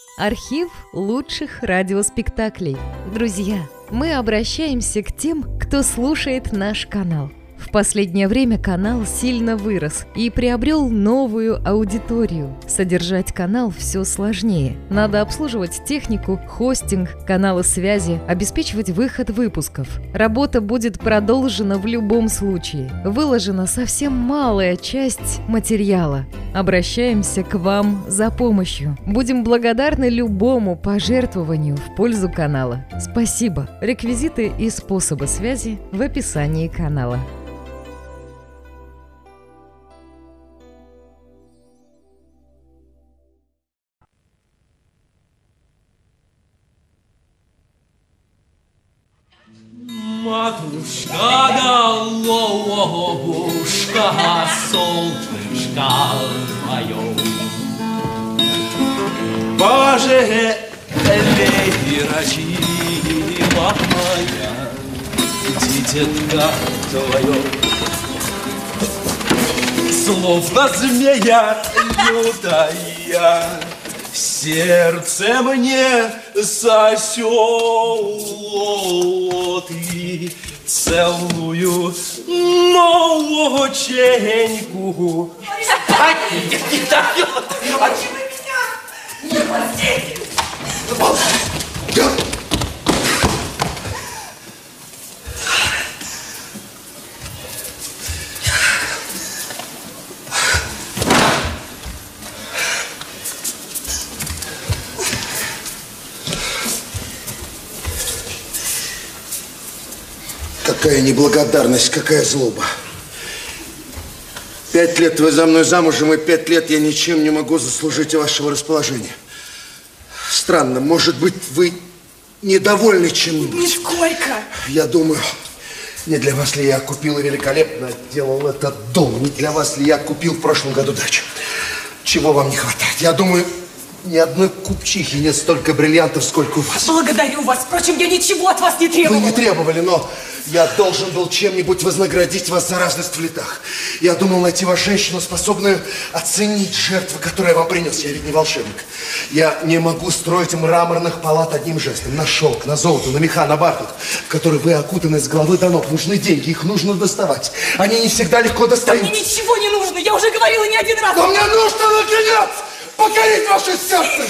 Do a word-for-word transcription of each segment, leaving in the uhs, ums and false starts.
Архив лучших радиоспектаклей. Друзья, мы обращаемся к тем, кто слушает наш канал. В последнее время канал сильно вырос и приобрел новую аудиторию. Содержать канал все сложнее. Надо обслуживать технику, хостинг, каналы связи, обеспечивать выход выпусков. Работа будет продолжена в любом случае. Выложена совсем малая часть материала. Обращаемся к вам за помощью. Будем благодарны любому пожертвованию в пользу канала. Спасибо. Реквизиты и способы связи в описании канала. Матушка, головушка, солнышко мое, Боже, верочивая, дитятка твое, словно змея лютая, сердце мне сосет и целую ноченьку. Ай, не дает! Отчины меня! Не пустите! Какая неблагодарность, какая злоба. Пять лет вы за мной замужем, и пять лет я ничем не могу заслужить вашего расположения. Странно, может быть, вы недовольны чем-нибудь? Нисколько. Я думаю, не для вас ли я купил и великолепно делал этот дом, не для вас ли я купил в прошлом году дачу. Чего вам не хватает? Я думаю, ни одной купчихи нет столько бриллиантов, сколько у вас. Благодарю вас. Впрочем, я ничего от вас не требовала. Вы не требовали, но я должен был чем-нибудь вознаградить вас за разность в летах. Я думал найти вас женщину, способную оценить жертву, которую я вам принес. Я ведь не волшебник. Я не могу строить мраморных палат одним жестом. На шелк, на золото, на меха, на бархат, в который вы окутаны с головы до ног. Нужны деньги, их нужно доставать. Они не всегда легко достаются. Мне ничего не нужно, я уже говорила не один раз. Но мне нужно, наконец, покорить ваше сердце.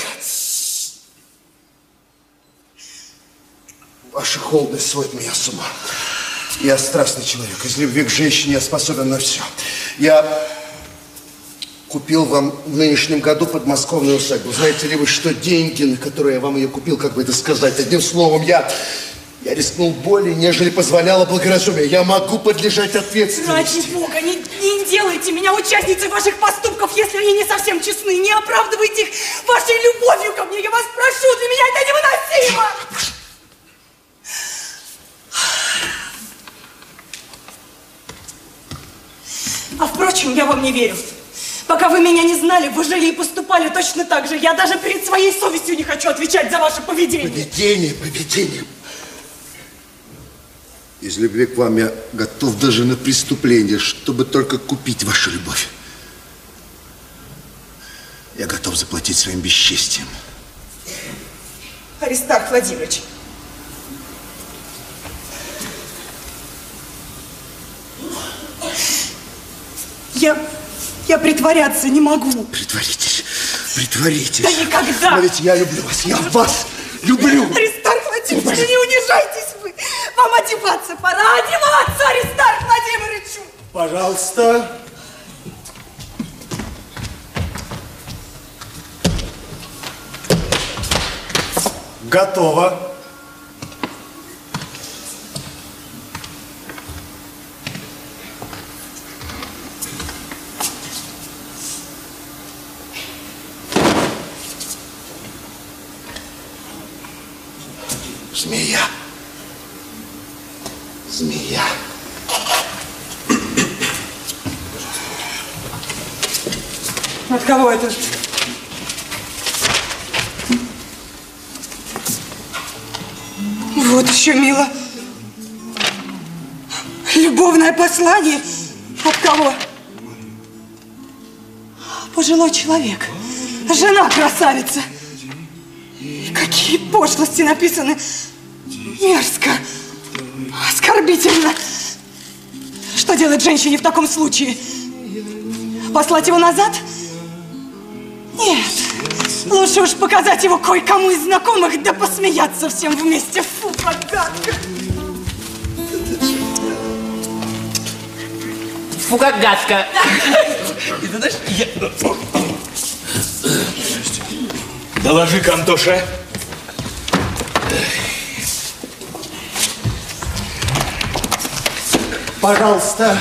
Ваша холодность сводит меня с ума. Я страстный человек. Из любви к женщине я способен на все. Я купил вам в нынешнем году подмосковную усадьбу. Знаете ли вы, что деньги, на которые я вам ее купил, как бы это сказать, одним словом, я, я рискнул более, нежели позволяло благоразумие. Я могу подлежать ответственности. Ради Бога, не, не делайте меня участницей ваших поступков, если они не совсем честны. Не оправдывайте их вашей любовью ко мне. Я вас прошу, для меня это невыносимо. А впрочем, я вам не верю. Пока вы меня не знали, вы жили и поступали точно так же. Я даже перед своей совестью не хочу отвечать за ваше поведение. Поведение, поведение. Из любви к вам я готов даже на преступление, чтобы только купить вашу любовь. Я готов заплатить своим бесчестием. Аристарх Владимирович. Я, я притворяться не могу. Притворитесь, притворитесь. Да никогда. Но ведь я люблю вас, я вас люблю. Аристарх Владимирович, ну не унижайтесь вы. Вам одеваться пора, одеваться, Аристарх Владимировичу. Пожалуйста. Готово. Змея. Змея. От кого это? Вот еще мило. Любовное послание. От кого? Пожилой человек. Жена красавица. И какие пошлости написаны. Мерзко. Оскорбительно. Что делать женщине в таком случае? Послать его назад? Нет. Лучше уж показать его кое-кому из знакомых, да посмеяться всем вместе. Фу, гадко. Фу, как гадко. И ты знаешь, я... Доложи-ка, Антоша. Пожалуйста.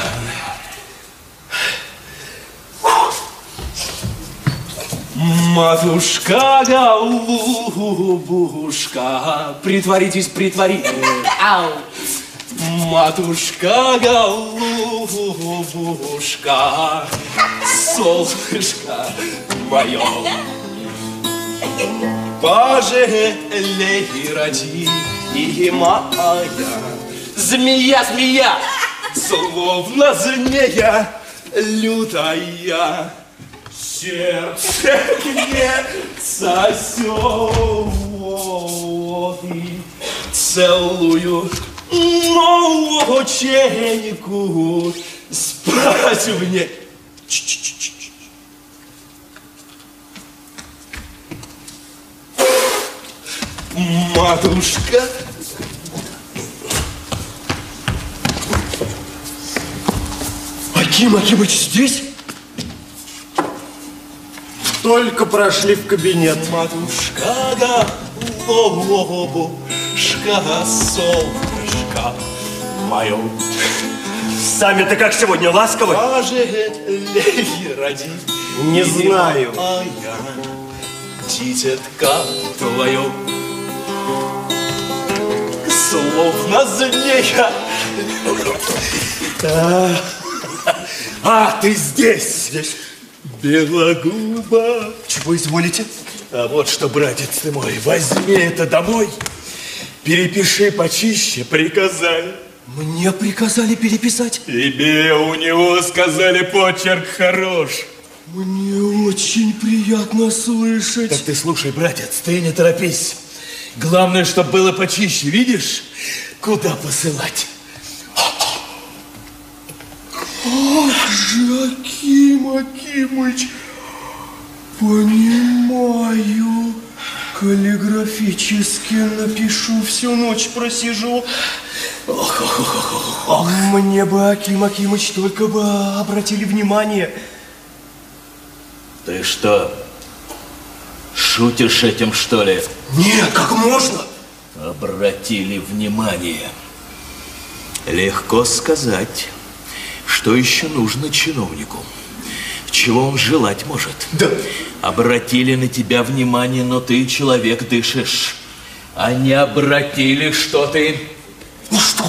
Матушка, голубушка, притворитесь, притворитесь. Ау. Матушка, голубушка, солнышко мое, пожалей, роди, и моя Змея, змея. словно змея лютая, сердце гнется сёвой, целую ноченьку спать мне. Ч-ч-ч-ч. Матушка. Аким Акимыч здесь? Только прошли в кабинет. Матушка, голубушка, солнышко мое. Сами-то как сегодня, ласковы? Пожалей, роди. Не знаю. А я, дитятка твое, словно змея. А, ты здесь? Здесь. Белогуба. Чего изволите? А вот что, братец ты мой, возьми это домой, перепиши почище приказали. Мне приказали переписать. Тебе у него сказали, почерк хорош. Мне очень приятно слышать. Так ты слушай, братец, ты не торопись. Главное, чтобы было почище, видишь, куда посылать. Ах же, Аким Акимыч, понимаю. Каллиграфически напишу, всю ночь просижу. Ох, ох, ох, ох, ох. Мне бы, Аким Акимыч, только бы обратили внимание. Ты что, шутишь этим, что ли? Нет, как можно? Обратили внимание. Легко сказать, что еще нужно чиновнику. Чего он желать может? Да. Обратили на тебя внимание, но ты, человек, дышишь. А не обратили, что ты? Ну что?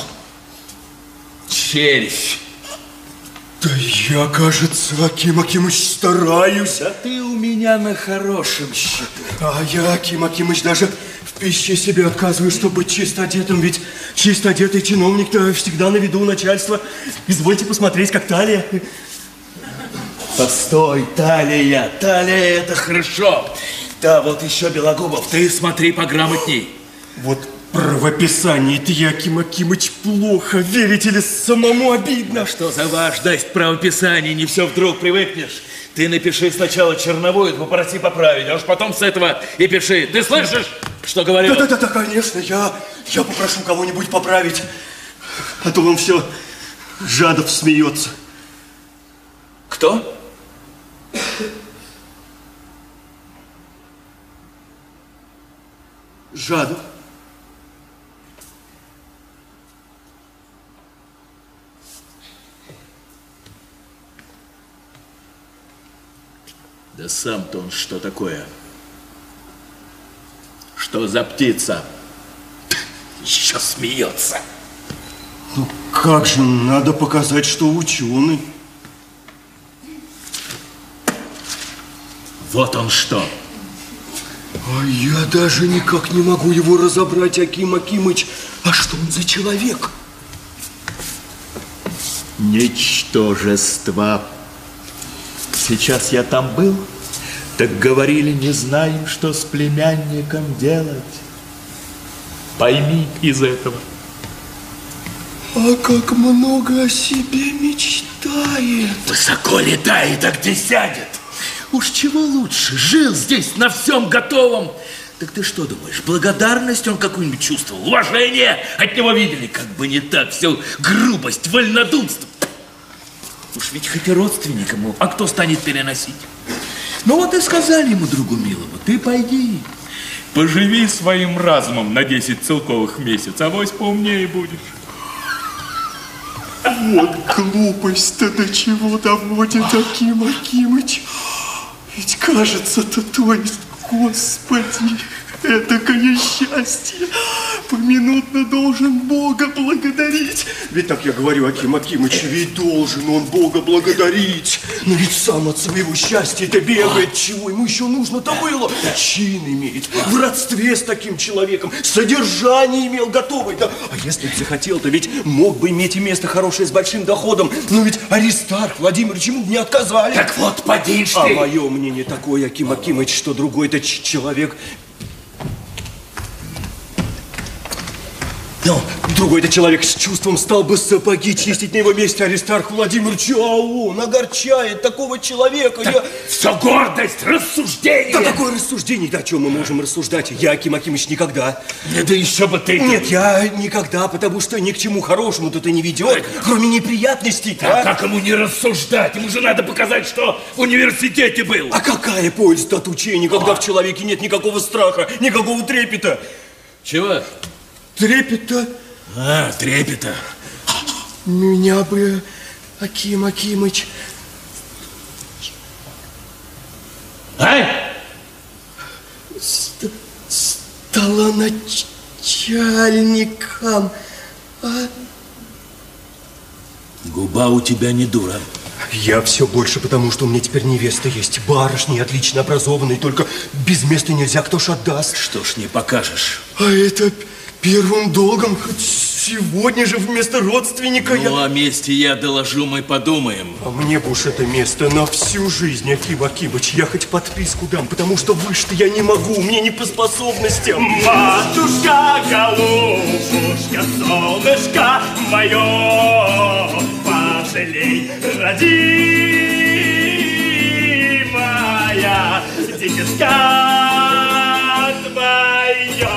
Червь. Да я, кажется, Аким Акимыч, стараюсь. Да ты у меня на хорошем счету. А я, Аким Акимыч, даже в пище себе отказываю, чтобы быть чисто одетым. Ведь чисто одетый чиновник-то всегда на виду у начальства. Извольте посмотреть, как талия. Постой, талия, талия, это хорошо. Да, вот еще, Белогубов, ты смотри пограмотней. Вот правописание-то, Аким Акимыч, плохо. Верите ли, самому обидно. Что за важность правописания, не все вдруг привыкнешь. Ты напиши сначала черновую, попроси поправить, а уж потом с этого и пиши. Ты слышишь, что говорю? Да-да-да, конечно, я, я попрошу кого-нибудь поправить. А то он все Жадов смеется. Кто? Жадов. Да сам-то он что такое? Что за птица? Еще смеется. Ну как же, надо показать, что ученый. Вот он что. А я даже никак не могу его разобрать, Аким Акимыч. А что он за человек? Ничтожество. Сейчас я там был, Так говорили, не знаем, что с племянником делать. Пойми из этого. А как много о себе мечтает. Высоко летает, а где сядет? Уж чего лучше, жил здесь на всем готовом. Так ты что думаешь, благодарность он какую-нибудь чувствовал? Уважение от него видели? Как бы не так, все грубость, вольнодумство. Уж ведь хоть и родственник ему, а кто станет переносить? Ну вот и сказали ему, другу милому, ты пойди, поживи своим разумом на десять целковых месяцев, авось поумнее будешь. Вот глупость-то до чего доводит, Аким Акимыч. Ведь кажется-то, то есть, Господи, этакое счастье. Поминутно должен Бога благодарить. Ведь так я говорю, Аким Акимыч, ведь должен он Бога благодарить. Но ведь сам от своего счастья-то бегает. Чего ему еще нужно-то было? Чин имеет, в родстве с таким человеком, содержание имел готовое. Да? А если бы захотел-то, ведь мог бы иметь и место хорошее с большим доходом. Но ведь Аристарх Владимирович ему не отказали. Так вот, поди ж ты. А мое мнение такое, Аким Акимыч, что другой-то человек... Ну, другой-то человек с чувством стал бы сапоги чистить на его месте Аристарху Владимировичу, а он огорчает такого человека. Так я... Все гордость, рассуждение. Да какое рассуждение? Да о чем мы можем рассуждать? Я, Аким Акимыч, никогда. Да, да еще бы ты... Нет, я никогда, потому что ни к чему хорошему тут и не ведет, кроме неприятностей. А как ему не рассуждать? Ему же надо показать, что в университете был. А какая польза от учения, когда в человеке нет никакого страха, никакого трепета? Чего? Трепета? А, трепета. Меня бы, Аким Акимыч... Ай! Ст стала начальником. А? Губа у тебя не дура. Я все больше потому, что у меня теперь невеста есть. Барышня, отлично образованная, только без места нельзя, кто ж отдаст. Что ж не покажешь? А это первым долгом, хоть сегодня же вместо родственника Ну, я... о месте я доложу, мы подумаем. А мне бы уж это место на всю жизнь, Аким Акимыч. Я хоть подписку дам, потому что выше-то я не могу, мне не по способностям. Матушка, голубушка, солнышко мое, пожалей, родимая, дитятка твоя.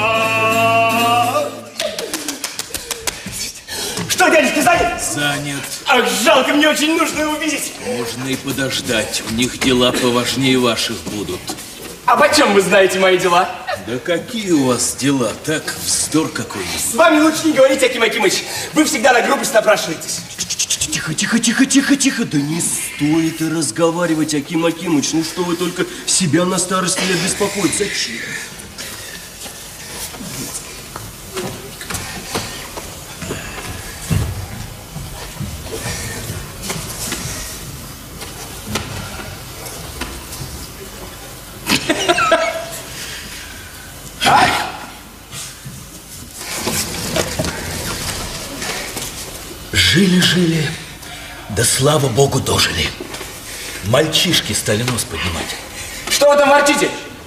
Что, дядюшка, занят? Занят. Ах, жалко, мне очень нужно увидеть. Можно и подождать. У них дела поважнее ваших будут. А почем вы знаете мои дела? Да какие у вас дела? Так, вздор какой-нибудь. С вами лучше не говорить, Аким Акимыч. Вы всегда на грубость напрашиваетесь. Тихо, тихо, тихо, тихо, тихо. Да не стоит и разговаривать, Аким Акимыч. Ну что вы только себя на старости лет беспокоить? Зачем? Жили-жили, да слава богу дожили. Мальчишки стали нос поднимать. Что вы там ворчите?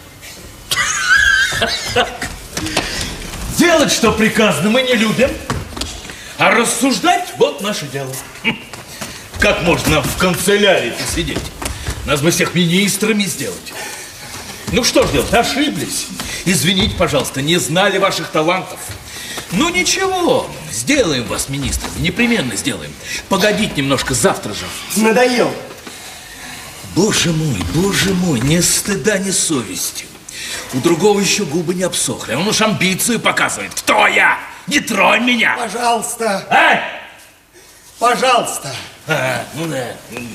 Делать, что приказано, мы не любим. А рассуждать, вот наше дело. Как можно в канцелярии посидеть? Нас бы всех министрами сделать. Ну что ж делать, ошиблись. Извините, пожалуйста, не знали ваших талантов. Ну ничего, сделаем вас министром, непременно сделаем. Погодите немножко, завтра же. Надоел. Боже мой, боже мой, ни стыда, ни совести. У другого еще губы не обсохли, он уж амбицию показывает. Кто я? Не тронь меня! Пожалуйста. А? Пожалуйста. А, ну да.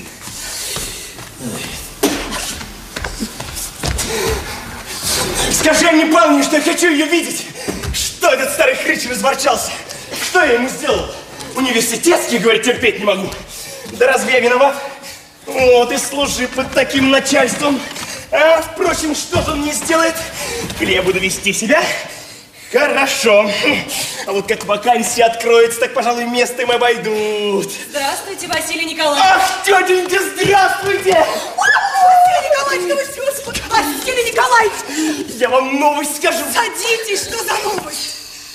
Скажи Анне Павловне, что я хочу ее видеть. Что этот старый хрыч разворчался? Что я ему сделал? Университетский, говорит, терпеть не могу. Да разве я виноват? Вот и служи под таким начальством. А, впрочем, что же он мне сделает? Или я буду вести себя? Хорошо. А вот как вакансия откроется, так, пожалуй, место им обойдут. Здравствуйте, Василий Николаевич. Ах, тетенька, здравствуйте! Василий Николаевич, да вы что, господи? Василий Николаевич! Я вам новость скажу. Садитесь, что за новость?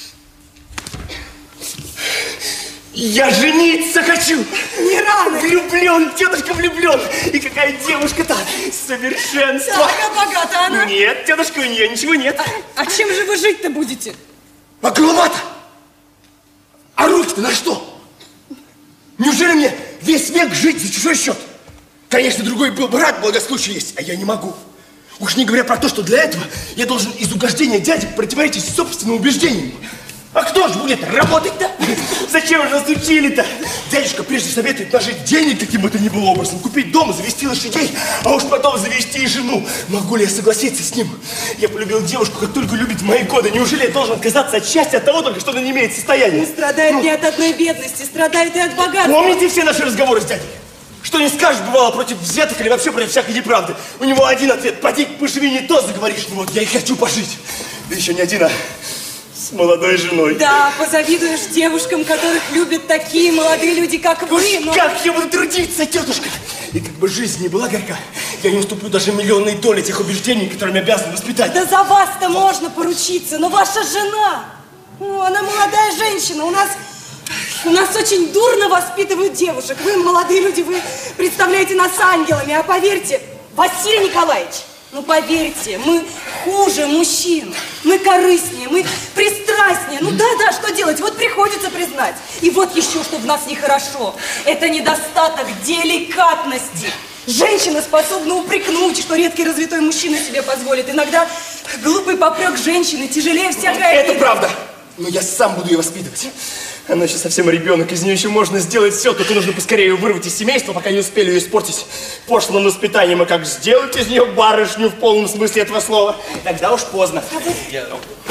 Я жениться хочу. Не рано. Влюблен, тетушка, влюблен. И какая девушка-то, совершенство. Так, а богата она? Нет, тетушка, у нее ничего нет. А, а чем же вы жить-то будете? А голова-то? А руки-то на что? Неужели мне весь век жить за чужой счет? Конечно, другой был бы рад, благословие есть, а я не могу. Уж не говоря про то, что для этого я должен из угождения дяди противоречить собственным убеждениям. А кто же будет работать-то? Зачем же нас учили-то? Дядюшка прежде советует нажить денег каким бы то ни было образом, купить дом, завести лошадей, а уж потом завести и жену. Могу ли я согласиться с ним? Я полюбил девушку, как только любит в мои годы. Неужели я должен отказаться от счастья от того только, что она не имеет состояния? Не страдает не от одной бедности, страдает и от богатства. Помните все наши разговоры с дядей? Что не скажешь, бывало, против взяток или вообще против всякой неправды. У него один ответ: поди, поживи, не то заговоришь. Ну вот я и хочу пожить. Да еще не один, а с молодой женой. Да, позавидуешь девушкам, которых любят такие молодые люди, как вы. Но... Как я буду трудиться, тетушка? И как бы жизнь не была горька, я не уступлю даже миллионной доли тех убеждений, которыми обязан воспитать. Да за вас-то можно поручиться, но ваша жена, о, она молодая женщина, у нас... У нас очень дурно воспитывают девушек. Вы, молодые люди, вы представляете нас ангелами. А поверьте, Василий Николаевич, ну поверьте, мы хуже мужчин. Мы корыстнее, мы пристрастнее. Ну да-да, что делать? Вот приходится признать. И вот еще, что в нас нехорошо. Это недостаток деликатности. Женщина способна упрекнуть, что редкий развитой мужчина себе позволит. Иногда глупый попрек женщины тяжелее всякой обиды. Это правда. Но я сам буду ее воспитывать. Она еще совсем ребенок, из нее еще можно сделать все, только нужно поскорее ее вырвать из семейства, пока не успели ее испортить пошлым воспитанием. И как сделать из нее барышню в полном смысле этого слова, тогда уж поздно. Я...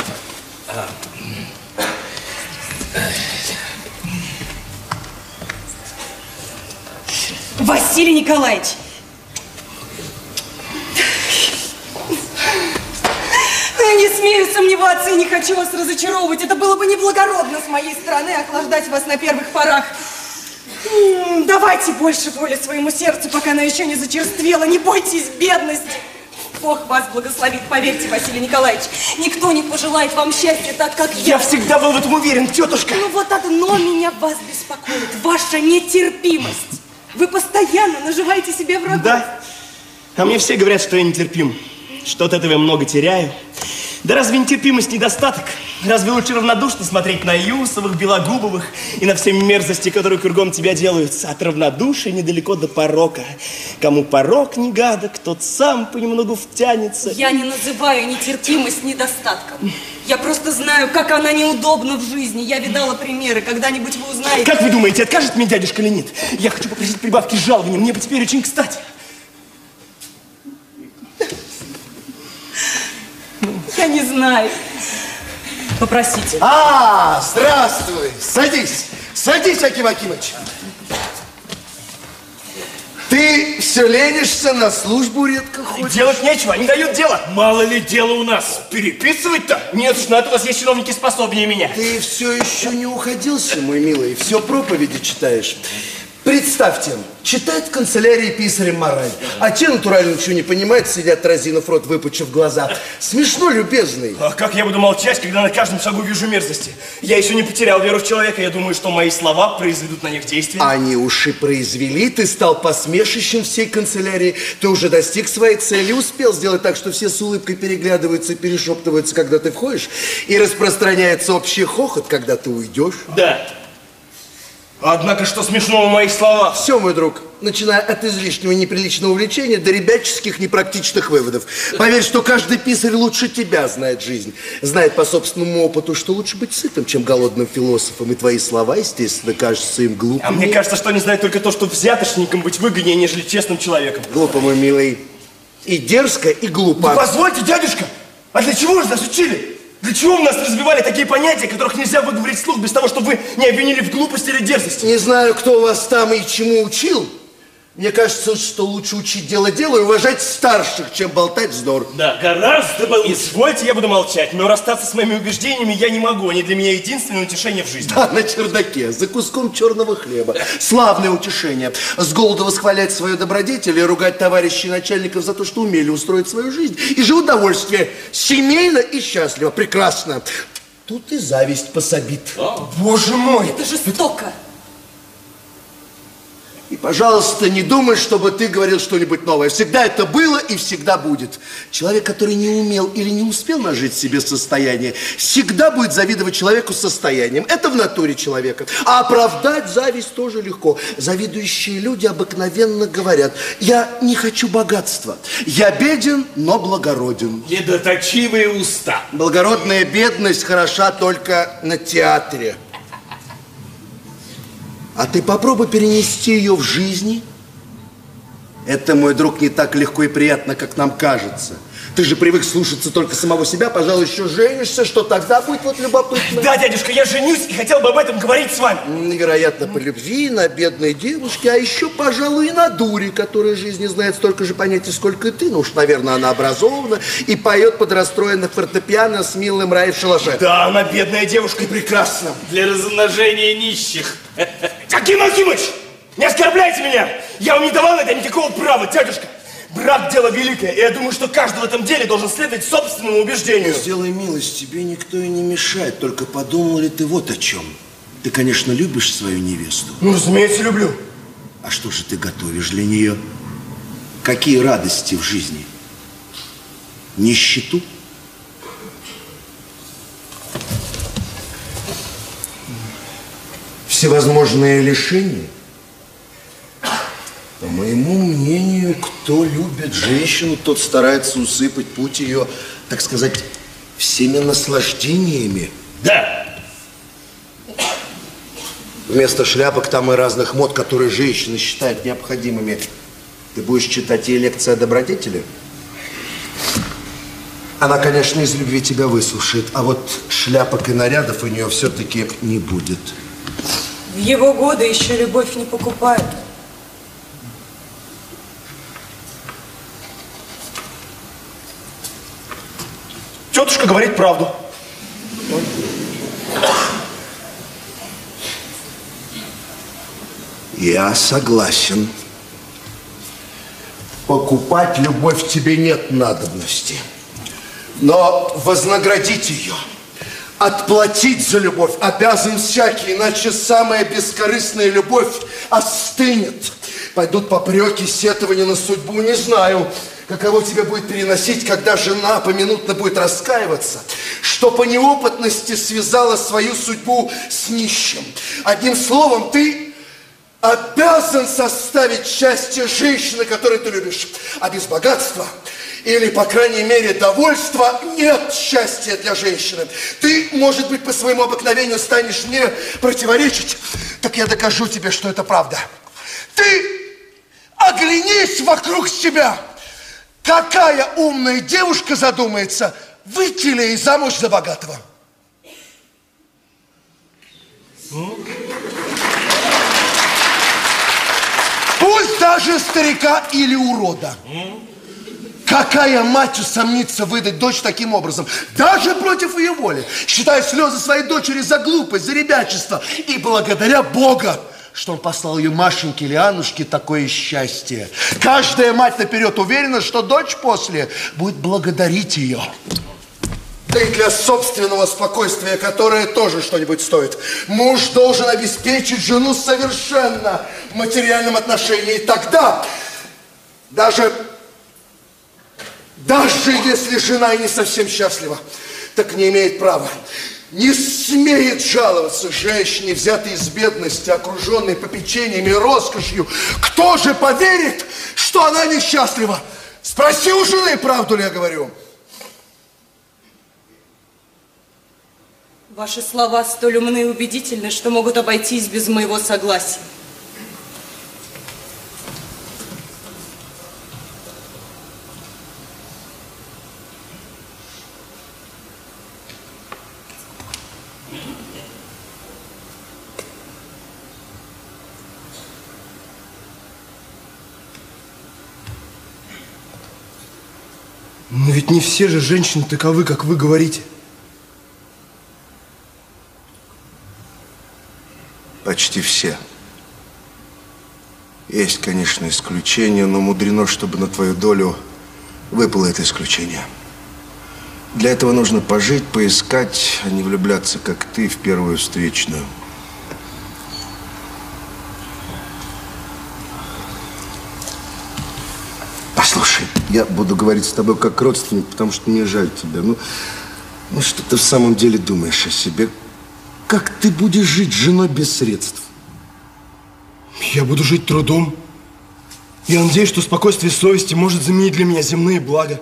Василий Николаевич! Я не смею сомневаться и не хочу вас разочаровывать. Это было бы неблагородно с моей стороны охлаждать вас на первых порах. М-м, давайте больше воли своему сердцу, пока она еще не зачерствела. Не бойтесь бедности. Бог вас благословит, поверьте, Василий Николаевич. Никто не пожелает вам счастья так, как я. Я всегда был в этом уверен, тетушка. Ну вот одно меня вас беспокоит. Ваша нетерпимость. Вы постоянно наживаете себе врагов. Да. А мне все говорят, что я нетерпим. Что от этого я много теряю. Да разве нетерпимость недостаток? Разве лучше равнодушно смотреть на Юсовых, Белогубовых и на все мерзости, которые кругом тебя делаются? От равнодушия недалеко до порока. Кому порок не гадок, тот сам понемногу втянется. Я не называю нетерпимость недостатком. Я просто знаю, как она неудобна в жизни. Я видала примеры. Когда-нибудь вы узнаете. Как вы думаете, откажет мне дядюшка или нет? Я хочу попросить прибавки жалования. Мне бы теперь очень кстати. Я не знаю. Попросите. А, здравствуй. Садись. Садись, Аким Акимыч. Ты все ленишься, на службу редко ходишь. Делать нечего, не дают дела. Мало ли дела у нас. Переписывать-то? Нет уж, на это у вас есть чиновники способнее меня. Ты все еще не уходился, мой милый. Все проповеди читаешь. Представьте, читает в канцелярии писарем мораль, а те натурально ничего не понимают, сидят, разинув рот, выпучив глаза. Смешно, любезный. А как я буду молчать, когда на каждом шагу вижу мерзости? Я еще не потерял веру в человека, я думаю, что мои слова произведут на них действие. Они уж и произвели, ты стал посмешищем всей канцелярии, ты уже достиг своей цели, успел сделать так, что все с улыбкой переглядываются и перешептываются, когда ты входишь, и распространяется общий хохот, когда ты уйдешь. Да. Однако, что смешного в моих словах? Все, мой друг, начиная от излишнего неприличного увлечения до ребяческих непрактичных выводов. Поверь, что каждый писарь лучше тебя знает жизнь. Знает по собственному опыту, что лучше быть сытым, чем голодным философом. И твои слова, естественно, кажутся им глупыми. А мне кажется, что они знают только то, что взяточником быть выгоднее, нежели честным человеком. Глупо, мой милый. И дерзко, и глупо. Ну, позвольте, дядюшка, а для чего же нас учили? Для чего у нас развивали такие понятия, которых нельзя выговорить вслух, без того, чтобы вы не обвинили в глупости или дерзости? Не знаю, кто вас там и чему учил, Мне кажется, что лучше учить дело делу и уважать старших, чем болтать вздор. Да, гораздо бы лучше. Извольте, я буду молчать, но расстаться с моими убеждениями я не могу. Они для меня единственное утешение в жизни. Да, на чердаке, за куском черного хлеба. Славное утешение. С голоду восхвалять свою добродетель и ругать товарищей начальников за то, что умели устроить свою жизнь. И же удовольствие. Семейно и счастливо. Прекрасно. Тут и зависть пособит. О, боже мой. Это жестоко. И, пожалуйста, не думай, чтобы ты говорил что-нибудь новое. Всегда это было и всегда будет. Человек, который не умел или не успел нажить себе состояние, всегда будет завидовать человеку с состоянием. Это в натуре человека. А оправдать зависть тоже легко. Завидующие люди обыкновенно говорят: я не хочу богатства. Я беден, но благороден. Едоточивые уста. Благородная бедность хороша только на театре. А ты попробуй перенести ее в жизни. Это, мой друг, не так легко и приятно, как нам кажется. Ты же привык слушаться только самого себя, пожалуй, еще женишься, что тогда будет вот любопытно. Да, дядюшка, я женюсь и хотел бы об этом говорить с вами. Невероятно, по любви, на бедной девушке, а еще, пожалуй, и на дуре, которая в жизни знает столько же понятий, сколько и ты. Ну уж, наверное, она образована и поет под расстроенных фортепиано с милым рай в шалаше. Да, она бедная девушка и прекрасна. Для размножения нищих. Аким Акимыч, не оскорбляйте меня! Я вам не давал на это никакого права, дядюшка. Брак – дело великое, и я думаю, что каждый в этом деле должен следовать собственному убеждению. Сделай милость, тебе никто и не мешает, только подумал ли ты вот о чем. Ты, конечно, любишь свою невесту. Ну, разумеется, люблю. А что же ты готовишь для нее? Какие радости в жизни? Нищету? Всевозможные лишения? По моему мнению, кто любит женщину, тот старается усыпать путь ее, так сказать, всеми наслаждениями. Да. Вместо шляпок там и разных мод, которые женщины считают необходимыми, ты будешь читать ей лекции о добродетели? Она, конечно, из любви тебя выслушает, а вот шляпок и нарядов у нее все-таки не будет. В его годы еще любовь не покупают. Тетушка говорит правду. Я согласен. Покупать любовь тебе нет надобности. Но вознаградить ее, отплатить за любовь обязан всякий, иначе самая бескорыстная любовь остынет. Пойдут попреки, сетования на судьбу, не знаю, каково тебе будет переносить, когда жена поминутно будет раскаиваться, что по неопытности связала свою судьбу с нищим. Одним словом, ты обязан составить счастье женщины, которую ты любишь. А без богатства или, по крайней мере, довольства нет счастья для женщины. Ты, может быть, по своему обыкновению станешь мне противоречить, так я докажу тебе, что это правда. Ты оглянись вокруг себя. Какая умная девушка задумается, выйти ли ей замуж за богатого? Пусть даже старика или урода. Какая мать усомнится выдать дочь таким образом, даже против ее воли, считая слезы своей дочери за глупость, за ребячество, и благодаря Бога, что он послал ее Машеньке или Аннушке такое счастье. Каждая мать наперед уверена, что дочь после будет благодарить ее. Да и для собственного спокойствия, которое тоже что-нибудь стоит. Муж должен обеспечить жену совершенно в материальном отношении. И тогда, даже, даже если жена и не совсем счастлива, так не имеет права, не смеет жаловаться женщине, взятой из бедности, окруженной попечениями и роскошью. Кто же поверит, что она несчастлива? Спроси у жены, правду ли я говорю. Ваши слова столь умны и убедительны, что могут обойтись без моего согласия. Но ведь не все же женщины таковы, как вы говорите. Почти все. Есть, конечно, исключения, но мудрено, чтобы на твою долю выпало это исключение. Для этого нужно пожить, поискать, а не влюбляться, как ты, в первую встречную. Послушай, я буду говорить с тобой как родственник, потому что мне жаль тебя. Ну, ну что ты в самом деле думаешь о себе? Как ты будешь жить с женой без средств? Я буду жить трудом. Я надеюсь, что спокойствие совести может заменить для меня земные блага.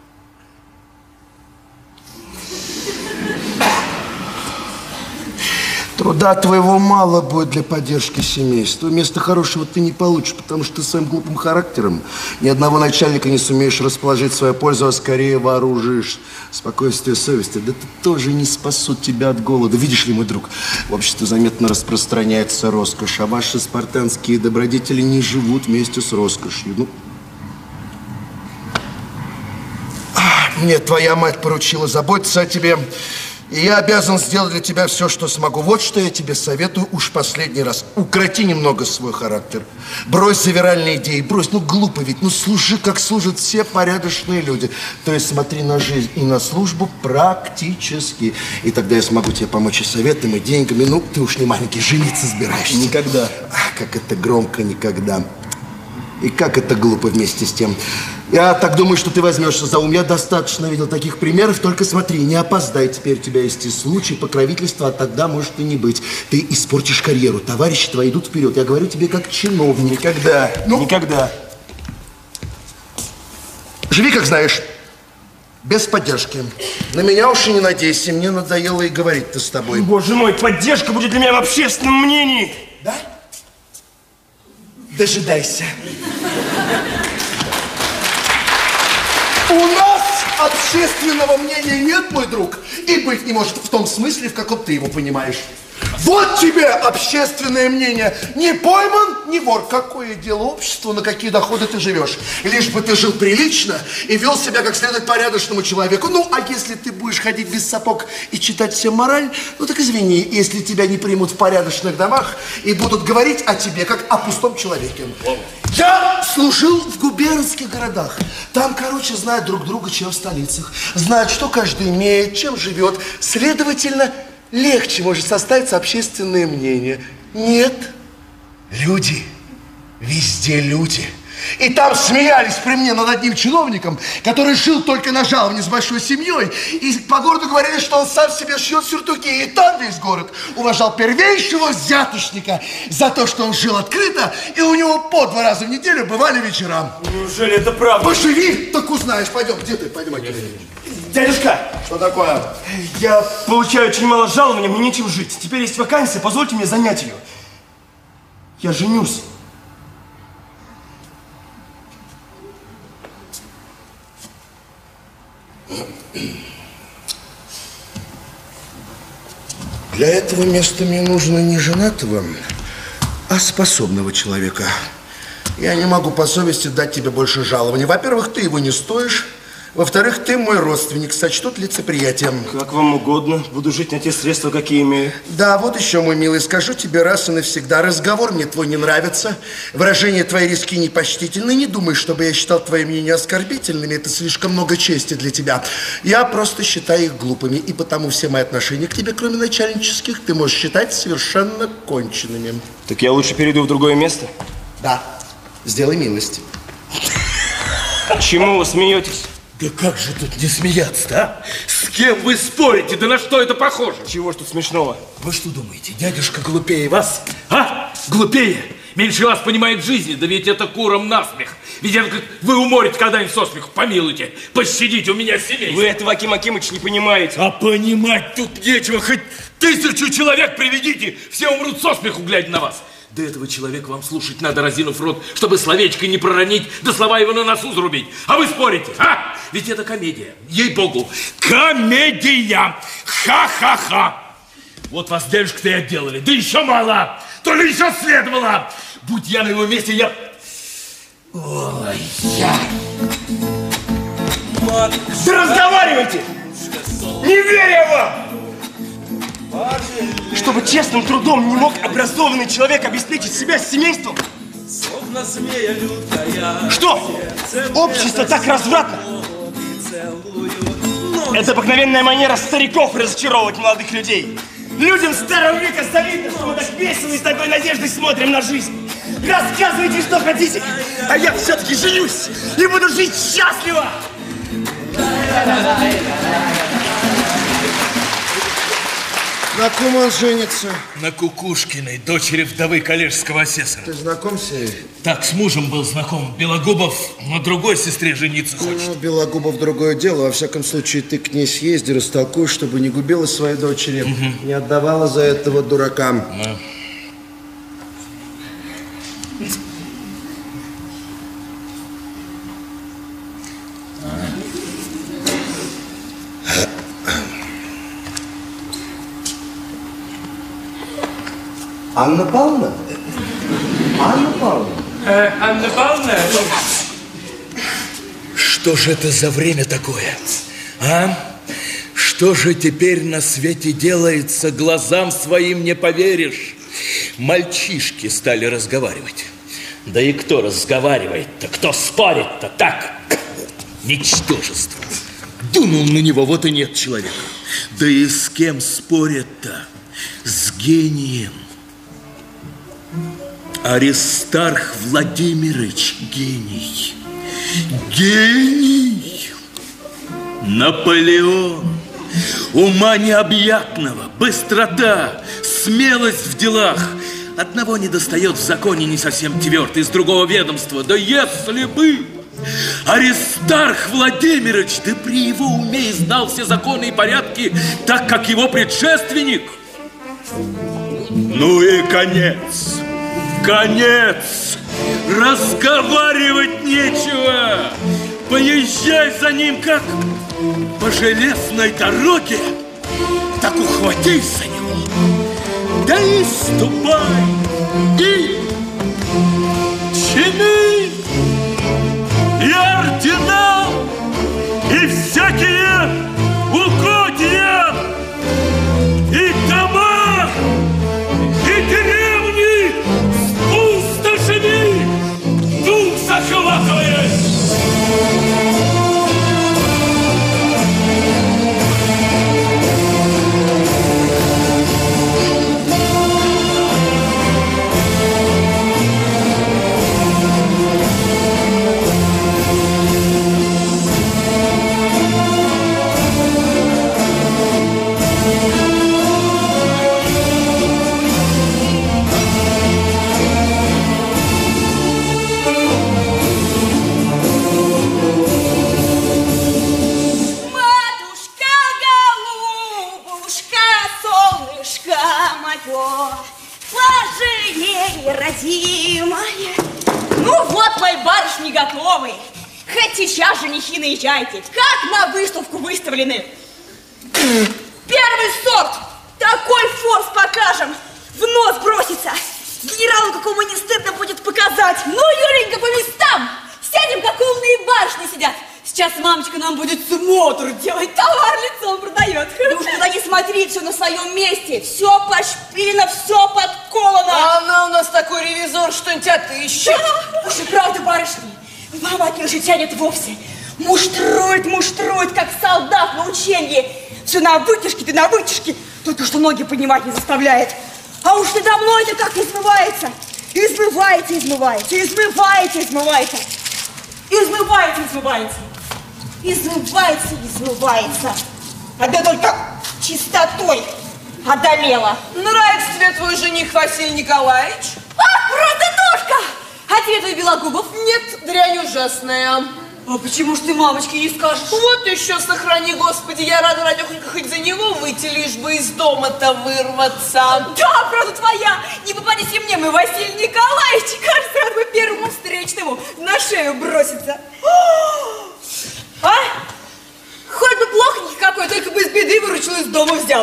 Труда твоего мало будет для поддержки семейства. Места хорошего ты не получишь, потому что ты своим глупым характером ни одного начальника не сумеешь расположить в свою пользу, а скорее вооружишь. Спокойствие совести, да это тоже не спасут тебя от голода. Видишь ли, мой друг, в обществе заметно распространяется роскошь, а ваши спартанские добродетели не живут вместе с роскошью. Ну, мне твоя мать поручила заботиться о тебе. И я обязан сделать для тебя все, что смогу. Вот что я тебе советую уж последний раз. Укроти немного свой характер. Брось завиральные идеи, брось. Ну, глупо ведь. Ну, служи, как служат все порядочные люди. То есть смотри на жизнь и на службу практически. И тогда я смогу тебе помочь и советами, и деньгами. Ну, ты уж не маленький, жениться собираешься. Никогда. Ах, как это громко никогда. И как это глупо вместе с тем. Я так думаю, что ты возьмешься за ум. Я достаточно видел таких примеров. Только смотри, не опоздай. Теперь у тебя есть и случай покровительства, а тогда может и не быть. Ты испортишь карьеру. Товарищи твои идут вперед. Я говорю тебе как чиновник. Никогда. Ну, никогда. Живи, как знаешь. Без поддержки. На меня уж и не надейся. Мне надоело и говорить-то с тобой. Боже мой, поддержка будет для меня в общественном мнении. Да? Дожидайся. У нас общественного мнения нет, мой друг, и быть не может в том смысле, в каком ты его понимаешь. Вот тебе общественное мнение. Не пойман, не вор. Какое дело обществу, на какие доходы ты живешь? Лишь бы ты жил прилично и вел себя как следует порядочному человеку. Ну, а если ты будешь ходить без сапог и читать всем мораль, ну так извини, если тебя не примут в порядочных домах и будут говорить о тебе как о пустом человеке. Я служил в губернских городах. Там, короче, знают друг друга, чем в столицах. Знают, что каждый имеет, чем живет. Следовательно, легче может составиться общественное мнение. Нет. Люди. Везде люди. И там смеялись при мне над одним чиновником, который жил только на жаловании с большой семьей. И по городу говорили, что он сам себе шьет сюртуки. И там весь город уважал первейшего взяточника за то, что он жил открыто, и у него по два раза в неделю бывали вечера. Неужели это правда? Поживи, так узнаешь. Пойдем, где ты? Пойдем, Акель. Дядюшка! Что такое? Я получаю очень мало жалования, мне нечем жить. Теперь есть вакансия, позвольте мне занять ее. Я женюсь. Для этого места мне нужно не женатого, а способного человека. Я не могу по совести дать тебе больше жалования. Во-первых, ты его не стоишь. Во-вторых, ты мой родственник, сочтут лицеприятием. Как вам угодно. Буду жить на те средства, какие имею. Да, вот еще, мой милый, скажу тебе раз и навсегда. Разговор мне твой не нравится. Выражения твои резки и непочтительны. Не думай, чтобы я считал твои мнения оскорбительными. Это слишком много чести для тебя. Я просто считаю их глупыми. И потому все мои отношения к тебе, кроме начальнических, ты можешь считать совершенно конченными. Так я лучше перейду в другое место? Да. Сделай милость. Чему вы смеетесь? Да как же тут не смеяться-то, а? С кем вы спорите? Да на что это похоже? Чего ж тут смешного? Вы что думаете, дядюшка глупее вас? А? Глупее? Меньше вас понимает в жизни, да ведь это курам насмех. Ведь это как вы уморите когда-нибудь со смеху, помилуйте. Пощадите, у меня семейство. Вы этого, Аким Акимыч, не понимаете. А понимать тут нечего, хоть тысячу человек приведите, все умрут со смеху, глядя на вас. До этого человека вам слушать надо, разинув рот, чтобы словечко не проронить, да слова его на носу зарубить. А вы спорите, а? Ведь это комедия, ей-богу, комедия! Ха-ха-ха! Вот вас, дядюшка-то и отделали, да еще мало, то ли еще следовало. Будь я на его месте, я... Ой, я... Да разговаривайте! Не верю вам! Чтобы честным трудом не мог образованный человек обеспечить себя с семейством? Что? Общество так развратно? Это обыкновенная манера стариков разочаровывать молодых людей. Людям старого века завидно, что мы так весело и с такой надеждой смотрим на жизнь. Рассказывайте, что хотите, а я все-таки женюсь и буду жить счастливо! На ком он женится? На Кукушкиной, дочери вдовы коллежского асессора. Ты знаком с ней? Так, с мужем был знаком. Белогубов на другой сестре жениться хочет. Ну, Белогубов другое дело. Во всяком случае, ты к ней съезди, растолкуй, чтобы не губила своей дочери. Угу. Не отдавала за этого дуракам. Да. Анна Павловна? Анна Павловна? Э, Анна Павловна? Что же это за время такое, а? Что же теперь на свете делается, глазам своим не поверишь. Мальчишки стали разговаривать. Да и кто разговаривает-то, кто спорит-то, так? Ничтожество. Дунул на него, вот и нет человека. Да и с кем спорят-то? С гением. Аристарх Владимирович гений. Гений! Наполеон! Ума необъятного, быстрота, смелость в делах. Одного недостает в законе не совсем твердый, из другого ведомства. Да если бы Аристарх Владимирович, да при его уме знал все законы и порядки, так как его предшественник. Ну и конец. Конец! Разговаривать нечего! Поезжай за ним, как по железной дороге, так ухватись за него, да и ступай, и чины, и ордена, и всякие угодья, и дома, и деревни с пустошами, дух захватывает. Родимая. Ну вот, мои барышни готовы. Хоть сейчас женихи наезжайте. Как на выставку выставлены. Первый сорт. Такой форс покажем. В нос бросится. Генералу какому не стыдно будет показать. Ну, Юленька, по местам. Сядем, как умные барышни сидят. Сейчас мамочка нам будет смотр делать, товар лицом продает. Да уж туда не смотри, все на своем месте. Все пошпилено, все подколано. А она у нас такой ревизор, что-нибудь отыщет. Уж и правда, барышни, мама от нее же тянет вовсе. Муштрует, муштрует, как солдат на ученье. Все на вытяжке, ты на вытяжке. Только что ноги поднимать не заставляет. А уж надо мной-то как измывается. Измывается, измывается, измывается, измывается. Измывается, измывается. Измывается, измывается. А да только чистотой одолела. Нравится тебе твой жених Василий Николаевич? Ах, родоножка! А тебе твой Белогубов? Нет, дрянь ужасная. А почему ж ты мамочке не скажешь? Вот еще сохрани, Господи, я рада, радехонька, хоть за него выйти, лишь бы из дома-то вырваться. Да, правда твоя. Не попадись и мне, мой Василий Николаевич. Кажется, рад бы первому встречному на шею броситься. А? Хоть бы плохонький какой, только бы из беды выручил, из дома взял.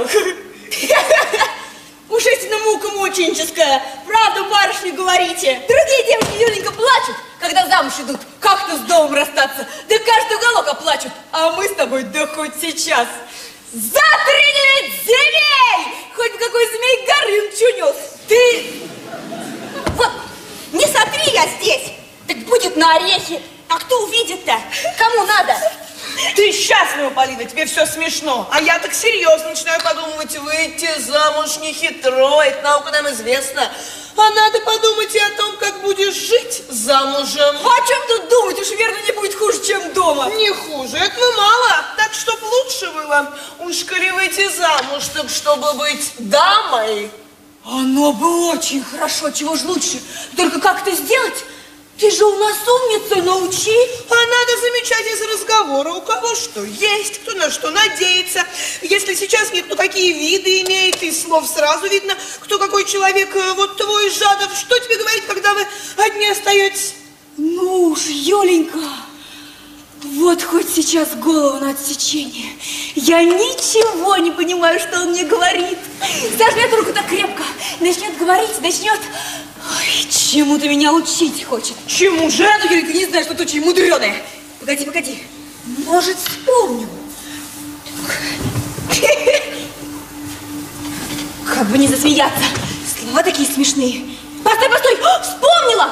Уж истинно мука мученическая. Правду, барышни, говорите. Другие девушки, Юленька, плачут, когда замуж идут. Как-то с домом расстаться? Да каждый уголок оплачут. А мы с тобой, да хоть сейчас. За тридевять земель! Хоть бы какой змей Горыныч унес. Ты... Вот, не сотри я здесь. Так будет на орехи. А кто увидит-то? Кому надо? Ты счастлива, Полина, тебе все смешно. А я так серьезно начинаю подумывать, выйти замуж не хитро, это наука нам известна. А надо подумать и о том, как будешь жить замужем. О чем тут думать? Уж верно не будет хуже, чем дома. Не хуже, этого мало. Так, чтоб лучше было. Уж коли выйти замуж, так чтобы быть дамой. Оно бы очень хорошо, чего ж лучше. Только как это сделать? Ты же у нас умница, научи. А надо замечать из разговора, у кого что есть, кто на что надеется. Если сейчас нет, ну какие виды имеет, из слов сразу видно, кто какой человек. Вот твой Жадов, что тебе говорить, когда вы одни остаетесь? Ну уж, Юленька, вот хоть сейчас голову на отсечение. Я ничего не понимаю, что он мне говорит. Зажмет руку так крепко, начнет говорить, начнет... Ой, чему ты меня учить хочет? Чему же? Ну, Юля, ты не знаешь, что ты очень мудреная. Погоди, погоди. Может, вспомню. Как бы не засмеяться. Слова такие смешные. Постой, постой! О, вспомнила!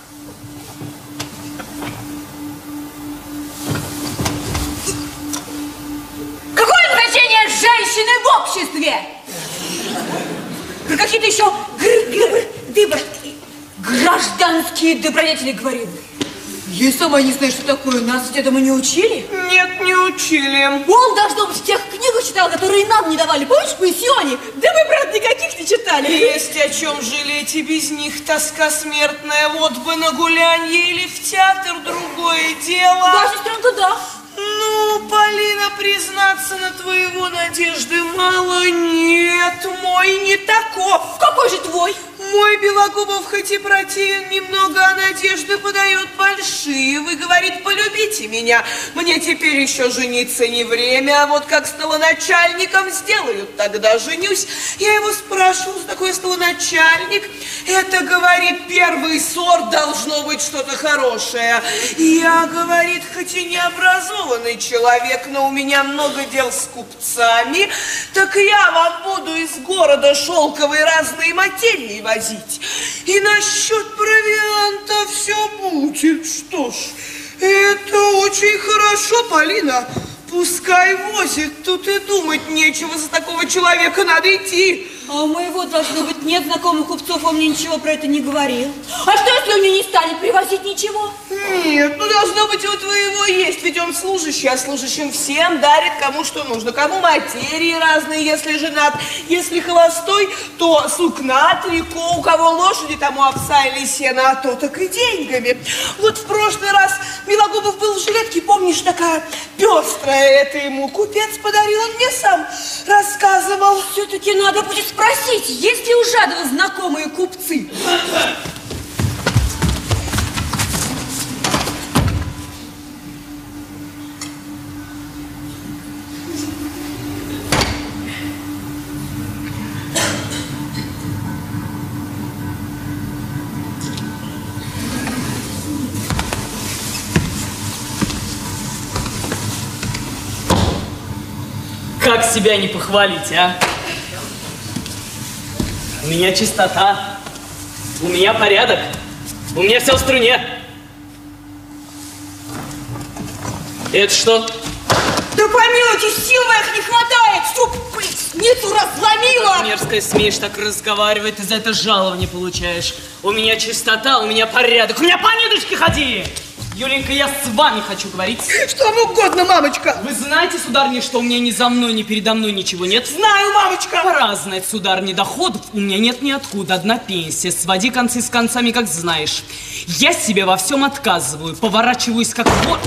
Какое значение женщины в обществе? Про какие-то еще дыбр, гражданские добродетели говорил. Я сама не знаю, что такое. Нас этому не учили? Нет, не учили. Он, должно быть, в тех книгах читал, которые нам не давали. Помнишь, в пансионе? Да мы, правда, никаких не читали. Есть о чем жалеть, и без них тоска смертная. Вот бы на гулянье или в театр, другое дело. Да, сестренка, да. Ну, Полина, признаться, на твоего надежды мало. Нет, мой не таков. Какой же твой? Мой Белогубов хоть и противен немного, а надежды подает большие. Вы, говорит, полюбите меня. Мне теперь еще жениться не время, а вот как столоначальником сделают, тогда женюсь. Я его спрашиваю, что такое столоначальник. Это, говорит, первый сорт, должно быть что-то хорошее. Я, говорит, хоть и не образованный человек, но у меня много дел с купцами, так я вам буду из города шелковые разные материи возить. И насчет провианта все будет. Что ж, это очень хорошо, Полина. Пускай возит, тут и думать нечего, за такого человека надо идти. А у моего, должно быть, нет знакомых купцов, он мне ничего про это не говорил. А что, если он мне не станет привозить ничего? Нет, ну должно быть, у твоего есть, ведь он служащий, а служащим всем дарит кому что нужно. Кому материи разные, если женат, если холостой, то сукна, трико, у кого лошади, тому овса или сена, а то так и деньгами. Вот в прошлый раз Белогубов был в жилетке, помнишь, такая пестрая, это ему купец подарил, он мне сам рассказывал. Все-таки надо будет спросить, есть ли у Жадова знакомые купцы? Как себя не похвалить, а? У меня чистота, у меня порядок, у меня все в струне. Это что? Да помилуйте, сил моих не хватает, чтоб поясницу разломила. Мерзкая, смеешь так разговаривать, ты за это жалование получаешь. У меня чистота, у меня порядок, у меня по ниточке ходи. Юленька, я с вами хочу говорить. Что вам угодно, мамочка. Вы знаете, сударыня, что у меня ни за мной, ни передо мной ничего нет? Знаю, мамочка. Пора знать, сударыня, доходов у меня нет ниоткуда. Одна пенсия. Своди концы с концами, как знаешь. Я себе во всем отказываю. Поворачиваюсь как вот.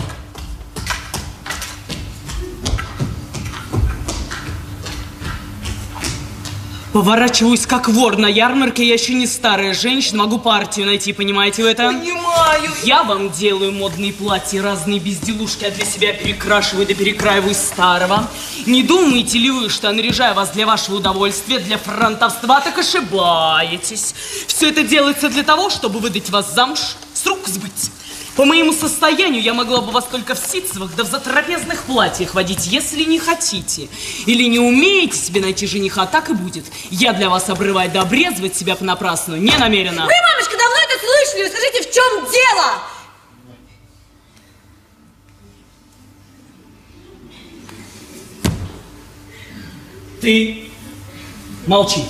Поворачиваюсь как вор на ярмарке, я еще не старая женщина, могу партию найти, понимаете вы это? Понимаю. Я вам делаю модные платья, разные безделушки, а для себя перекрашиваю да перекраиваю старого. Не думаете ли вы, что, наряжая вас для вашего удовольствия, для фронтовства, так ошибаетесь? Все это делается для того, чтобы выдать вас замуж, с рук сбыть. По моему состоянию я могла бы вас только в ситцевых да в затрапезных платьях водить, если не хотите. Или не умеете себе найти жениха, так и будет. Я для вас обрывать да обрезывать себя понапрасну не намерена. Вы, мамочка, давно это слышали? Скажите, в чем дело? Ты молчи.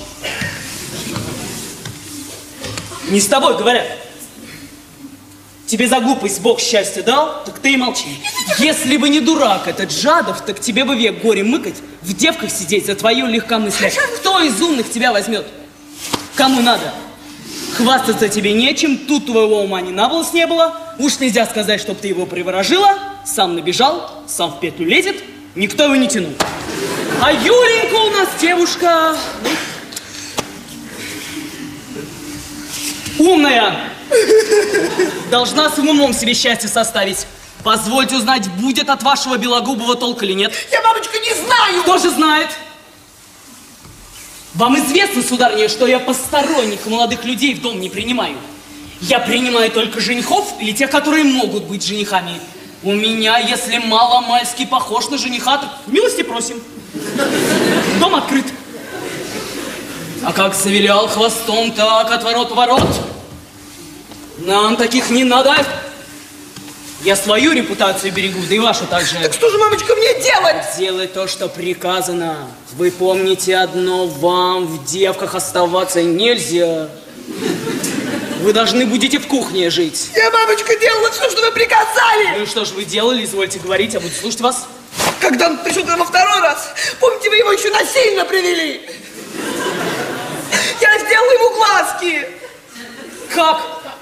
Не с тобой говорят. Тебе за глупость Бог счастье дал, так ты и молчи. Если бы не дурак этот Жадов, так тебе бы век горе мыкать, в девках сидеть за твою легкомыслие. Кто из умных тебя возьмет? Кому надо? Хвастаться тебе нечем, тут твоего ума ни на волос не было. Уж нельзя сказать, чтоб ты его приворожила. Сам набежал, сам в петлю лезет, никто его не тянул. А Юленька у нас девушка умная. Должна с умом себе счастье составить. Позвольте узнать, будет от вашего белогубого толк или нет. Я, бабочка, не знаю. Кто же знает? Вам известно, сударыня, что я посторонних молодых людей в дом не принимаю. Я принимаю только женихов или тех, которые могут быть женихами. У меня, если мало-мальски похож на жениха, то милости просим. Дом открыт. А как завилял хвостом, так от ворот в ворот. Нам таких не надо. Я свою репутацию берегу, да и вашу также. Так что же, мамочка, мне делать? Делать то, что приказано. Вы помните одно, вам в девках оставаться нельзя. Вы должны будете в кухне жить. Я, мамочка, делала все, что вы приказали. Ну и что же вы делали? Извольте говорить, я буду слушать вас. Когда он пришел во второй раз, помните, вы его еще насильно привели? Я сделала ему глазки. Как?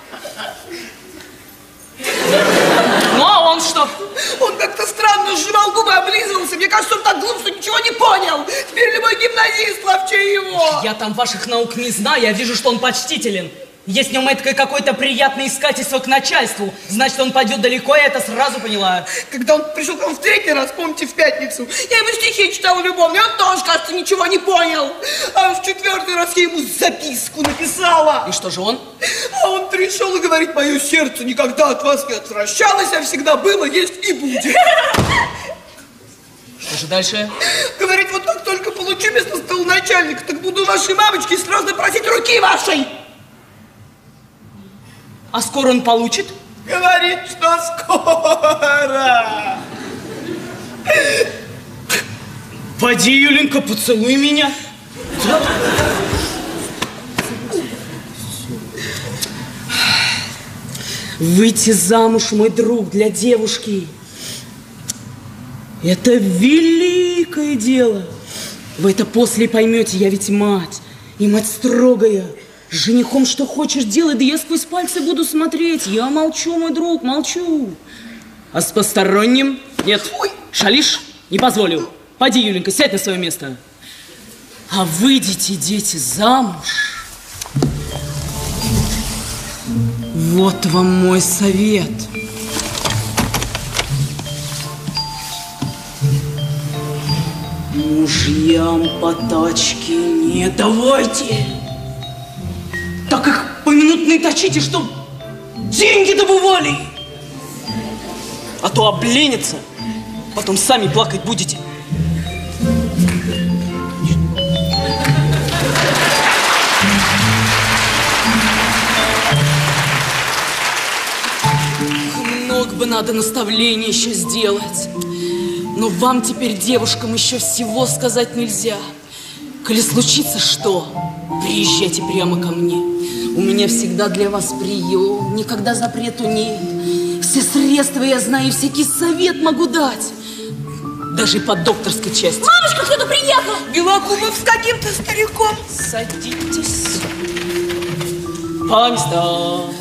Ну, а он что? Он как-то странно сжимал губы, облизывался. Мне кажется, он так глуп, что ничего не понял. Теперь любой гимназист ловче его. Я там ваших наук не знаю, я вижу, что он почтителен. Есть в нем это какое-то приятное искательство к начальству. Значит, он пойдет далеко, я это сразу поняла. Когда он пришел к вам в третий раз, помните, в пятницу, я ему стихи читала любовные, он тоже, кажется, ничего не понял. А в четвертый раз я ему записку написала. И что же он? А он пришел и говорит: мое сердце никогда от вас не отвращалось, а всегда было, есть и будет. Что же дальше? Говорит, вот как только получу место столоначальника, так буду вашей мамочке сразу просить руки вашей. А скоро он получит? Говорит, что скоро. Поди, Юленька, поцелуй меня. Выйти замуж, мой друг, для девушки — это великое дело. Вы это после поймете, я ведь мать, и мать строгая. С женихом что хочешь делай, да я сквозь пальцы буду смотреть. Я молчу, мой друг, молчу. А с посторонним нет. Ой. Шалишь? Не позволю. Пойди, Юленька, сядь на свое место. А выйдите, дети, замуж. Вот вам мой совет. Мужьям по тачке не давайте. Так их поминутно точите, чтоб деньги добывали. А то обленится, потом сами плакать будете. Много бы надо наставлений еще сделать. Но вам теперь, девушкам, еще всего сказать нельзя. Коли случится что, приезжайте прямо ко мне. У меня всегда для вас прием, никогда запрету нет. Все средства я знаю, всякий совет могу дать. Даже и по докторской части. Мамочка, кто-то приехал! Белогубов с каким-то стариком. Садитесь. По местам.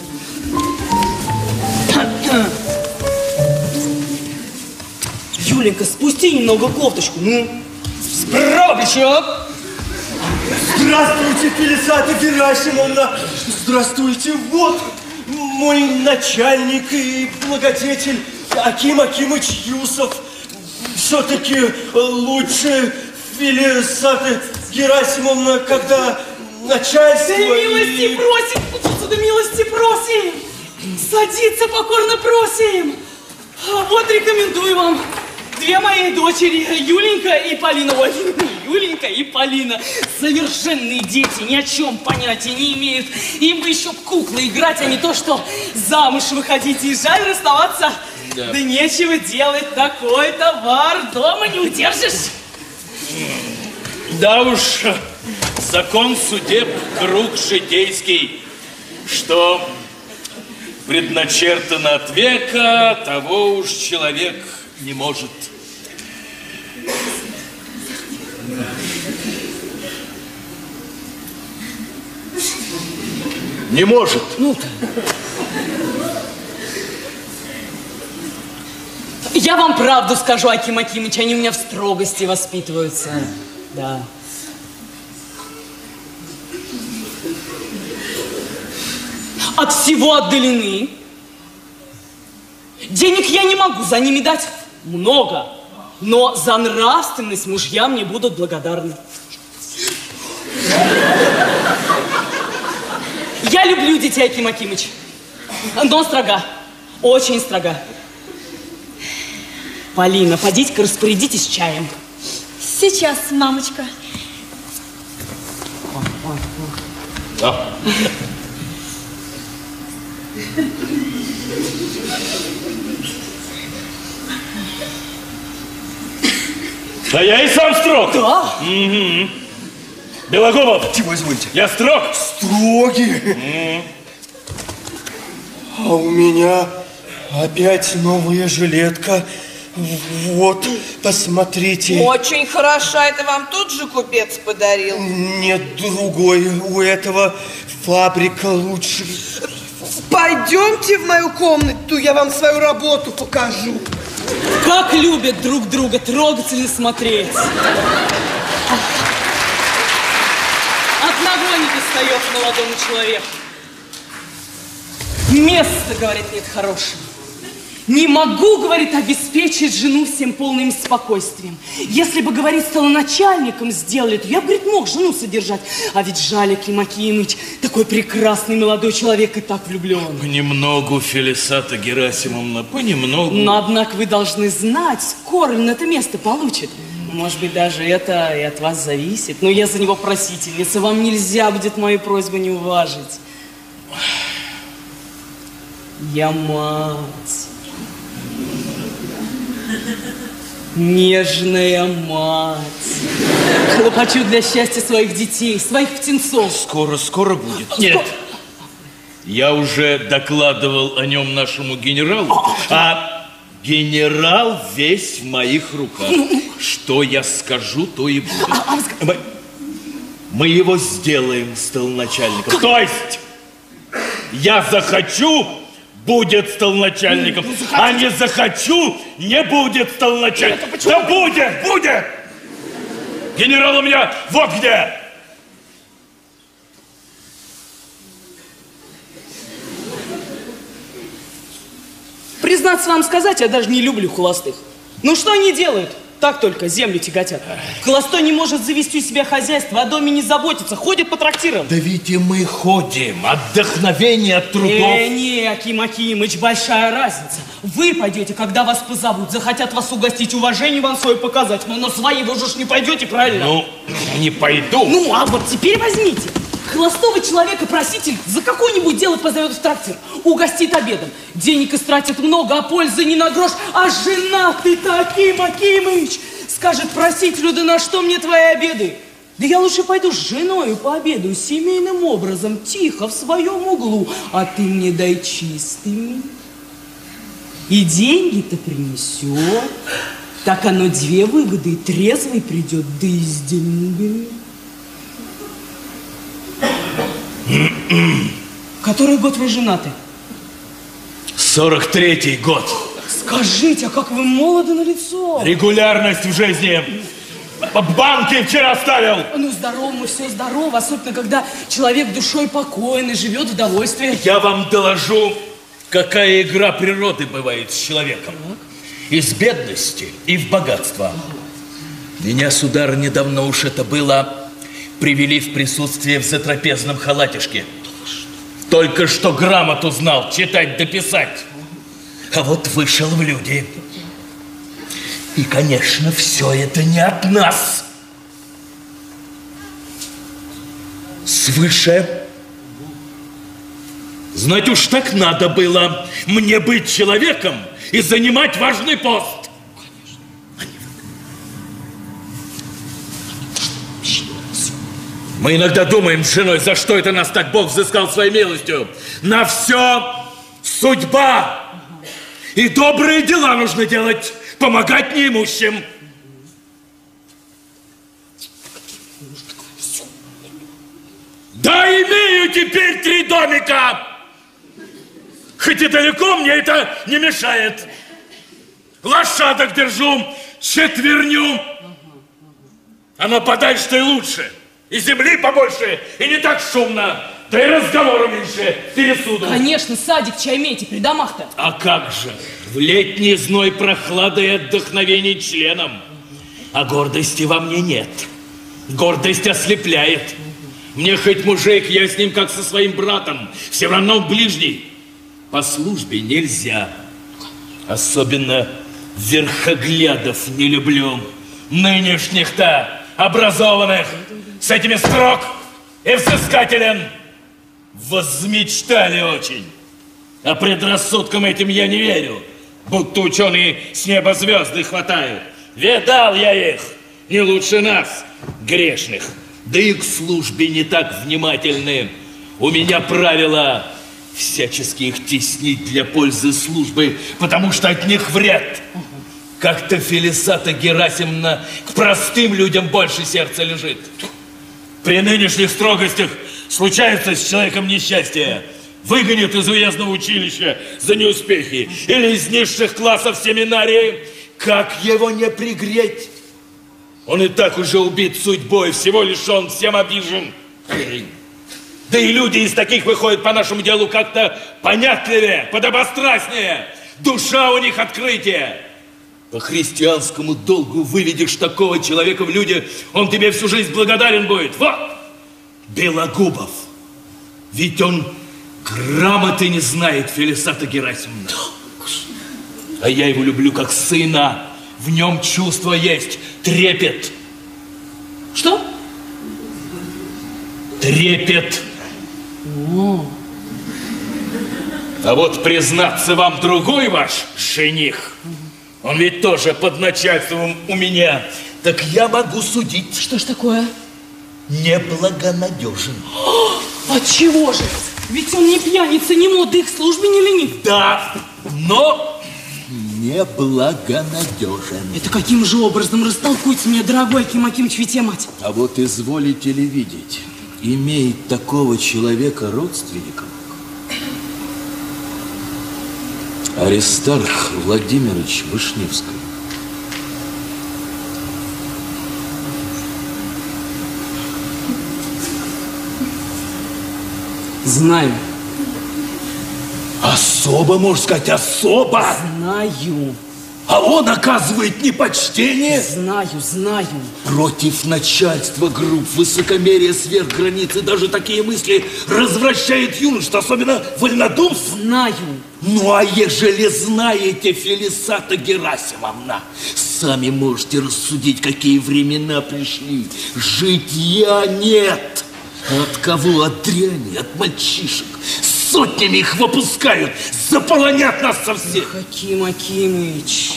Юленька, спусти немного кофточку, ну. Справочек. Здравствуйте, Фелисата Герасимовна! Здравствуйте, вот мой начальник и благодетель Аким Акимыч Юсов. Все-таки лучше, Фелисата Герасимовна, когда начальство... Да милости и... просим, да милости просим! Садиться покорно просим. Вот рекомендую вам. Две мои дочери, Юленька и Полина. Ой, Юленька и Полина. Совершенные дети, ни о чем понятия не имеют. Им бы еще в куклы играть, а не то, что замуж выходить. И жаль расставаться. Да, да нечего делать, такой товар дома не удержишь. Да уж, закон судеб круг житейский, что предначертано от века, того уж человек не может. Не может. Ну-то. Я вам правду скажу, Аким Акимыч, они у меня в строгости воспитываются. Да. От всего отдалены. Денег я не могу за ними дать много, но за нравственность мужья мне будут благодарны. Я люблю детей, Аким Акимыч, но строга, очень строга. Полина, подите-ка распорядитесь чаем. Сейчас, мамочка. Да. Да я и сам строг. Да? Угу. Белогубов. Чего извольте? Я строг. Строгий? Mm. А у меня опять новая жилетка. Вот, посмотрите. Очень хороша, это вам тут же купец подарил? Нет, другой, у этого фабрика лучше. Пойдемте в мою комнату, я вам свою работу покажу. Как любят друг друга, трогательно смотреть. Одного не достает молодому человеку. Места, говорит, нет хорошего. Не могу, говорит, обеспечить жену всем полным спокойствием. Если бы, говорит, стала начальником, сделали, то я, говорит, мог жену содержать. А ведь жаль, Аким Акимыч, такой прекрасный молодой человек и так влюблен. Понемногу, Фелисата Герасимовна, понемногу. Но, однако, вы должны знать, скоро он это место получит. Может быть, даже это и от вас зависит. Но я за него просительница, вам нельзя будет мою просьбу не уважить. Я мать. Нежная мать. Хлопочу для счастья своих детей, своих птенцов. Скоро, скоро будет. Нет. Я уже докладывал о нем нашему генералу, а генерал весь в моих руках. Что я скажу, то и будет. Мы, мы его сделаем столоначальником. То есть, я захочу, будет столоначальником, а не захочу, не будет столоначальником. Да будет, будет! Генерал у меня вот где! Признаться вам сказать, я даже не люблю холостых. Ну что они делают? Так только землю тяготят. Холостой не может завести у себя хозяйство, о доме не заботится, ходит по трактирам. Да ведь и мы ходим. Отдохновение от трудов. Э, не, Аким Акимыч, большая разница. Вы пойдете, когда вас позовут, захотят вас угостить, уважение вам свое показать. Но на своего же не пойдете, правильно? Ну, не пойду. Ну, а вот теперь возьмите. Холостого человека проситель за какое-нибудь дело позовет в трактир, угостит обедом. Денег истратит много, а пользы не на грош. А жена ты-то, Аким Акимыч, скажет просителю: да на что мне твои обеды? Да я лучше пойду с женой пообедаю семейным образом, тихо, в своем углу, а ты мне дай чистыми. И деньги-то принесет. Так оно две выгоды, и трезвый придет, да и с деньгами. Который год вы женаты? сорок третий год. Скажите, а как вы молоды на лицо? Регулярность в жизни. Банки вчера ставил. Ну, здорово, мы все здорово. Особенно, когда человек душой покойный, живет в довольстве. Я вам доложу, какая игра природы бывает с человеком. Из бедности и в богатство. Меня, сударыня, давно уж это было, привели в присутствие в затрапезном халатишке. Только что грамоту знал, читать да писать. А вот вышел в люди. И, конечно, все это не от нас. Свыше. Знать уж так надо было мне быть человеком и занимать важный пост. Мы иногда думаем с женой, за что это нас так Бог взыскал своей милостью. На все судьба. И добрые дела нужно делать, помогать неимущим. Да, имею теперь три домика. Хоть и далеко, мне это не мешает. Лошадок держу, четверню. Оно подальше-то и лучше. И земли побольше, и не так шумно. Да и разговора меньше, пересуду. Конечно, садик, чаймейте при домах-то. А как же? В летний зной прохлада и отдохновение членом. А гордости во мне нет. Гордость ослепляет. Мне хоть мужик, я с ним как со своим братом. Все равно ближний. По службе нельзя. Особенно верхоглядов не люблю. Нынешних-то образованных. С этими строг и взыскателен. Возмечтали очень. А предрассудкам этим я не верю. Будто ученые с неба звезды хватают. Видал я их. Не лучше нас, грешных. Да и к службе не так внимательны. У меня правило всячески их теснить для пользы службы, потому что от них вред. Как-то Фелисата Герасимовна к простым людям больше сердца лежит. При нынешних строгостях случается с человеком несчастье. Выгонят из уездного училища за неуспехи или из низших классов семинарии. Как его не пригреть? Он и так уже убит судьбой, всего лишен, всем обижен. Да и люди из таких выходят по нашему делу как-то понятливее, подобострастнее. Душа у них открытие. По христианскому долгу выведешь такого человека в люди, он тебе всю жизнь благодарен будет. Вот, Белогубов. Ведь он грамоты не знает, Фелисата Герасимовна. А я его люблю как сына. В нем чувство есть, трепет. Что? Трепет. О. А вот признаться вам другой ваш жених, он ведь тоже под начальством у меня, так я могу судить. Что ж такое? Неблагонадежен. От чего же? Ведь он не пьяница, не молодых, к службе не ленив. Да, но неблагонадежен. Это каким же образом? Растолкуйте мне, дорогой Аким Акимыч, ведь я мать. А вот изволите ли видеть, имеет такого человека родственником Аристарх Владимирович Вышневский. Знаю. Особо, можно сказать, особо. Знаю. А он оказывает непочтение. Знаю, знаю. Против начальства групп, высокомерия сверх границы, даже такие мысли развращает юношество, особенно вольнодумство. Знаю. Ну, а ежели знаете, Фелисата Герасимовна, сами можете рассудить, какие времена пришли. Житья нет. От кого? От дряни, от мальчишек. Сотнями их выпускают, заполонят нас со всех. Аким Акимыч.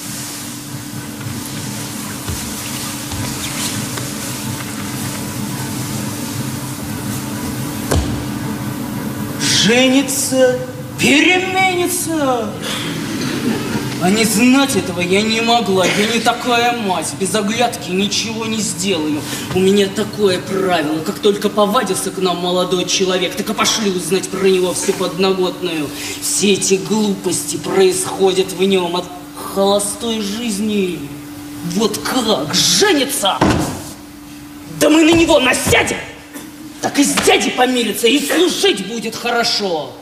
Женится, переменится. А не знать этого я не могла. Я не такая мать. Без оглядки ничего не сделаю. У меня такое правило. Как только повадился к нам молодой человек, так и пошли узнать про него всю подноготную. Все эти глупости происходят в нем от холостой жизни. Вот как женится! Да мы на него насядем! Так и с дядей помирится, и служить будет хорошо.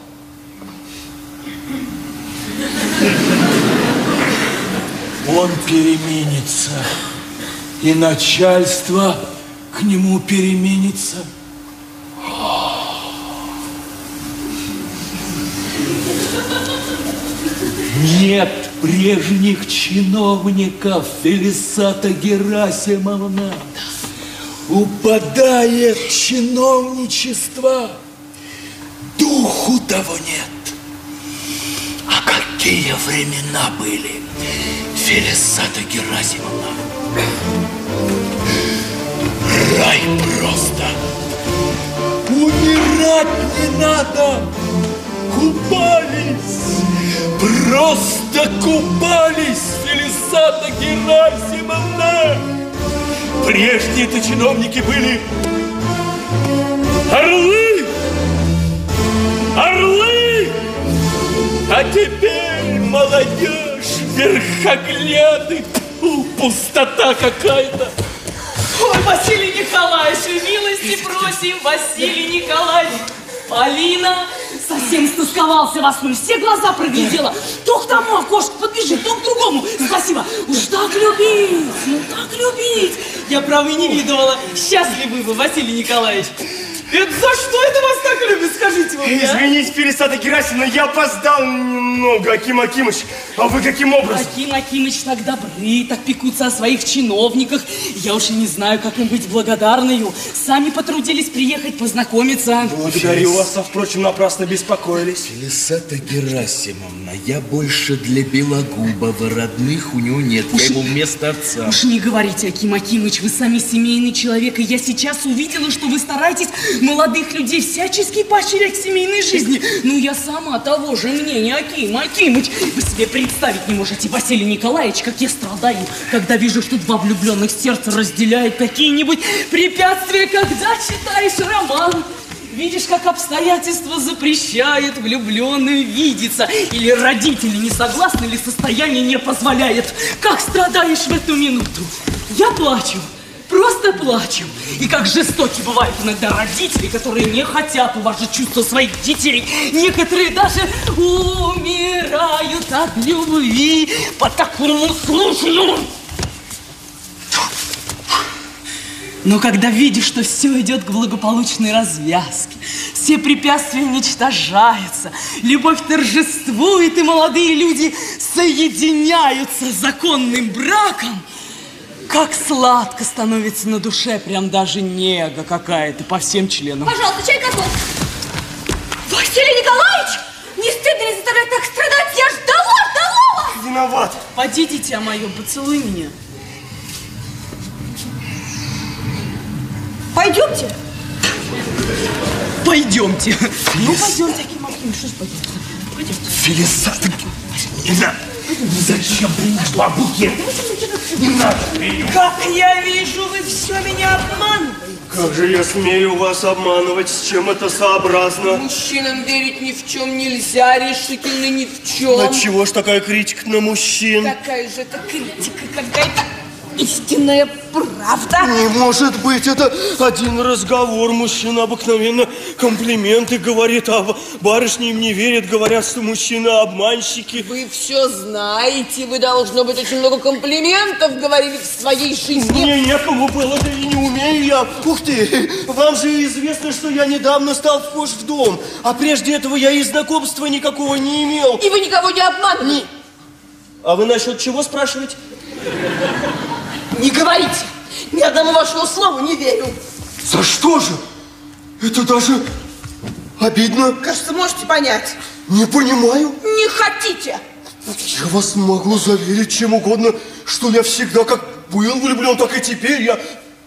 Он переменится, и начальство к нему переменится. Нет прежних чиновников, Фелисата Герасимовна. Упадает чиновничество, духу того нет. А какие времена были, Фелисата Герасимовна? Рай просто. Умирать не надо. Купались. Просто купались, Фелисата Герасимовна. Прежние-то чиновники были орлы. Орлы. А теперь молодежь, верхогляды. Фу, пустота какая-то. Ой, Василий Николаевич, милости просим, Василий Николаевич. Полина совсем стосковался вас, ну все глаза проглядела. То к тому окошку подбежит, то к другому. Спасибо. Уж так любить, ну так любить. Я, право, и не видывала. Счастливы вы, Василий Николаевич. Это за что это вас так любят, скажите вы мне? Извините, Фелисата Герасимовна, я опоздал немного, Аким Акимыч. А вы каким образом? Аким Акимыч так добры, так пекутся о своих чиновниках. Я уж и не знаю, как им быть благодарною. Сами потрудились приехать познакомиться. Благодарю вас, а впрочем, напрасно беспокоились. Фелисата Герасимовна, я больше для Белогубова, родных у него нет, уж, я его вместо отца. Уж не говорите, Аким Акимыч, вы сами семейный человек, и я сейчас увидела, что вы стараетесь молодых людей всячески поощрять к семейной жизни. Ну, я сама того же мнения, Аким Акимыч. Вы себе представить не можете, Василий Николаевич, как я страдаю, когда вижу, что два влюбленных сердца разделяют какие-нибудь препятствия, когда читаешь роман. Видишь, как обстоятельства запрещают влюбленным видеться. Или родители не согласны, или состояние не позволяет. Как страдаешь в эту минуту? Я плачу. Просто плачу. И как жестоки бывают иногда родители, которые не хотят уважать чувства своих детей. Некоторые даже умирают от любви по такому случаю. Но когда видишь, что все идет к благополучной развязке, все препятствия уничтожаются, любовь торжествует, и молодые люди соединяются законным браком, как сладко становится на душе, прям даже нега какая-то по всем членам. Пожалуйста, чай готов. Василий Николаевич, не стыдно ли заставлять так страдать? Я ждала, ждала вас! Виноват. Поди, дитя мое, поцелуй меня. Пойдемте. Пойдемте. Фелис... Ну, пойдемте, Аким Акимыч, что ж пойдемте? Пойдемте. Фелисата... Не надо. Зачем принесла букет? Не надо. Как я вижу, вы все меня обманываете. Как же я смею вас обманывать? С чем это сообразно? Мужчинам верить ни в чем нельзя, решительно ни в чем. На чего ж такая критика на мужчин? Какая же это критика, когда это истинная правда? Не может быть, это один разговор. Мужчина обыкновенно комплименты говорит, а барышни им не верят, говорят, что мужчины обманщики. Вы все знаете, вы, должно быть, очень много комплиментов говорили в своей жизни. Мне некому было, да и не умею я. Ух ты, вам же известно, что я недавно стал вхож в дом, а прежде этого я и знакомства никакого не имел. И вы никого не обманывали? Не... А вы насчет чего спрашиваете? Не говорите! Ни одному вашему слову не верю. За что же? Это даже обидно. Кажется, можете понять. Не понимаю. Не хотите. Я вас могу заверить чем угодно, что я всегда как был влюблен, так и теперь я...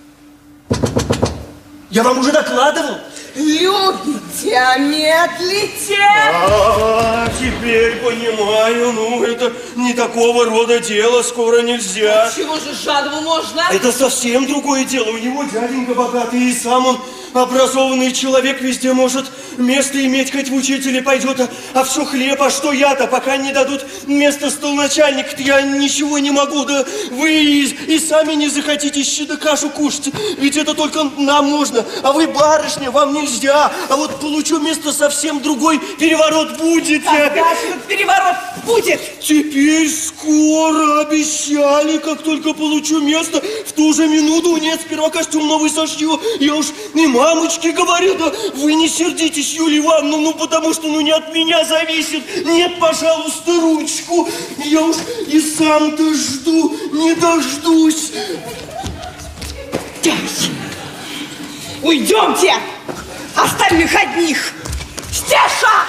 Я вам уже докладывал. Любите, а медлите. А, теперь понимаю, ну, это не такого рода дело, скоро нельзя. Чего же Жадову можно? Это совсем другое дело. У него дяденька богатый, и сам он образованный человек, везде может место иметь, хоть в учителе пойдет, а, а все хлеб, а что я-то, пока не дадут место столоначальника, я ничего не могу, да вы и, и сами не захотите щи да кашу кушать, ведь это только нам можно, а вы, барышня, вам нельзя, а вот получу место совсем другой, переворот будет. Когда же этот переворот будет? Теперь скоро, обещали, как только получу место, в ту же минуту, нет, сперва костюм новый сошью, я уж и мамочке говорю, да вы не сердитесь, женитесь, Юлия Ивановна, ну потому что ну не от меня зависит. Нет, пожалуйста, ручку. Я уж и сам-то жду, не дождусь. Дядь, уйдемте! Оставим их одних! Стеша!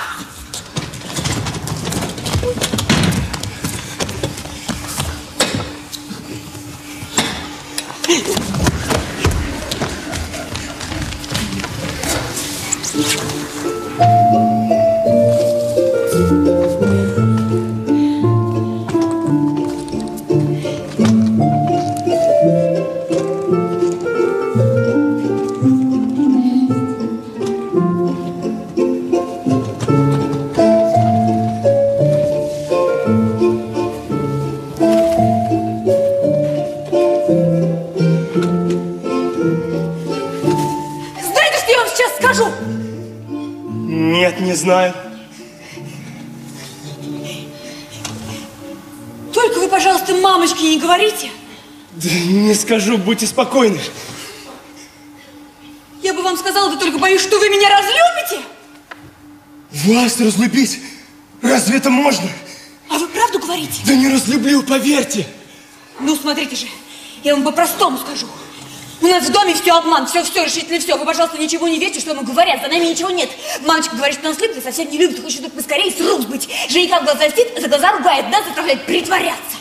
Нет, не знаю. Только вы, пожалуйста, мамочке не говорите. Да не скажу, будьте спокойны. Я бы вам сказала, да только боюсь, что вы меня разлюбите. Вас разлюбить? Разве это можно? А вы правду говорите? Да не разлюблю, поверьте. Ну, смотрите же, я вам по-простому скажу. У нас в доме все обман, все-все, решительно все. Вы, пожалуйста, ничего не верьте, что ему говорят. За нами ничего нет. Мамочка говорит, что нас любит, совсем не любит. Хочет, чтобы мы скорее с рук сбыть. Жениха в глаза льстит, за глаза ругает, нас заставляет притворяться.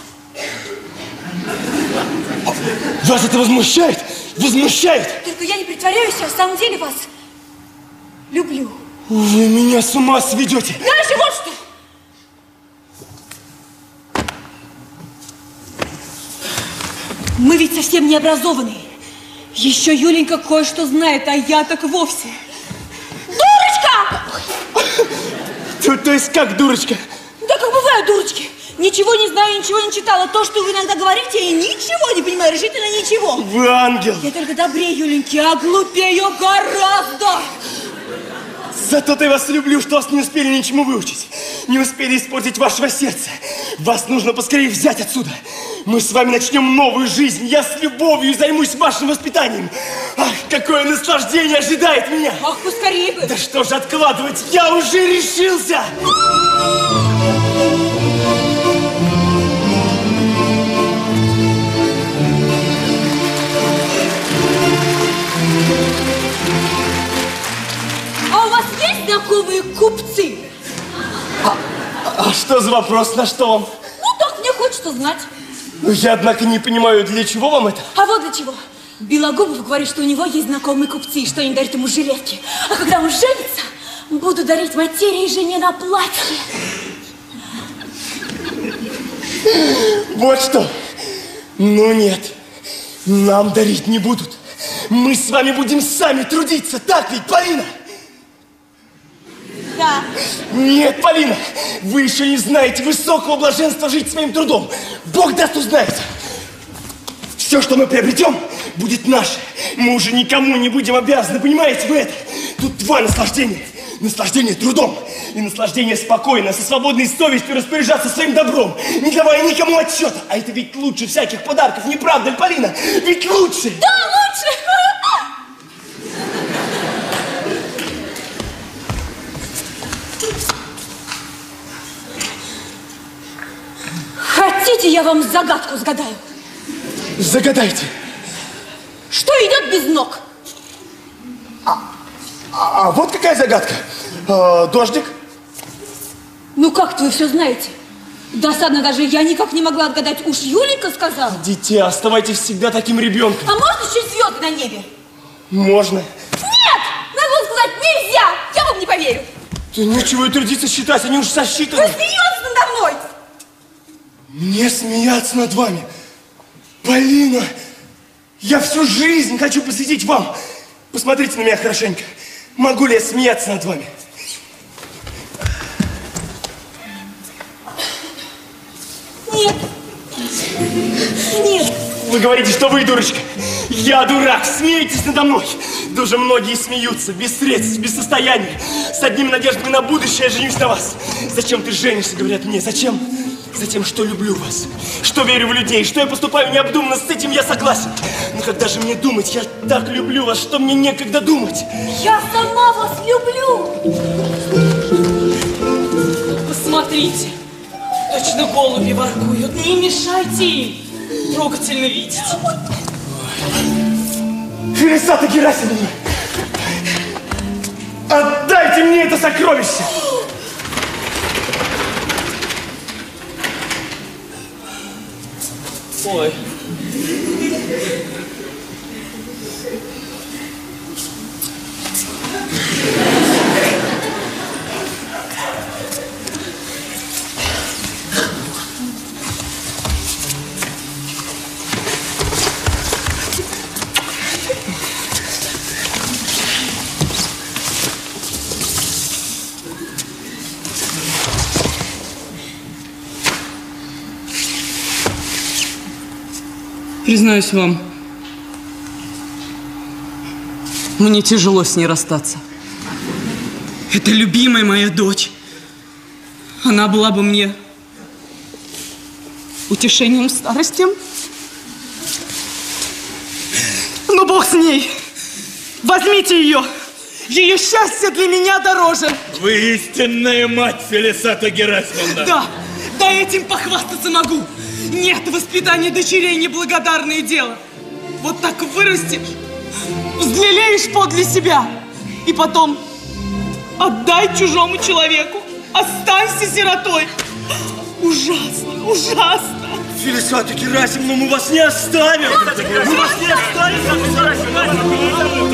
Вас это возмущает? Возмущает? Только я не притворяюсь, я в самом деле вас люблю. Вы меня с ума сведете. Дальше вот что. Мы ведь совсем не образованные. Еще Юленька кое-что знает, а я так вовсе. Дурочка! То, то есть как дурочка? Да как бывают дурочки. Ничего не знаю, ничего не читала. То, что вы иногда говорите, я ничего не понимаю, решительно ничего. Вы ангел. Я только добрее Юленьки, а глупее гораздо. Зато-то я вас люблю, что вас не успели ничему выучить. Не успели испортить вашего сердца. Вас нужно поскорее взять отсюда. Мы с вами начнем новую жизнь. Я с любовью займусь вашим воспитанием. Ах, какое наслаждение ожидает меня. Ах, поскорее бы. Да что же откладывать, я уже решился. А у вас есть знакомые купцы? А, а что за вопрос, на что вам? Ну, так мне хочется знать. Ну, я, однако, не понимаю, для чего вам это? А вот для чего. Белогубов говорит, что у него есть знакомые купцы, что они дарят ему жилетки. А когда он женится, буду дарить материи жене на платье. Вот что. Ну нет, нам дарить не будут. Мы с вами будем сами трудиться, так ведь, Полина? Да. Нет, Полина, вы еще не знаете высокого блаженства жить своим трудом. Бог даст, узнаете. Все, что мы приобретем, будет наше. Мы уже никому не будем обязаны, понимаете вы это? Тут два наслаждения. Наслаждение трудом и наслаждение спокойно, со свободной совестью распоряжаться своим добром, не давая никому отчета. А это ведь лучше всяких подарков, не правда ли, Полина? Ведь лучше! Да, лучше! Хотите, я вам загадку загадаю? Загадайте. Что идет без ног? А, а, а вот какая загадка. А, дождик? Ну как-то вы все знаете. Досадно даже я никак не могла отгадать. Уж Юленька сказала. Дитя, оставайтесь всегда таким ребенком. А можно чуть звезды на небе? Можно. Нет! Надо сказать нельзя! Я вам не поверю. Да нечего и трудиться считать, они уж сосчитаны. Вы смеетесь надо мной! Не смеяться над вами. Полина, я всю жизнь хочу посвятить вам. Посмотрите на меня хорошенько. Могу ли я смеяться над вами? Нет. Нет. Вы говорите, что вы дурочка. Я дурак, смеетесь надо мной. Да уже многие смеются, без средств, без состояния. С одними надеждами на будущее я женюсь на вас. Зачем ты женишься, говорят мне, зачем? Затем, что люблю вас, что верю в людей, что я поступаю необдуманно, с этим я согласен. Но когда же мне думать? Я так люблю вас, что мне некогда думать. Я сама вас люблю. Посмотрите, точно голуби воркуют. Не мешайте им. Трогательно видеть. Фелисата Герасимовна, отдайте мне это сокровище. Ой. Признаюсь вам, мне тяжело с ней расстаться. Это любимая моя дочь. Она была бы мне утешением в старости. Но Бог с ней. Возьмите ее. Ее счастье для меня дороже. Вы истинная мать, Фелисата Герасимовна. Да, да, этим похвастаться могу. Нет, воспитание дочерей неблагодарное дело. Вот так вырастешь, взлелеешь подле себя, и потом отдай чужому человеку, останься сиротой. Ужасно, ужасно. Фелисата Герасимовна, мы вас не оставим. Мы вас не оставим.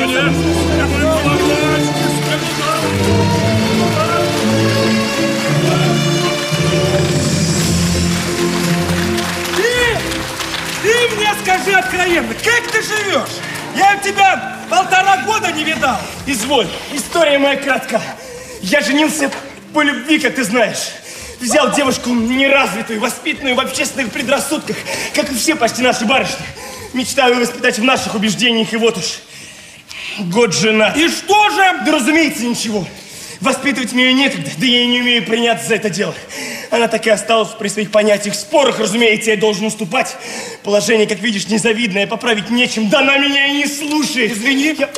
Ты мне скажи откровенно, как ты живешь? Я тебя полтора года не видал. Изволь, история моя кратка. Я женился по любви, как ты знаешь. Взял девушку неразвитую, воспитанную в общественных предрассудках, как и все почти наши барышни. Мечтаю воспитать в наших убеждениях, и вот уж год женат. И что же? Да, разумеется, ничего. Воспитывать мне некогда, да я и не умею приняться за это дело. Она так и осталась при своих понятиях. В спорах, разумеется, я должен уступать. Положение, как видишь, незавидное, поправить нечем. Да она меня и не слушает. Извини. Я...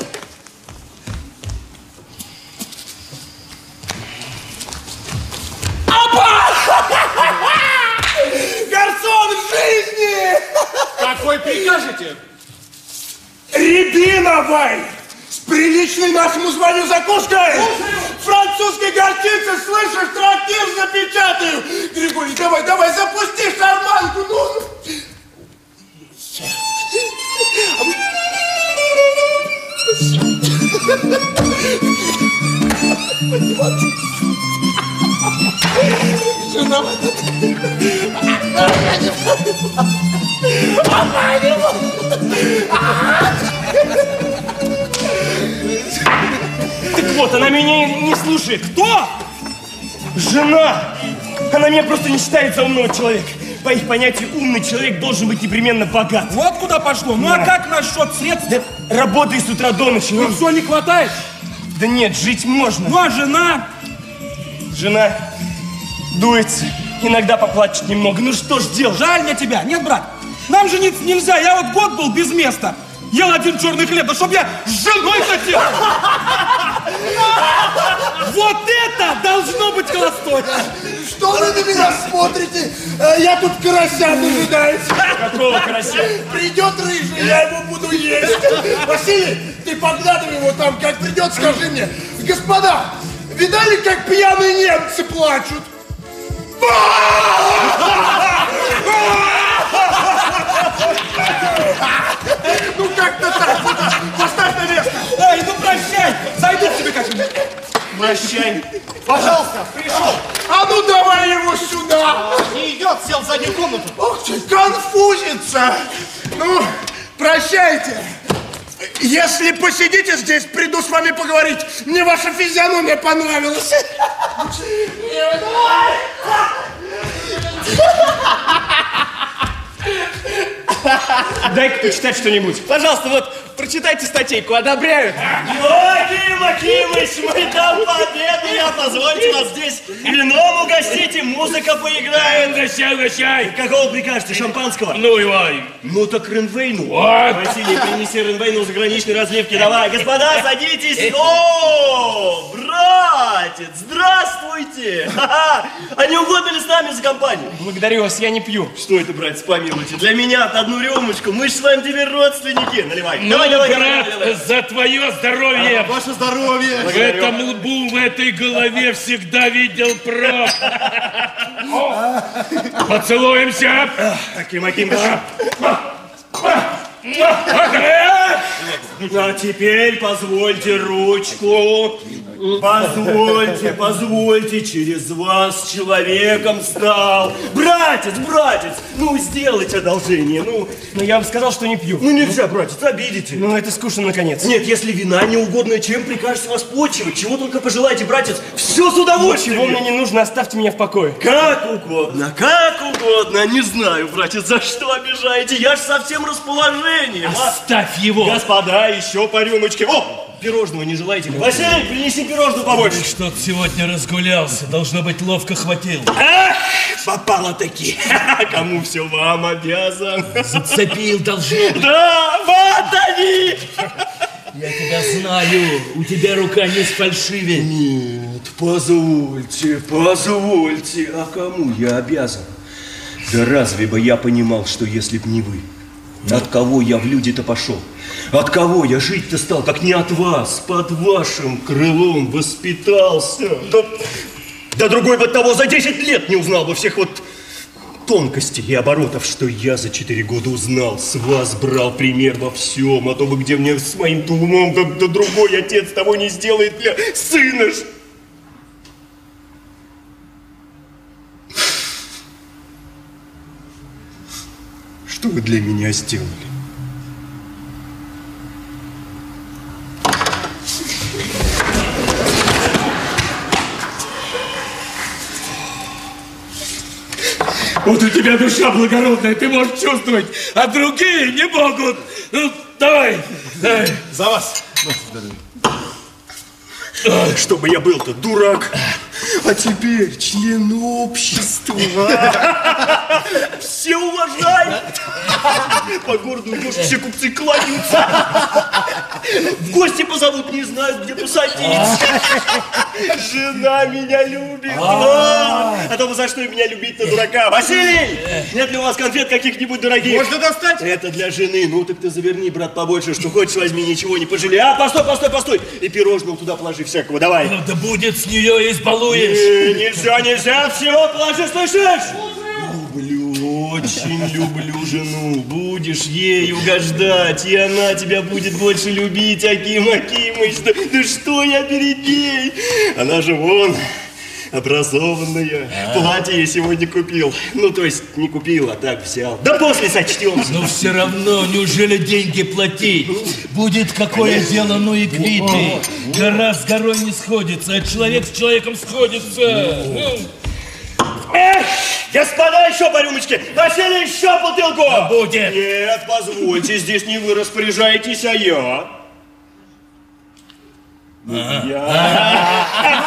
Гарсон жизни! Какой прикажете? Рябиновой! С приличной нашему званию закуской! Французской горчицы, слышишь, трактир запечатаю! Григорий, давай, давай, запусти шарманку, ну! Жена... Так вот, она меня не слушает. Кто? Жена! Она меня просто не считает за умного человека. По их понятию, умный человек должен быть непременно богат. Вот куда пошло. Ну Да. а как насчет средств? Да работай с утра до ночи. Ну все, не хватает? Да нет, жить можно. Ну а жена? Жена дуется, иногда поплачет немного. Ну что ж делать? Жаль мне тебя. Нет, брат, нам жениться нельзя. Я вот год был без места. Ел один черный хлеб, да чтоб я с женой хотел. Вот это должно быть холостой. Что вы на меня смотрите? Я тут карася дожидаюсь. Какого карася? Придет рыжий, я его буду есть. Василий, ты поглядывай его там, как придет, скажи мне. Господа, видали, как пьяные немцы плачут? Ну как-то так. Поставь на место. Эй, ну прощай. Зайду к тебе как-нибудь. Прощай. Пожалуйста, пришел. А ну давай его сюда. Не идет, сел в заднюю комнату. Ох ты, конфузится. Ну, прощайте. Если посидите здесь, приду с вами поговорить. Мне ваша физиономия понравилась. Дай-ка почитать что-нибудь. Пожалуйста, вот, прочитай. почитайте статейку, одобряют. Аким Акимыч, мы там победы, а позвольте вас здесь вином угостить, и музыка поиграет. Угощай, угощай. Какого прикажете, шампанского? Ну, Ивай. Ну так Ренвейну. Вот. Василий, принеси Ренвейну заграничной разливки, давай. Господа, садитесь. О, братец, здравствуйте. Ха-ха. А не угодно ли с нами за компанию? Благодарю вас, я не пью. Что это, братец, помилуйте? Для меня одну рюмочку, мы ж с вами теперь родственники. Наливай. Ну, давай, давай, брат, давай, давай. за твое здоровье. А, ваше здоровье. В этом лбу, в этой голове всегда видел прок. Поцелуемся. Аким Акимыч. А теперь позвольте ручку. Позвольте, позвольте, через вас человеком стал. Братец, братец, ну сделайте одолжение, ну. Но я вам сказал, что не пью. Ну нельзя, братец, обидите. Ну это скучно, наконец. Нет, если вина неугодная, чем прикажете вас почивать? Чего только пожелаете, братец, все с удовольствием. Чего мне не нужно, оставьте меня в покое. Как угодно, как угодно, не знаю, братец, за что обижаете, я ж совсем расположением. Оставь его. Господа, еще по рюмочке. О, пирожного не желаете? Василий, принеси пирожного побольше. Ты что-то сегодня разгулялся, должно быть, ловко хватил. Ах, попало-таки. Кому все вам обязан? Зацепил, должно быть. Да, вот они. Я тебя знаю, у тебя рука не сфальшивее. Нет, позвольте, позвольте. А кому я обязан? Да разве бы я понимал, что если б не вы? От кого я в люди-то пошел? От кого я жить-то стал, как не от вас? Под вашим крылом воспитался. Да, да другой бы того за десять лет не узнал бы всех вот тонкостей и оборотов, что я за четыре года узнал. С вас брал пример во всем, а то бы где мне с моим-то умом, когда другой отец того не сделает для сына ж. Что вы для меня сделали? Вот у тебя душа благородная, ты можешь чувствовать, а другие не могут. Ну, давай, давай. За вас. Чтобы я был-то дурак, а теперь член общества. Все уважают. По городу идешь, все купцы кланяются. В гости позовут, не знают, где посадить. Жена меня любит. А то бы за что меня любить-то, дурака? Василий, нет ли у вас конфет каких-нибудь дорогих? Можно достать? Это для жены. Ну так ты заверни, брат, побольше, что хочешь возьми, ничего не пожалей. А, постой, постой, постой. И пирожного туда положи всякого, давай. Ну да будет с нее, избалуешь. Не, нельзя, нельзя, всего положи, слышишь? Люблю, очень люблю жену. Будешь ей угождать, и она тебя будет больше любить, Аким Акимыч. Да, да что я перед ней? Она же вон образованная. А? Платье я сегодня купил. Ну, то есть не купил, а так взял. Да после сочтемся. Но все равно, неужели деньги платить? Будет какое Конечно. дело, ну и квиты. Гора с горой не сходится, а человек с человеком сходится. Ну. Эх, господа, еще по рюмочке. Василий, еще бутылку. А будет. Нет, позвольте, здесь не вы распоряжаетесь, а я. А. Я.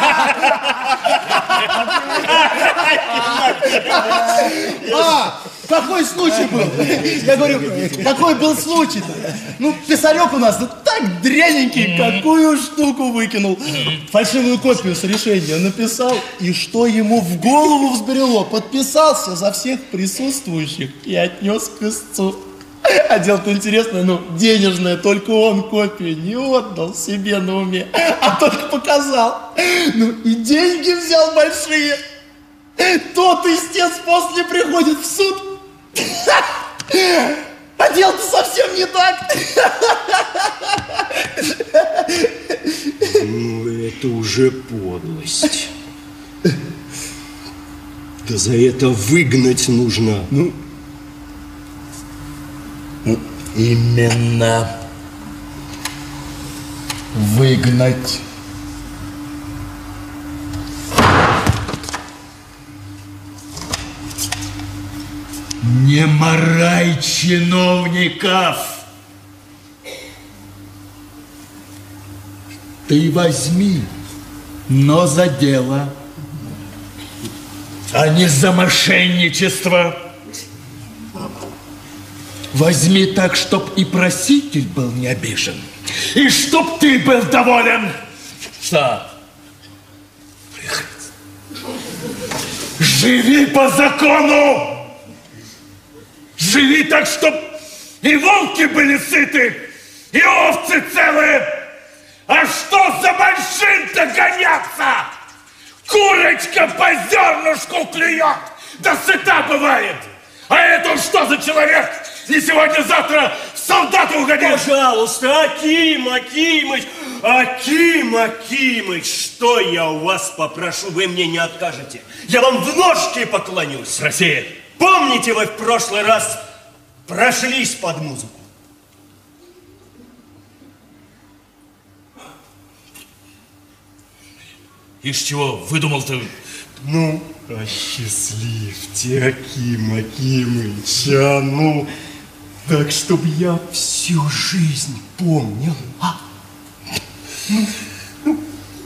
А, какой случай был? Я говорю, какой был случай-то? Ну, писарек у нас, ну так дряненький, какую штуку выкинул. Фальшивую копию с решения написал, и что ему в голову взбрело? Подписался за всех присутствующих и отнес к истцу. А дело-то интересное, ну, денежное, только он копию не отдал себе на уме, а только показал. Ну, и деньги взял большие. Тот истец после приходит в суд. А дело-то совсем не так. Ну, это уже подлость. Да за это выгнать нужно. Ну, ну именно выгнать. Не морай чиновников! Ты возьми, но за дело. А не за мошенничество. Возьми так, чтоб и проситель был не обижен, и чтоб ты был доволен. Что? Живи по закону! Живи так, чтоб и волки были сыты, и овцы целые. А что за большим-то гоняться? Курочка по зернышку клюет, да сыта бывает. А это что за человек? Не сегодня-завтра в солдаты угодит. Пожалуйста, Аким Акимыч, Аким Акимыч, что я у вас попрошу, вы мне не откажете. Я вам в ножки поклонюсь. Россия. Помните, вы в прошлый раз прошлись под музыку? Из чего выдумал-то? Ну, осчастливьте, Аким Акимыч, а ну, так, чтоб я всю жизнь помнил, а? Ну, ну.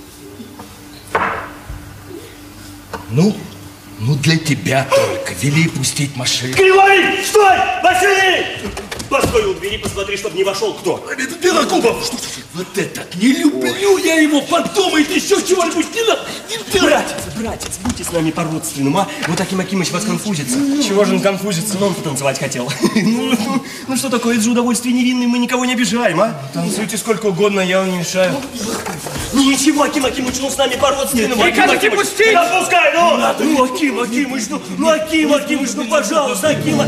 Ну, ну для тебя только вели пустить машину. Кривой, стой! Василий! Постой у двери, посмотри, чтобы не вошел кто. Белокубов! Что, вот этот, не люблю я его, подумает еще чего-нибудь, не надо. Братец, братец, будьте с нами по-родственному, а? Вот Аким Акимыч вас конфузится. Чего же он конфузится? Ну, он потанцевать хотел. ну, ну, ну, что такое, это же удовольствие невинное, мы никого не обижаем, а? Танцуйте сколько угодно, я вам не мешаю. Ничего, Аким Акимыч, ну с нами по-родственному. Прикажете пустить? Да отпускай, ну! Ну, Аким Акимыч, ну, ну, Аким Акимыч, ну, пожалуйста, Аким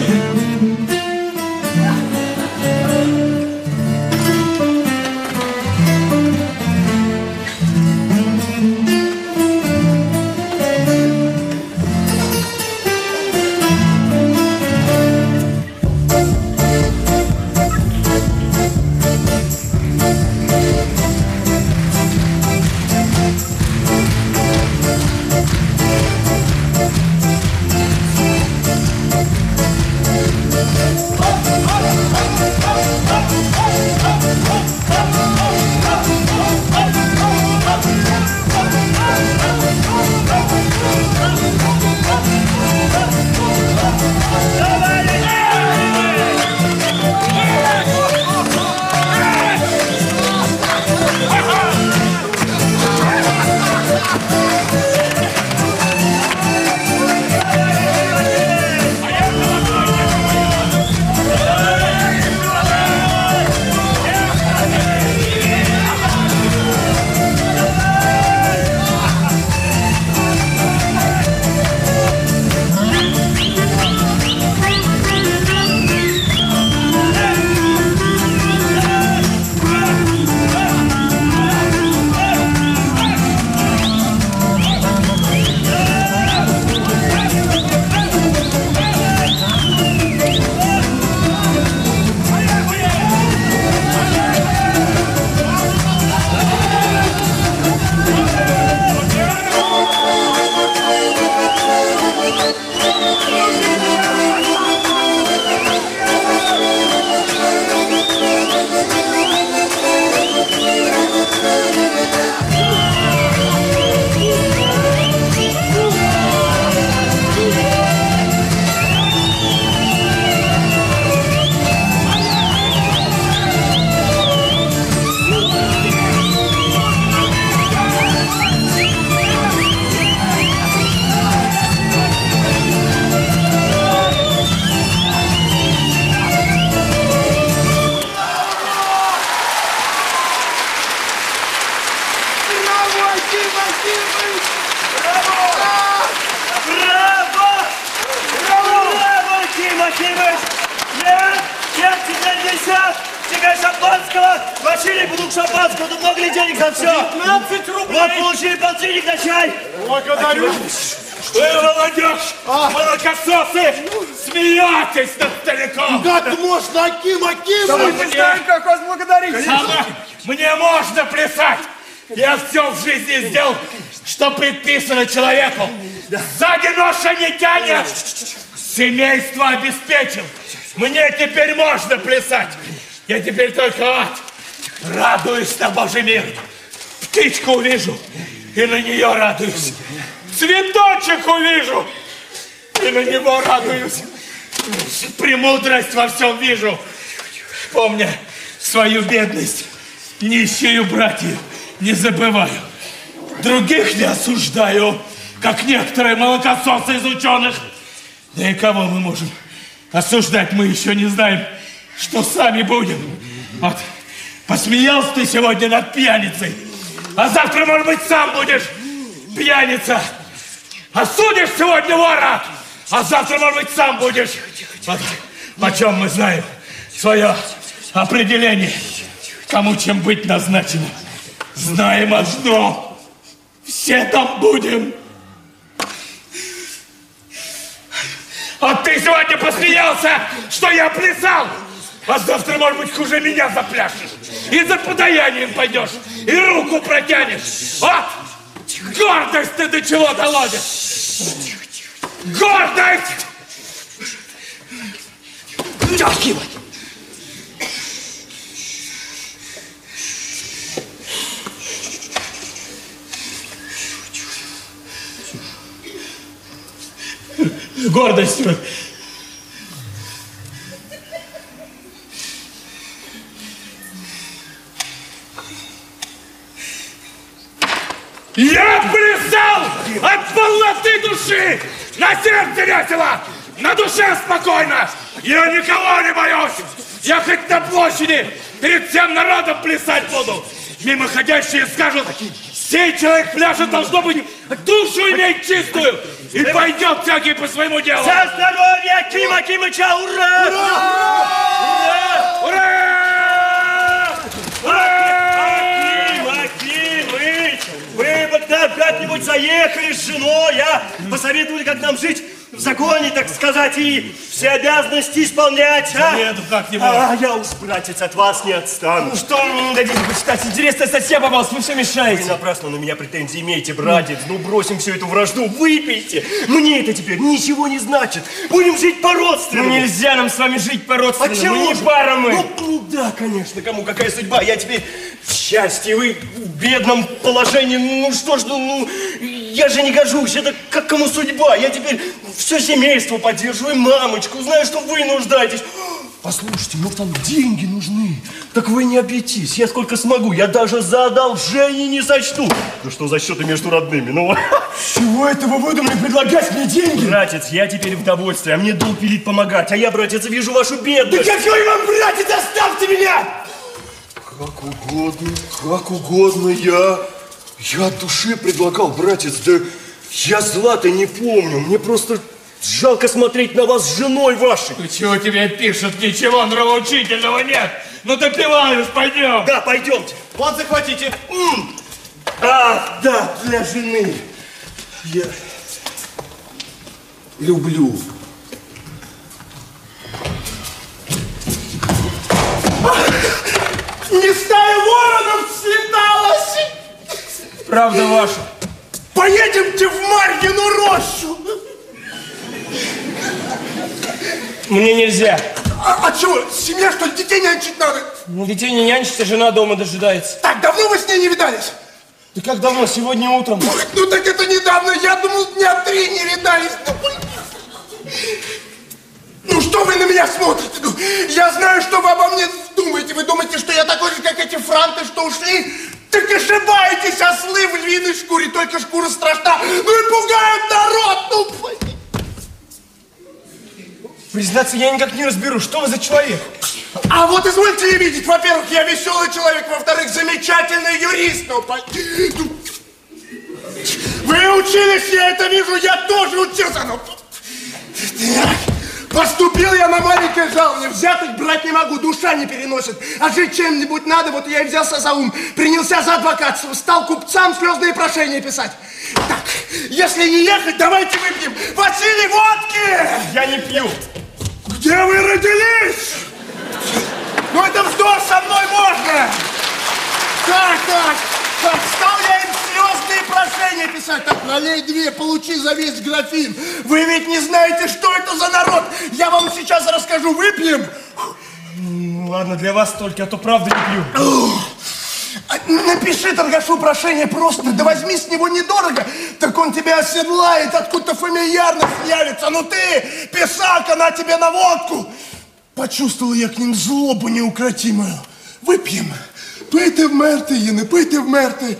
Василий, бутылку шампанского, тут много ли денег за все? пятнадцать рублей! Вот, получили полтинник на чай! Благодарю! Вы, молодежь, а? молокососы, смеетесь над стариком! Как можно, Аким Акимыч? Да мы не знаем, как вас благодарить! Сама, мне можно плясать! Я все в жизни сделал, что предписано человеку. Сзади ноша не тянет, семейство обеспечил. Мне теперь можно плясать. Я теперь только вот радуюсь на Божий мир. птичку увижу и на нее радуюсь. Цветочек увижу и на него радуюсь. Премудрость во всем вижу. Помня свою бедность, нищую братью не забываю. Других не осуждаю, как некоторые молокососы из ученых. Да и кого мы можем осуждать, мы еще не знаем, что сами будем. Вот, посмеялся ты сегодня над пьяницей, а завтра, может быть, сам будешь пьяница. Осудишь сегодня вора, а завтра, может быть, сам будешь. Вот, почем мы знаем свое определение, кому чем быть назначено. Знаем одно, все там будем. А ты сегодня посмеялся, что я плясал, а завтра, может быть, хуже меня запляшешь. И за подаянием пойдешь, и руку протянешь. Вот, гордость ты до чего доводишь. Гордость! Втягивай! Гордостью. Я плясал от полноты души, на сердце весело, на душе спокойно. Я никого не боюсь. Я хоть на площади перед всем народом плясать буду. Мимоходящие скажут, сей человек пляшет, должно быть, душу иметь чистую. И пойдет всякий по своему делу. За здоровье Кима Кимыча! Ура! Ура! Ура! Ура! Аким, Акимыч, вы бы к нам как-нибудь заехали с женой, а? Посоветовали, как нам жить в законе, так сказать, и все обязанности исполнять, а? Нет, как-нибудь. А я уж, братец, от вас не отстану. Ну что вы мне дадите почитать? Интересная статья попалась, вы все мешаете. Вы напрасно на меня претензии имеете, братец. Ну, бросим всю эту вражду, выпейте. Мне это теперь ничего не значит. Будем жить по-родственному. Ну, нельзя нам с вами жить по-родственному. Почему? Мы не пара мы. Ну, ну, да, конечно, кому какая судьба. Я теперь в счастье, вы в бедном положении. Ну, что ж, ну, ну, я же не гожусь. Это как кому судьба. Я теперь все семейство поддерживаю, мамочку. Знаю, что вы нуждаетесь. Послушайте, ну там деньги нужны. Так вы не объедитесь. Я сколько смогу. Я даже за одолжение не сочту. Ну что за счеты между родными? Ну, чего это вы выдумали предлагать мне деньги? Братец, я теперь в довольстве, а мне долг велит помогать. А я, братец, вижу вашу бедность. Да какой вам, братец, оставьте меня! Как угодно, как угодно. Я, я от души предлагал, братец. Да я зла-то не помню. Мне просто жалко смотреть на вас с женой вашей. Ну чего тебе пишут? Ничего нравоучительного нет. Ну ты пиваешь, пойдем. Да, пойдемте. Вот захватите. М-м. А, да, для жены. Я люблю. Не стая воронов слеталась. Правда ваша. Поедемте в Марьину рощу. Мне нельзя. А, а чего? Семья, что ли? Детей нянчить надо? Ну, детей не нянчить, а жена дома дожидается. Так, давно вы с ней не видались? Да как давно? Сегодня утром. Ой, ну так это недавно. Я думал, дня три не видались. Ну что вы на меня смотрите? Ну, я знаю, что вы обо мне думаете. Вы думаете, что я такой же, как эти франты, что ушли? Так ошибаетесь, ослы в львиной шкуре. Только шкура страшна. Ну и пугают народ. Ну, признаться, я никак не разберу, что вы за человек. А вот извольте ли видеть, во-первых, я веселый человек, во-вторых, замечательный юрист. Ну, по... Вы учились, я это вижу, я тоже учился. Ну... Поступил я на маленькое жалование, взяток брать не могу, душа не переносит. А жить чем-нибудь надо, вот я и взялся за ум. Принялся за адвокатство, стал купцам слезные прошения писать. Так, если не ехать, давайте выпьем. Василий, водки! Я не пью. Где вы родились? Ну это вздор, со мной можно. Так, так, так, стал я им слезные прошения писать. Так, налей две, получи за весь графин. Вы ведь не знаете, что это за народ. Я вам сейчас расскажу, выпьем? Ну, ладно, для вас только, а то правда не пью. Напиши торгашу прошение просто, да возьми с него недорого, так он тебя оседлает, откуда-то фамильярность явится. Ну ты, писак, она тебе на водку. Почувствовал я к ним злобу неукротимую. Выпьем. Пийте вмерти, Єни, пийте вмерти.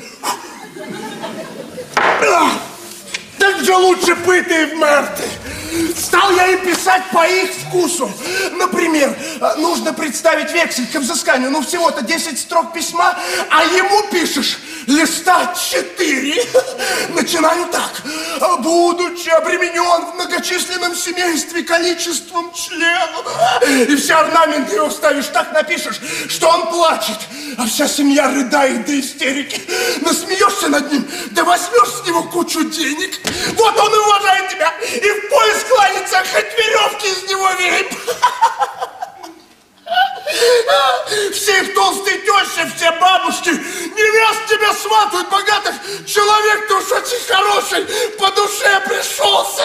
Так же лучше пийте и вмерти. Стал я им писать по их вкусу. Например, нужно представить вексель к взысканию. Ну, всего-то десять строк письма, а ему пишешь листа четыре. Начинаю так. Будучи обременен в многочисленном семействе количеством членов. И все орнаменты его вставишь, так напишешь, что он плачет, а вся семья рыдает до истерики. Насмеешься над ним, да возьмешь с него кучу денег. Вот он и уважает тебя. И в пояс кланяется, хоть веревки из него верим. Все их толстые тещи, все бабушки, невест тебя сватают богатых. Человек-то уж очень хороший, по душе пришелся.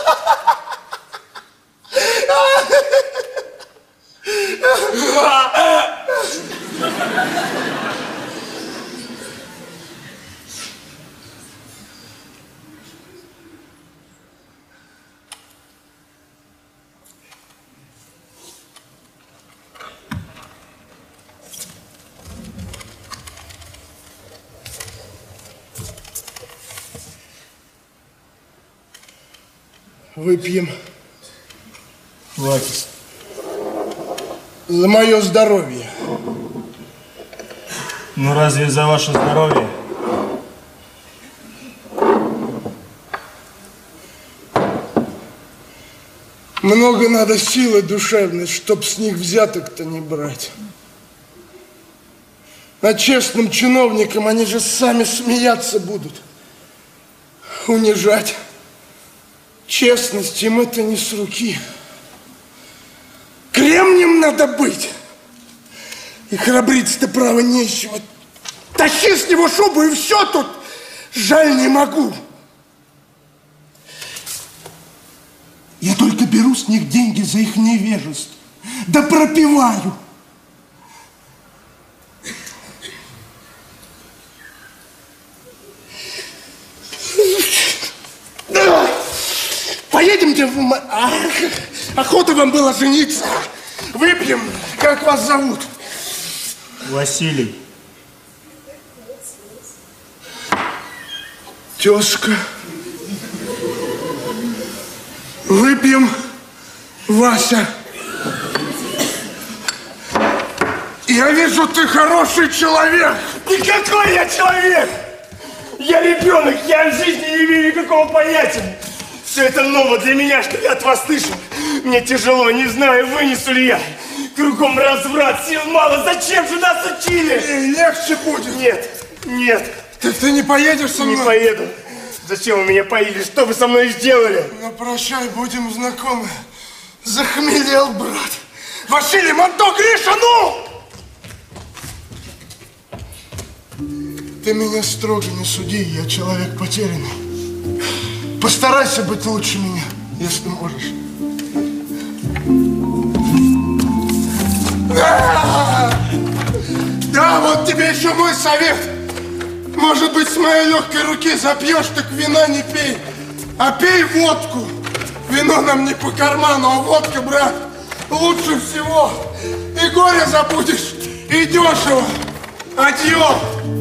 Выпьем. Хватит. За мое здоровье. Ну разве за ваше здоровье? Много надо силы душевной, чтоб с них взяток-то не брать. Над честным чиновникам они же сами смеяться будут. Унижать. Честность им это не с руки. Кремнем надо быть. И храбриться-то право нечего. Тащи с него шубу и все тут. Жаль, не могу. Я только беру с них деньги за их невежество. Да пропиваю. Поедемте в... Ах, охота вам было жениться. Выпьем. Как вас зовут? Василий. Тезка. Выпьем, Вася. Я вижу, ты хороший человек. Никакой я человек! Я ребенок, я в жизни не имею никакого понятия. Все это ново для меня, что я от вас слышу. Мне тяжело, не знаю, вынесу ли я. Кругом разврат, сил мало. Зачем же нас учили? И легче будет. Нет, нет. Так ты не поедешь со мной? Не поеду. Зачем вы меня поили? Что вы со мной сделали? Ну, прощай, будем знакомы. Захмелел, брат. Василий, Монто, Гриша, ну! Ты меня строго не суди, я человек потерянный. Постарайся быть лучше меня, если можешь. Да, да, вот тебе еще мой совет. Может быть, с моей легкой руки запьешь, так вина не пей, а пей водку. Вино нам не по карману, а водка, брат, лучше всего. И горе забудешь, и дешево. Адьё.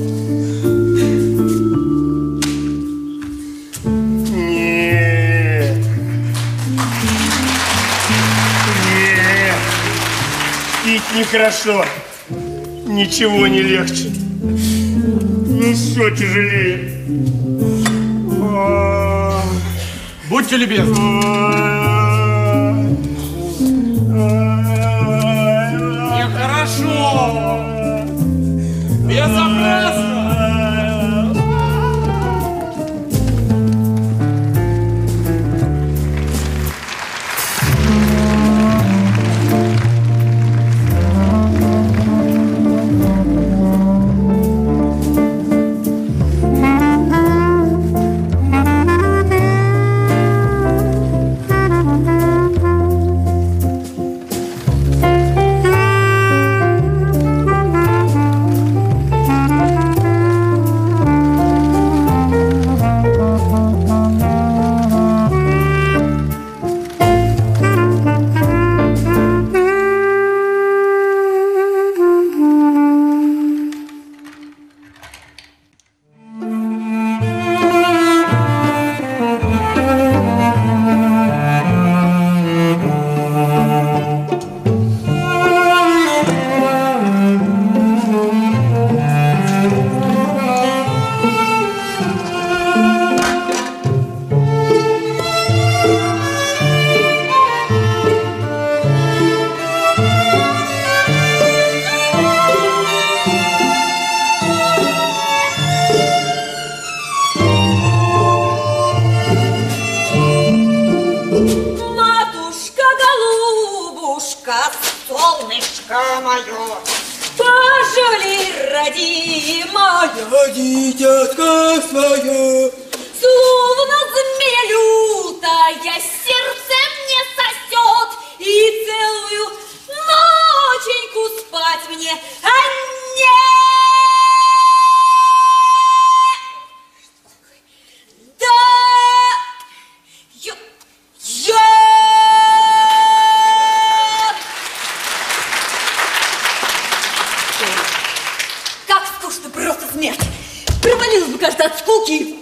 Пить нехорошо. Ничего не легче. Ну, все тяжелее. Будьте любезны. Нехорошо. Безобразно. солнышко мое, пожалей, родимая, дитятка свое, словно змея лютая, сердце мне сосет, и целую ноченьку спать мне, а не... Да... Я... Я... Как скучно, просто смерть. Провалилась бы, кажется, от скуки.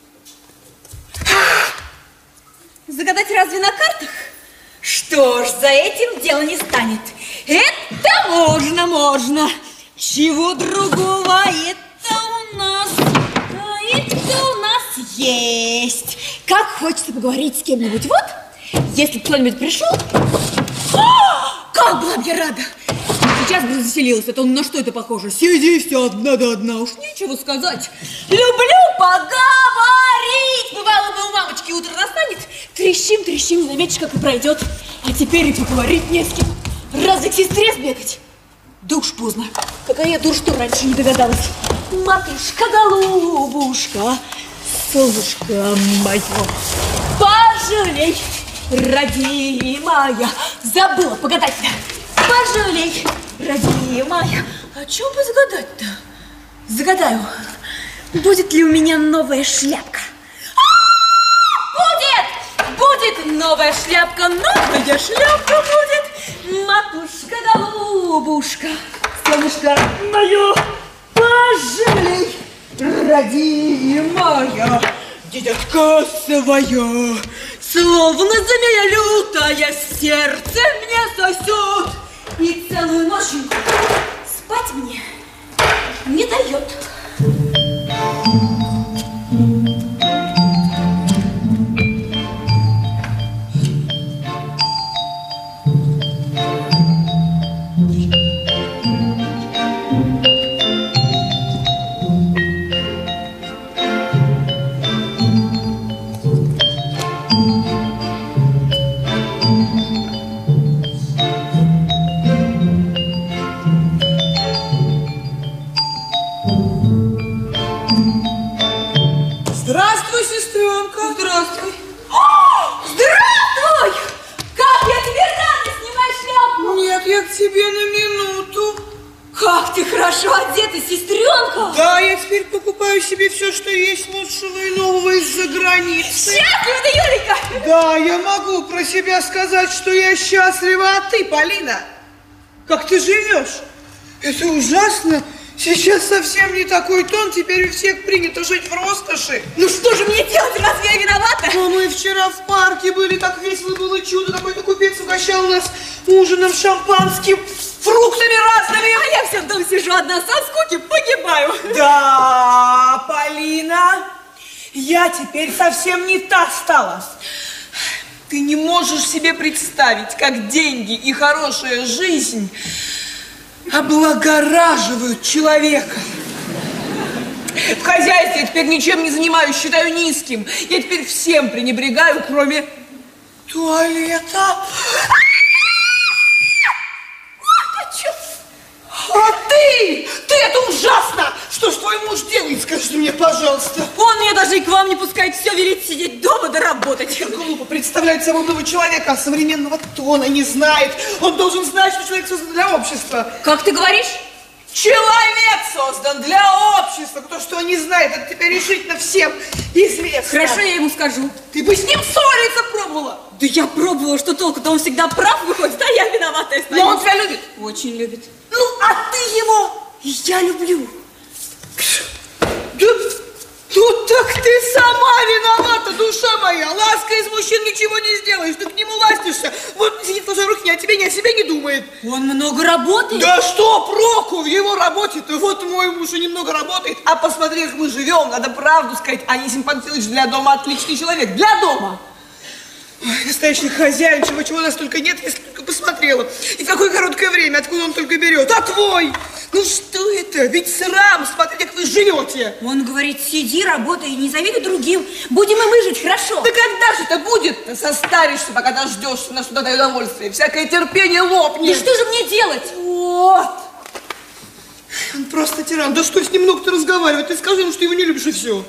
Загадать разве на картах? Что ж, за этим дело не станет. Это можно, можно. Чего другого это у нас, это у нас есть. Как хочется поговорить с кем-нибудь. Вот, если кто-нибудь пришел. О, как была бы я рада. Сейчас бы заселилась, а то на что это похоже? Сиди все одна да одна, уж нечего сказать. Люблю поговорить. Бывало бы у мамочки утро настанет, трещим, трещим, заметишь, как и пройдет. А теперь и поговорить не с кем. Разве к сестре сбегать? Да уж поздно. Какая я дура, что раньше не догадалась. Матушка, голубушка, солнышко мое, пожалей, родимая. Забыла погадать-то. Пожалей, родимая. О чем бы загадать-то? Загадаю. Будет ли у меня новая шляпка? Будет! Будет новая шляпка, новая шляпка будет. Матушка, голубушка, солнышко мое, пожалей, родимая, дитятка свое, словно змея лютая, сердце мне сосет, и целую ноченьку спать мне не дает. Здравствуй, сестренка. Здравствуй. О, здравствуй! Как я тебе рада, снимай шляпу. Нет, я к тебе на минуту. Как ты хорошо одета, сестренка. Да, я теперь покупаю себе все, что есть лучшего и нового из-за границы. Счастлива ты, Юлика. Да, я могу про себя сказать, что я счастлива, а ты, Полина, как ты живешь? Это ужасно. Сейчас совсем не такой тон, теперь у всех принято жить в роскоши. Ну что же мне делать, разве я виновата? Но мы вчера в парке были, так весело было, чудо, какой-то купец угощал нас ужином, шампанским, фруктами разными. А я все в доме сижу одна, со скуки погибаю. Да, Полина, я теперь совсем не та стала. Ты не можешь себе представить, как деньги и хорошая жизнь облагораживают человека. В хозяйстве я теперь ничем не занимаюсь, считаю низким. Я теперь всем пренебрегаю, кроме туалета. А ты! Ты, это ужасно! Что ж твой муж делает, скажи мне, пожалуйста? Он меня даже и к вам не пускает, все велит сидеть дома да работать. Как глупо представляет собой нового человека, а современного тона не знает. Он должен знать, что человек создан для общества. Как ты говоришь? Человек создан для общества. То, что он не знает, это теперь решительно всем известно. Хорошо, я ему скажу. Ты бы с ним ссориться пробовала. Да я пробовала, что толку-то, он всегда прав выходит, а я виноватая стою. Но он тебя любит. Очень любит. Ну, а ты его? И я люблю. Да, ну так ты сама виновата, душа моя. Лаской из мужчин ничего не сделаешь, ты к нему ластишься. Вот сидит сложа руки, ни о тебе, ни о себе не думает. Он много работает? Да что проку в его работе-то? Вот мой муж и немного работает, а посмотри, как мы живем, надо правду сказать. Анисим Пантелыч для дома отличный человек, для дома. Ой, настоящий хозяин, чего, чего у нас только нет, если только посмотрела. И в какое короткое время, откуда он только берет. А твой? Ну что это? Ведь срам, смотри, как вы живете. Он говорит, сиди, работай, не завидуй другим. Будем и мы жить хорошо. Да когда же это будет? Ты состаришься, пока дождешься на что-то удовольствие. Всякое терпение лопнет. И что же мне делать? Вот. Он просто тиран. Да что с ним много-то разговаривать? Ты скажи ему, что его не любишь, и все.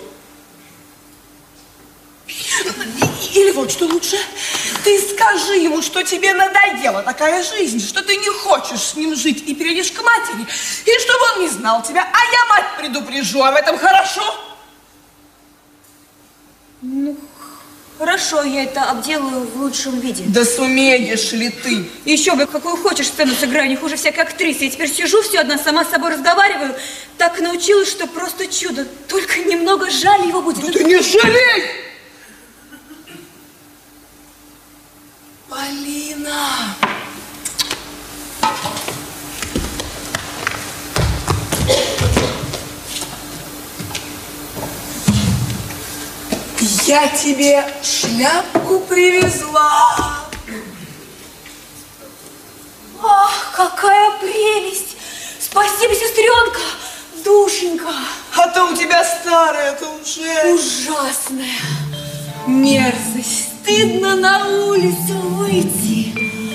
Или вот что лучше, ты скажи ему, что тебе надоела такая жизнь, что ты не хочешь с ним жить и перейдешь к матери, и чтобы он не знал тебя, а я мать предупрежу, а в этом хорошо? Ну, хорошо, я это обделаю в лучшем виде. Да сумеешь ли ты? Еще бы, какую хочешь сцену сыграю, не хуже всякой актрисы. Я теперь сижу все одна, сама с собой разговариваю. Так научилась, что просто чудо. Только немного жаль его будет. Да ты не жалей! Полина! Я тебе шляпку привезла. Ах, какая прелесть! Спасибо, сестренка! Душенька! А то у тебя старая-то уже... Ужасная мерзость. Стыдно на улицу выйти.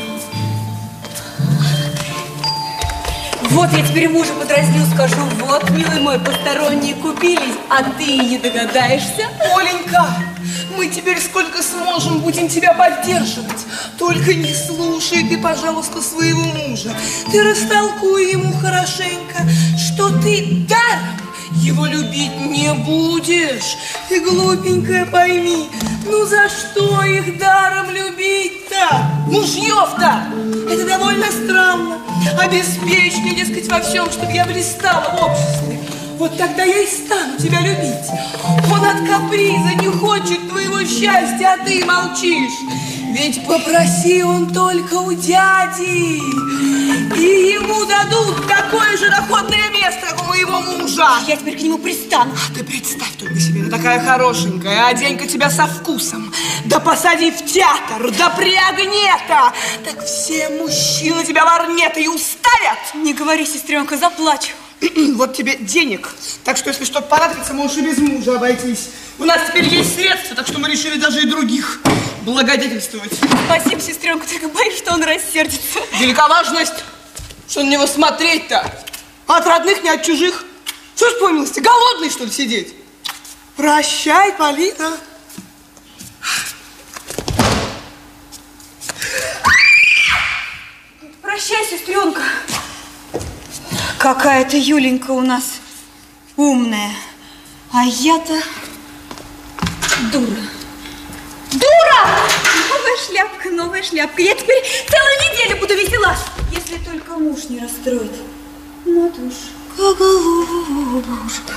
Вот я теперь мужа подразню, скажу: вот, милый мой, посторонние купились, а ты и не догадаешься. Оленька, мы теперь сколько сможем будем тебя поддерживать. Только не слушай ты, пожалуйста, своего мужа. Ты растолкуй ему хорошенько, что ты даром его любить не будешь. Ты, глупенькая, пойми, ну за что их даром любить-то? Мужьев-то! Это довольно странно. Обеспечь мне, дескать, во всем, чтобы я блистала в обществе. Вот тогда я и стану тебя любить. Он от каприза не хочет твоего счастья, а ты молчишь. Ведь попроси он только у дяди, и ему дадут такое же доходное место, как у моего мужа. Я теперь к нему пристану. А ты представь только себе, она такая хорошенькая, одень-ка тебя со вкусом, да посади в театр, да приогнета, так все мужчины тебя в орнеты и уставят. Не говори, сестренка, заплачу. Вот тебе денег, так что если что-то понадобится, можешь и без мужа обойтись. У нас теперь есть средства, так что мы решили даже и других благодетельствовать. Спасибо, сестренка, только боюсь, что он рассердится. Великоважность, что на него смотреть-то? От родных, не от чужих. Что ж по милости, голодный, что ли, сидеть? Прощай, Полина. Прощай, сестренка. Какая-то Юленька у нас умная, а я-то дура. Дура! Новая шляпка, новая шляпка. Я теперь целую неделю буду весела, если только муж не расстроит. Матушка, голубушка.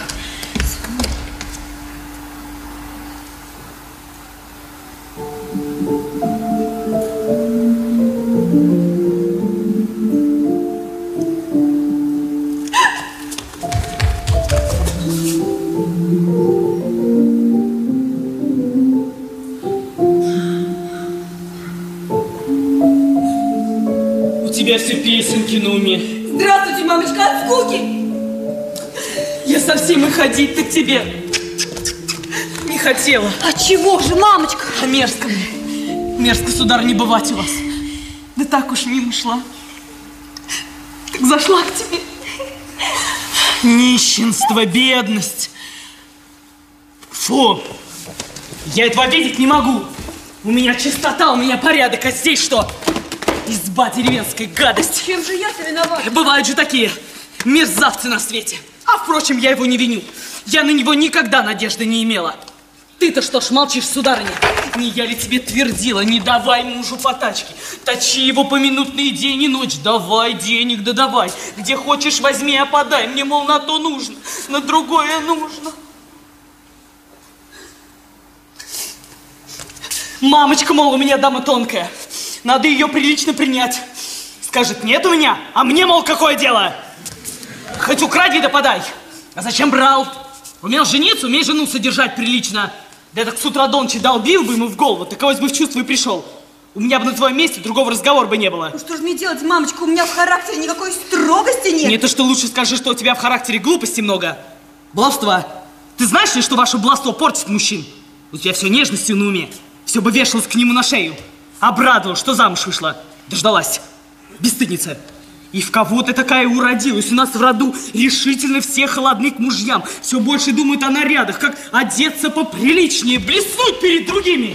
У тебя все песенки на уме. Здравствуйте, мамочка, от скуки. Я совсем и ходить-то к тебе не хотела. А чего же, мамочка? А мерзко мне. Мерзко, сударь, не бывать у вас. Да так уж мимо шла. Так зашла к тебе. Нищенство, бедность. Фу. Я этого видеть не могу. У меня чистота, у меня порядок, а здесь что? Изба деревенской гадости. Чем же я-то виновата? Бывают же такие мерзавцы на свете. А впрочем, я его не виню. Я на него никогда надежды не имела. Ты-то что ж молчишь, сударыня? Не я ли тебе твердила, не давай мужу по тачке. Точи его поминутно и день и ночь. Давай денег, да давай. Где хочешь, возьми, а подай. Мне, мол, на то нужно, на другое нужно. Мамочка, мол, у меня дама тонкая. Надо ее прилично принять. Скажет, нет у меня, а мне, мол, какое дело? Хоть укради да подай. А зачем брал? Умел жениться, умей жену содержать прилично. Да так с утра до ночи долбил бы ему в голову, так авось бы в чувство и пришел. У меня бы на твоем месте другого разговора бы не было. Ну что же мне делать, мамочка? У меня в характере никакой строгости нет. Нет, то что лучше скажи, что у тебя в характере глупости много. Баловства. Ты знаешь ли, что ваше баловство портит мужчин? У тебя все нежностью на уме. Все бы вешалось к нему на шею. Обрадовал, что замуж вышла. Дождалась. Бесстыдница. И в кого ты такая уродилась? У нас в роду решительно все холодны к мужьям. Все больше думают о нарядах, как одеться поприличнее, блеснуть перед другими.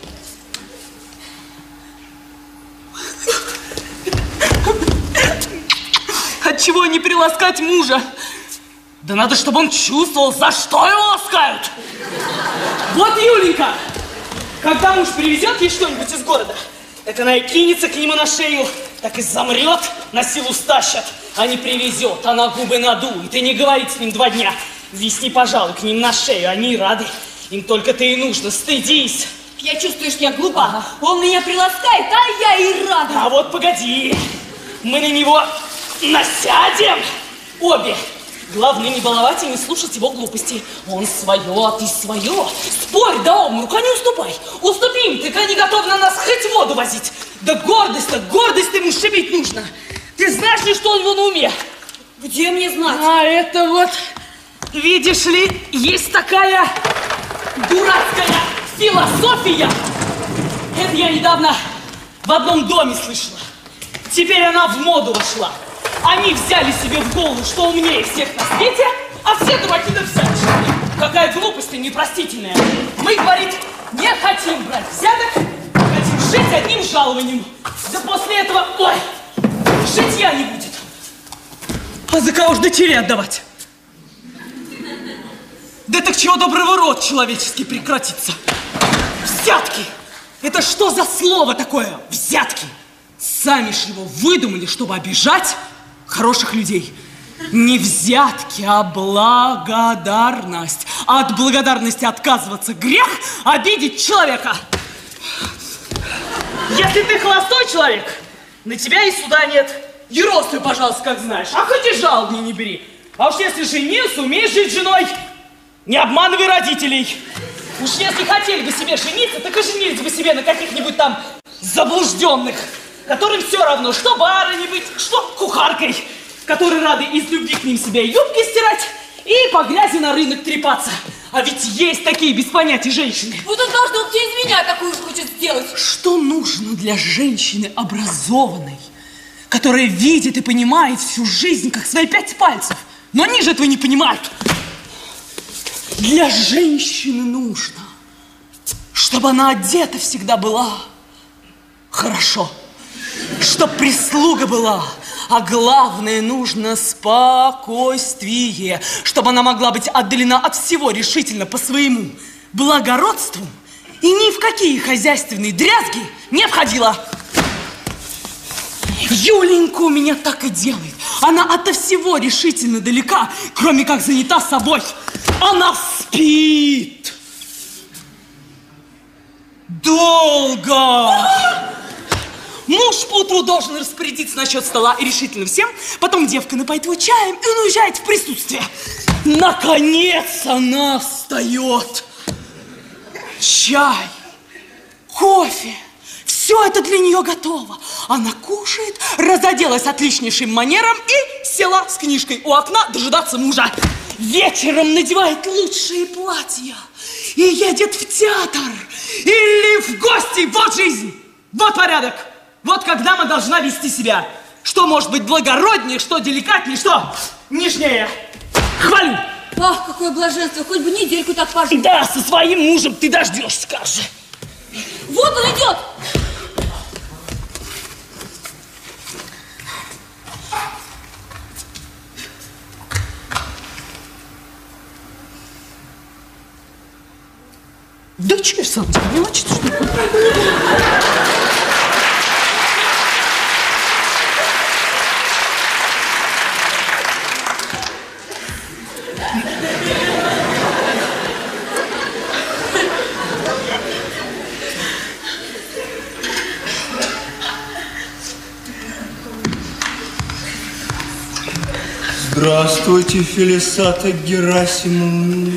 Отчего не приласкать мужа? Да надо, чтобы он чувствовал, за что его ласкают. Вот Юленька, когда муж привезет ей что-нибудь из города, так она и кинется к нему на шею, так и замрет, на силу стащат. А не привезет, она губы надует и не говорит с ним два дня. Висни, пожалуй, к ним на шею, они и рады. Им только-то и нужно, стыдись. Я чувствую, что я глупа. Ага. Он меня приласкает, а я и рада. А вот погоди, мы на него насядем обе. Главное, не баловать и не слушать его глупости. Он свое, а ты свое. Спорь до обморока, не уступай. Уступи им, так они готовы на нас хоть воду возить. Да гордость-то, гордость ему шибить нужно. Ты знаешь ли, что у него на уме? Где мне знать? А это вот, видишь ли, есть такая дурацкая философия. Это я недавно в одном доме слышала. Теперь она в моду вошла. Они взяли себе в голову, что умнее всех на свете, а все дураки да взяточники. Какая глупость непростительная. Мы, говорит, не хотим брать взяток, хотим жить одним жалованием. Да после этого, ой, житья не будет. А за кого ж дочерей отдавать? Да так чего доброго род человеческий прекратится? Взятки! Это что за слово такое? Взятки! Сами ж его выдумали, чтобы обижать хороших людей. Не взятки, а благодарность. От благодарности отказываться грех, обидеть человека. Если ты холостой человек, на тебя и суда нет. Еростуй, пожалуйста, как знаешь. А хоть и жалобни не бери. А уж если женился, умеешь жить с женой, не обманывай родителей. Уж если хотели бы себе жениться, так и женились бы себе на каких-нибудь там заблужденных, которым все равно, что барыней быть, что кухаркой, которые рады из любви к ним себе юбки стирать и по грязи на рынок трепаться. А ведь есть такие без понятия женщины. Вот он должен быть из меня такую же хочет сделать. Что нужно для женщины образованной, которая видит и понимает всю жизнь, как свои пять пальцев, но они же этого не понимают? Для женщины нужно, чтобы она одета всегда была хорошо, чтоб прислуга была, а главное, нужно спокойствие, чтобы она могла быть отделена от всего решительно по своему благородству и ни в какие хозяйственные дрязги не входила. Юленька у меня так и делает. Она ото всего решительно далека, кроме как занята собой. Она спит. Долго. Муж поутру должен распорядиться насчет стола и решительно всем. Потом девка напоит его чаем, и он уезжает в присутствие. Наконец она встает. Чай, кофе. Все это для нее готово. Она кушает, разоделась отличнейшим манером и села с книжкой у окна дожидаться мужа. Вечером надевает лучшие платья и едет в театр или в гости. Вот жизнь, вот порядок. Вот как дама должна вести себя. Что может быть благороднее, что деликатнее, что нежнее. Хвалю. Ах, какое блаженство, хоть бы недельку так пожить. Да, со своим мужем ты дождешься, как же. Вот он идет. Да что я сам тебе не хочет, что ли? Здравствуйте, Фелисата Герасимовна.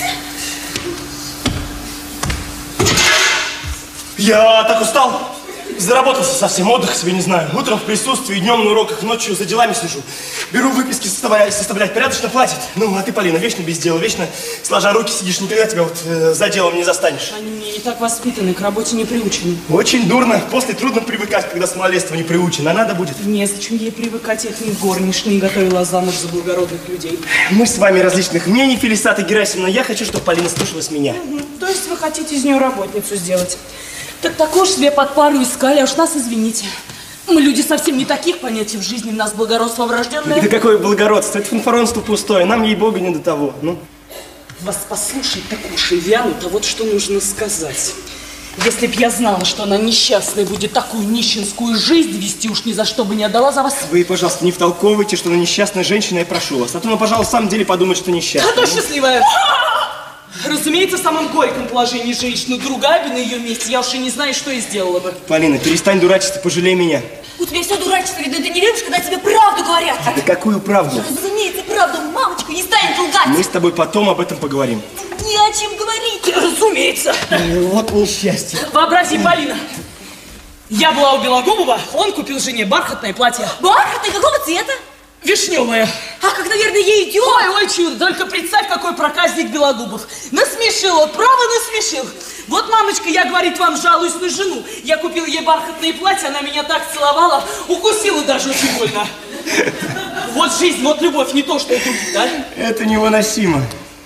Я так устал. Заработался совсем, отдых себе не знаю. Утром в присутствии, днем на уроках, ночью за делами слежу. Беру выписки, составляю, составлять порядочно платят. Ну, а ты, Полина, вечно без дела, вечно сложа руки сидишь, никогда тебя вот э, за делом не застанешь. Они мне не так воспитаны, к работе не приучены. Очень дурно. После трудно привыкать, когда с малолетства не приучен. А надо будет. Незачем ей привыкать, я их не горничной готовила замуж за благородных людей. Мы с вами различных мнений, Фелисата Герасимовна. Я хочу, чтобы Полина слушалась меня. Угу. То есть вы хотите из нее работницу сделать? Так такой уж себе под пару искали, а уж нас извините. Мы люди совсем не таких понятий в жизни, у нас благородство врожденное. Да какое благородство, это фанфаронство пустое, нам, ей-богу, не до того. Ну. Вас послушать так уши вянут, а вот что нужно сказать. Если б я знала, что она несчастная будет такую нищенскую жизнь вести, уж ни за что бы не отдала за вас. Вы, пожалуйста, не втолковывайте, что она несчастная женщина, я прошу вас. А то она, пожалуй, в самом деле подумает, что несчастная. А то счастливая. Разумеется, в самом горьком положении женщины, другая бы на ее месте, я уж и не знаю, что и сделала бы. Полина, перестань дурачиться, пожалей меня. У тебя все дурачество, видно, ты не любишь, когда тебе правду говорят. Да какую правду? Разумеется, правду, мамочка не станет лгать. Мы с тобой потом об этом поговорим. Не о чем говорить. Разумеется. Вот несчастье. Вообрази, Полина. Я была у Белогубова, он купил жене бархатное платье. Бархатное? Какого цвета? Вишневое. А как, наверное, ей идет? Ой, ой, чудо, только представь, какой проказник Белогубов. Насмешил, вот право насмешил. Вот, мамочка, я, говорит, вам жалуюсь на жену. Я купил ей бархатное платье, она меня так целовала, укусила даже очень больно. Вот жизнь, вот любовь, не то, что это убить, да? Это невыносимо.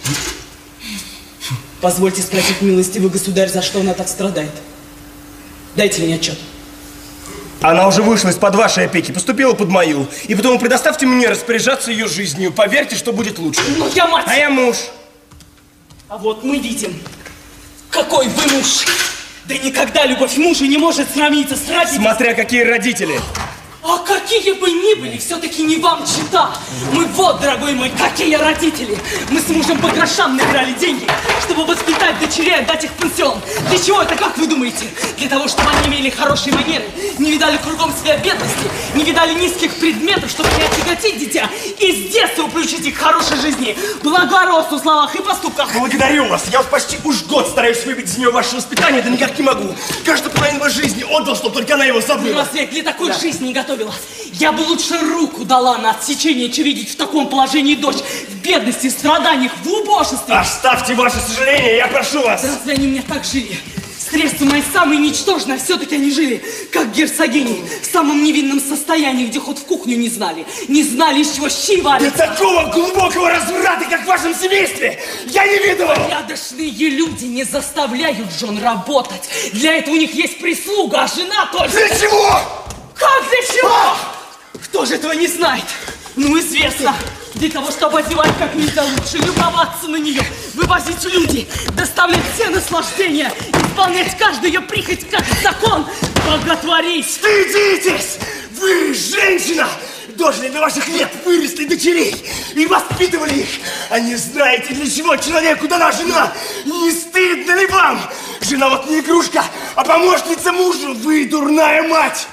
Позвольте спросить, милостивый государь, за что она так страдает? Дайте мне отчет. Она уже вышла из-под вашей опеки, поступила под мою. И потому предоставьте мне распоряжаться ее жизнью. Поверьте, что будет лучше. Но я мать. А я муж. А вот мы видим, какой вы муж. Да никогда любовь мужа не может сравниться с родителями. Смотря какие родители. А какие бы ни были, все-таки не вам чита. Мы вот, дорогой мой, какие родители. Мы с мужем по грошам набирали деньги, чтобы воспитать дочерей, отдать их в пансион. Для чего это, как вы думаете? Для того, чтобы они имели хорошие манеры, не видали кругом себя бедности, не видали низких предметов, чтобы не отяготить дитя и с детства приучить их к хорошей жизни, благородству в словах и поступках. Благодарю вас. Я вот почти уж год стараюсь выбить из нее ваше воспитание, да никак не могу. Каждую половину жизни отдал, чтобы только она его забыла. Разве для такой да. жизни не готова? Я бы лучше руку дала на отсечение, чем видеть в таком положении дочь, в бедности, в страданиях, в убожестве. Оставьте ваше сожаление, я прошу вас. Разве они мне так жили? Средства мои самые ничтожные, а все-таки они жили, как герцогини, в самом невинном состоянии, где ход в кухню не знали, не знали, из чего щи варят. Да такого глубокого разврата, как в вашем семействе, я не видывал. Порядочные люди не заставляют жен работать. Для этого у них есть прислуга, а жена только... Для чего? Как для чего? Кто же этого не знает? Ну, известно. Для того, чтобы одевать как нельзя лучше, любоваться на нее, вывозить в люди, доставлять все наслаждения, исполнять каждую ее прихоть как закон, боготворить. Стыдитесь! Вы, женщина, дожили до ваших лет, выросли дочерей и воспитывали их. А не знаете, для чего человеку дана жена? Не стыдно ли вам? Жена вот не игрушка, а помощница мужу. Вы дурная мать.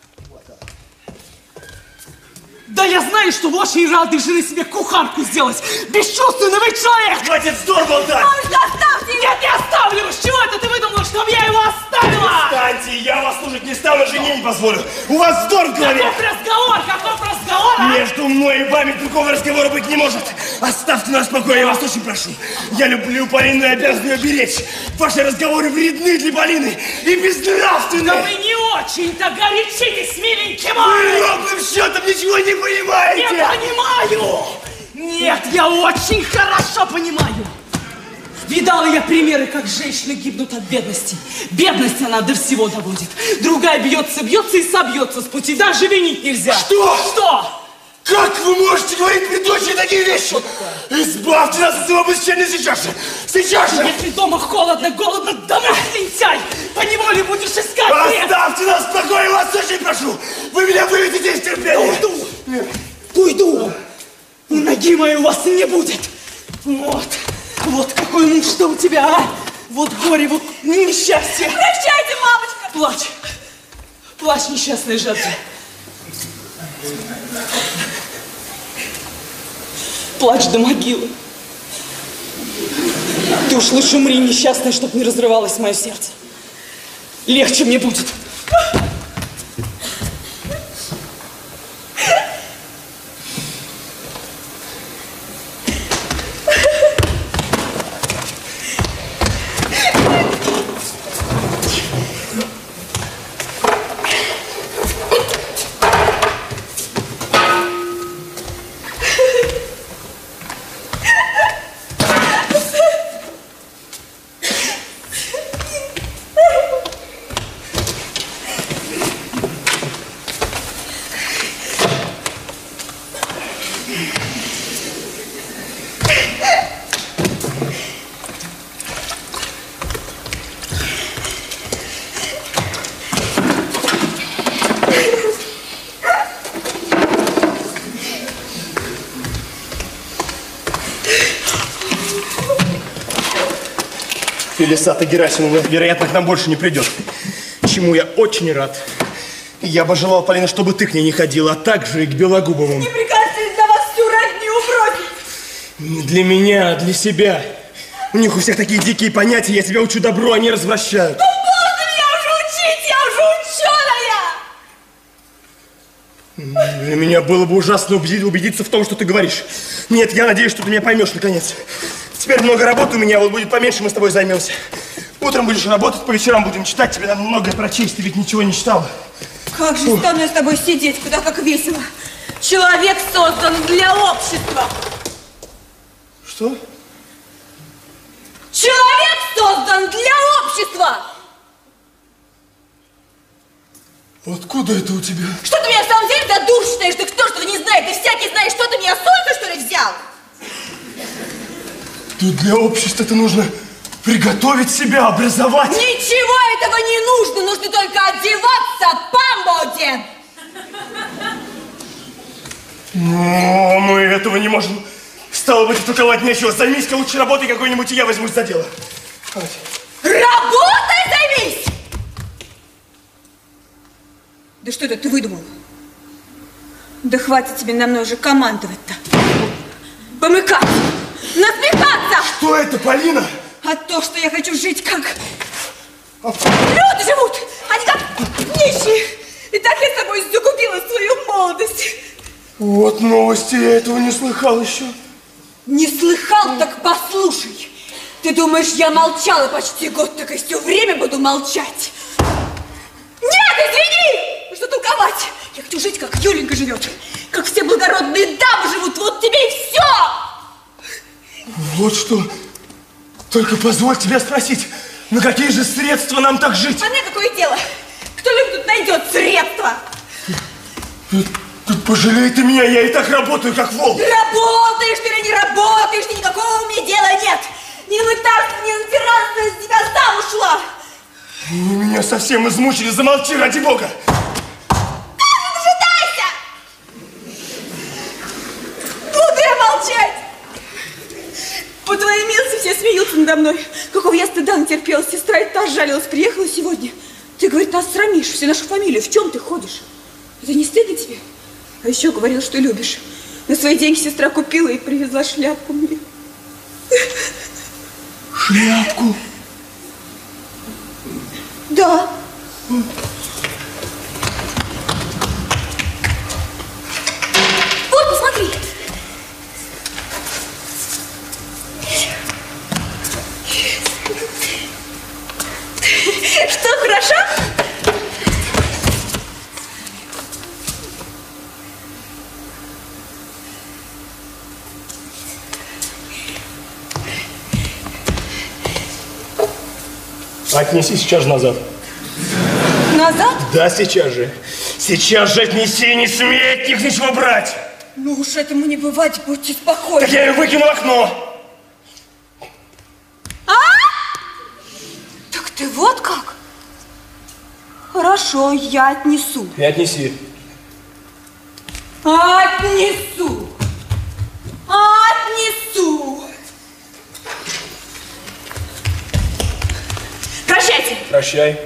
Да я знаю, что вы очень рады жены себе кухарку сделать. Бесчувственный вы человек! Хватит вздор болтать! Мамочка, оставьте его! Нет, не оставлю! С чего это ты выдумала, чтобы я его оставила? Встаньте, я вас слушать не стану, жене не позволю. У вас вздор в голове! Каков разговор? Каков разговор, а? Между мной и вами другого разговора быть не может. Оставьте нас в покое, я вас очень прошу. Я люблю Полину и обязан ее беречь. Ваши разговоры вредны для Полины и безнравственны. Да вы не очень-то горячитесь, миленький мой! Вы ровным счетом ничего не понимаете! Не понимаю! Нет, я очень хорошо понимаю! Видала я примеры, как женщины гибнут от бедности. Бедность она до всего доводит. Другая бьется, бьется и собьется с пути. Даже винить нельзя. Что? Что? Как вы можете говорить при дочери такие вещи? Избавьте нас от своего обучения сейчас же! Сейчас же! Если дома холодно, голодно, домой лентяй! Поневоле будешь искать! Оставьте нас в покое, вас очень прошу! Вы меня выведете из терпения! Уйду! Уйду! Ноги моей у вас не будет! Вот! Вот какой муж-то у тебя, а! Вот горе, вот несчастье! Прощайте, мамочка! Плачь! Плачь, несчастная жертва! Плачь до могилы. Ты уж лучше умри, несчастная, чтобы не разрывалось мое сердце. Легче мне будет. Фелисата Герасимовна, вероятно, к нам больше не придет. Чему я очень рад. Я бы желал, Полина, чтобы ты к ней не ходила, а также и к Белогубовым. Не прикажете для вас всю родню бросить? Не для меня, а для себя. У них у всех такие дикие понятия. Я тебя учу добру, они развращают. Ну, можно меня уже учить, я уже ученая! Для меня было бы ужасно убедиться в том, что ты говоришь. Нет, я надеюсь, что ты меня поймешь наконец. Теперь много работы у меня, вот будет поменьше, мы с тобой займемся. Утром будешь работать, по вечерам будем читать. Тебе надо многое прочесть, ты ведь ничего не читала. Как же стану я с тобой сидеть, куда как весело. Человек создан для общества. Что? Человек создан для общества. Откуда это у тебя? Что ты меня в самом деле за дур считаешь? Да кто что-то не знает? Ты всякий знаешь, что ты меня соль-то, что ли, взял? Тут для общества-то нужно приготовить себя, образовать. Ничего этого не нужно. Нужно только одеваться по моде. Но мы этого не можем. Стало быть, толковать нечего. Займись-ка лучше работой какой-нибудь, и я возьмусь за дело. Давайте. Работай, займись! Да что это ты выдумал? Да хватит тебе на мной уже командовать-то. Помыкаться, насмехаться! Что это, Полина? А то, что я хочу жить как... Люди живут, они как нищие. И так я с тобой загубила свою молодость. Вот новости, я этого не слыхал еще. Не слыхал, так послушай. Ты думаешь, я молчала почти год, так и все время буду молчать? Нет, извини! Что толковать? Я хочу жить, как Юленька живет. Как все благородные дамы живут. Вот тебе и все! Вот что. Только позволь тебя спросить, на какие же средства нам так жить? А мне какое дело? Кто любит, тут найдет средства. Тут, тут пожалей ты меня, я и так работаю, как волк. Работаешь ты или не работаешь, ты никакого мне дела нет. Ни на мытарство, ни на тиранство, из тебя замуж шла. Вы меня совсем измучили, замолчи, ради бога. Да, не дожидайся! Буду я молчать. По твоей милости все смеются надо мной. Какого я стыда натерпелась. Сестра и та жалилась, приехала сегодня. Ты, говорит, нас срамишь, всю нашу фамилию. В чем ты ходишь? Это не стыдно тебе? А еще говорил, что любишь. На свои деньги сестра купила и привезла шляпку мне. Шляпку? Да. Вот, посмотри. Что, хорошо? Отнеси сейчас же назад. Назад? Да, сейчас же. Сейчас же отнеси, не смей от них ничего брать. Ну уж этому не бывать, будьте спокойны. Так я ее выкину в окно. А? Так ты вот как? Хорошо, я отнесу. И отнеси. Отнесу. Отнесу. Прощайте. Прощай.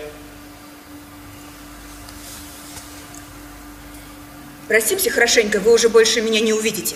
Простимся хорошенько, вы уже больше меня не увидите.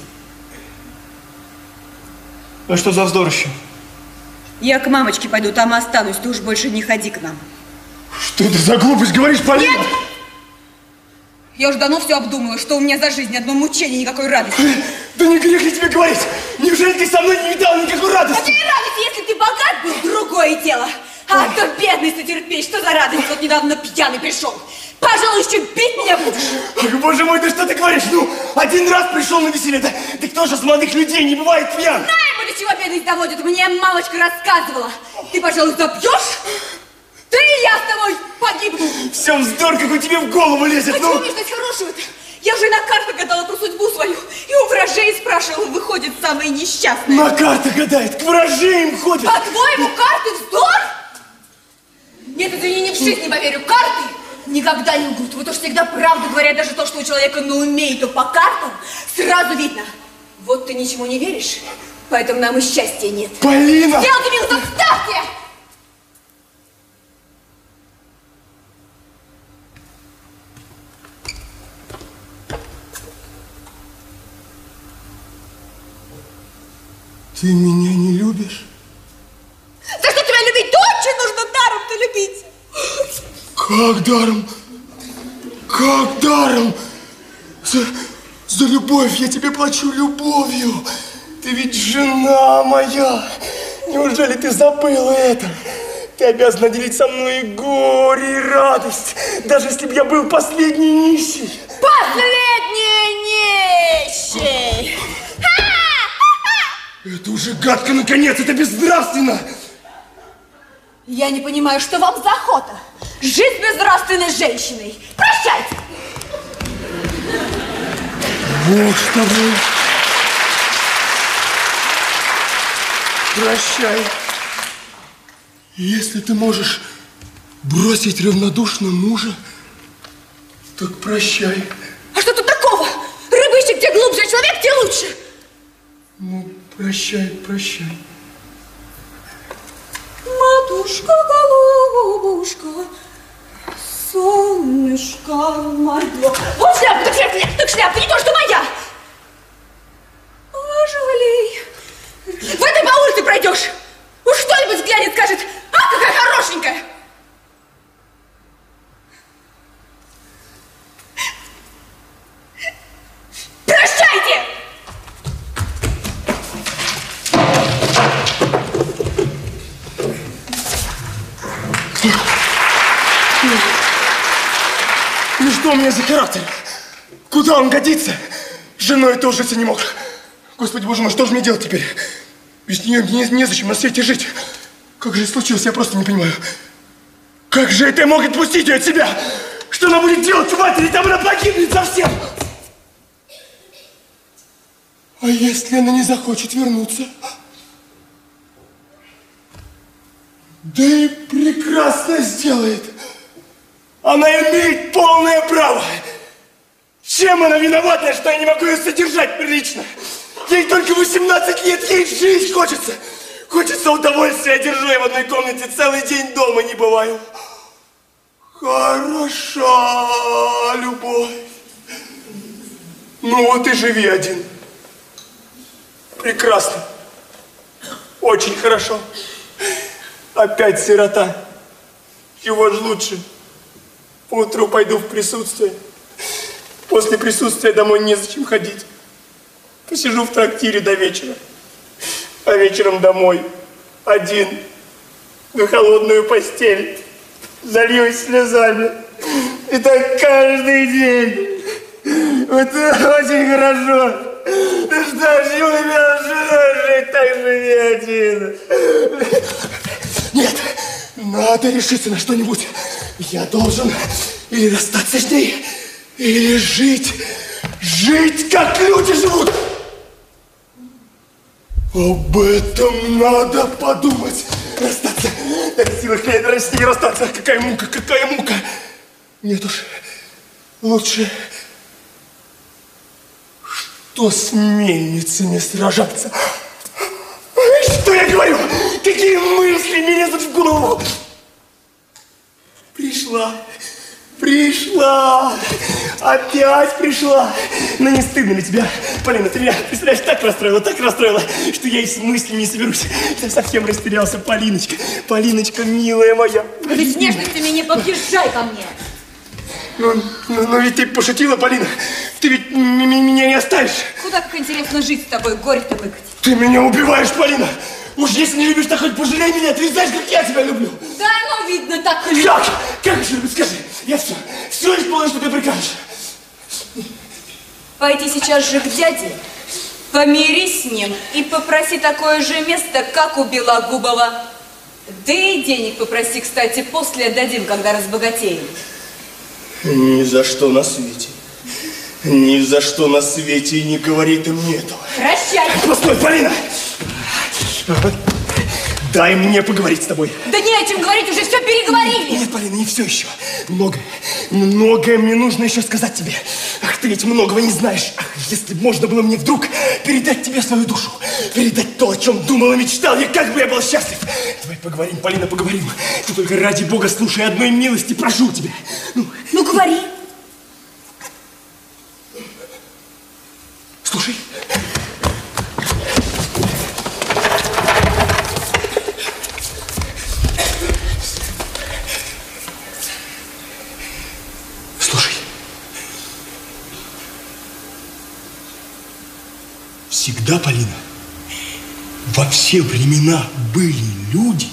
Ну что за вздорище? Я к мамочке пойду, там останусь, ты уж больше не ходи к нам. Что ты за глупость говоришь, Полина? Нет! Я уже давно все обдумала, что у меня за жизнь, одно мучение, никакой радости. Да не грех ли тебе говорить? Неужели ты со мной не видал никакой радости? Какие радости, если ты богат был, другое дело. А то бедность терпеть, что за радость? Вот недавно пьяный пришел. Пожалуй, еще бить меня будешь. Ах, боже мой, да что ты говоришь? Ну, один раз пришел на веселье, да, да кто же с молодых людей не бывает пьян? Знаем мы, до чего бедность доводит, мне мамочка рассказывала. Ты, пожалуй, запьешь? Ты и я с тобой погибну. Все вздор, какой тебе в голову лезет. А ну... чего мне ждать хорошего-то? Я уже на картах гадала про судьбу свою. И у врачей спрашивала, выходит, самые несчастные. На картах гадает, к врачам им ходит. По-твоему, карты вздор? Нет, извини, ни в жизнь не поверю. Карты никогда не лгут. Вот уж всегда правду говорят, даже то, что у человека на уме, и то по картам сразу видно. Вот ты ничему не веришь, поэтому нам и счастья нет. Полина! Сделайте минус, отставьте! Ты меня не любишь? За что тебя любить? Да очень нужно даром-то любить. Как даром? Как даром? За, за любовь я тебе плачу любовью. Ты ведь жена моя. Неужели ты забыла это? Ты обязана делить со мной и горе, и радость, даже если бы я был последний нищий. Последний нищий! Это уже гадко, наконец, это безнравственно! Я не понимаю, что вам за охота? Жить безнравственной женщиной! Прощайте! Бог с тобой! Прощай! Если ты можешь бросить равнодушно мужа, так прощай. А что тут такого? Рыбыщик, где глубже, а человек, где лучше. Ну, прощай, прощай. Матушка, голубушка, солнышко мое. Вот шляпа, так шляпа, так шляпа, не то, что моя. Пожалей. В этой по улице пройдешь. Уж кто-нибудь взглянет, скажет: а, какая хорошенькая. Прощайте! Ну что у меня за характер? Куда он годится? С женой тоже жить не мог. Господи, боже мой, что же мне делать теперь? Без нее мне незачем на свете жить. Как же это случилось, я просто не понимаю. Как же это я мог отпустить ее от себя? Что она будет делать в матери? Там она погибнет совсем. А если она не захочет вернуться? Да и прекрасно сделает. Она имеет полное право. Чем она виновата, что я не могу ее содержать прилично? Ей только восемнадцать лет, ей жить хочется. Хочется удовольствия, я держу ее в одной комнате, целый день дома не бываю. Хороша любовь. Ну вот и живи один. Прекрасно. Очень хорошо. Опять сирота. Чего ж лучше? Поутру пойду в присутствие. После присутствия домой незачем ходить. Посижу в трактире до вечера. А вечером домой. Один. На холодную постель. Зальюсь слезами. И так каждый день. Вот это очень хорошо. Ты что, жил меня с женой жить, так живи один. Нет, надо решиться на что-нибудь. Я должен или расстаться с ней, или жить, жить, как люди живут. Об этом надо подумать. Расстаться. Так в силах нет, с ней расстаться. Какая мука, какая мука. Нет уж, лучше, что с мельницами сражаться. Что я говорю? Какие мысли мне лезут в голову? Пришла, пришла, опять пришла. Ну не стыдно ли тебя, Полина? Ты меня, представляешь, так расстроила, так расстроила, что я и с мыслями не соберусь. Я совсем растерялся, Полиночка, Полиночка, милая моя. Да ведь нежностями не подъезжай ко мне. Ну, ну, ну ведь ты пошутила, Полина. Ты ведь меня не оставишь. Куда как интересно жить с тобой, горе-то выкать. Ты меня убиваешь, Полина. Уж если не любишь, то хоть пожалей меня. Ты знаешь, как я тебя люблю. Да, ну видно так и... Как? Как еще любить? Скажи. Я все, все исполню, что ты прикажешь. Пойди сейчас же к дяде, помирись с ним и попроси такое же место, как у Белогубова. Да и денег попроси, кстати, после отдадим, когда разбогатеем. Ни за что на свете. Ни за что на свете не говори ты мне этого. Прощай. Постой, Полина. Дай мне поговорить с тобой. Да не о чем говорить, уже все переговорили. Нет, Полина, не все еще. Многое, многое мне нужно еще сказать тебе. Ах, ты ведь многого не знаешь. Ах, если бы можно было мне вдруг передать тебе свою душу, передать то, о чем думал и мечтал, я как бы я был счастлив. Давай поговорим, Полина, поговорим. Ты только ради Бога слушай, одной милости прошу тебя. Ну, ну говори. Слушай. Всегда, Полина, во все времена были люди,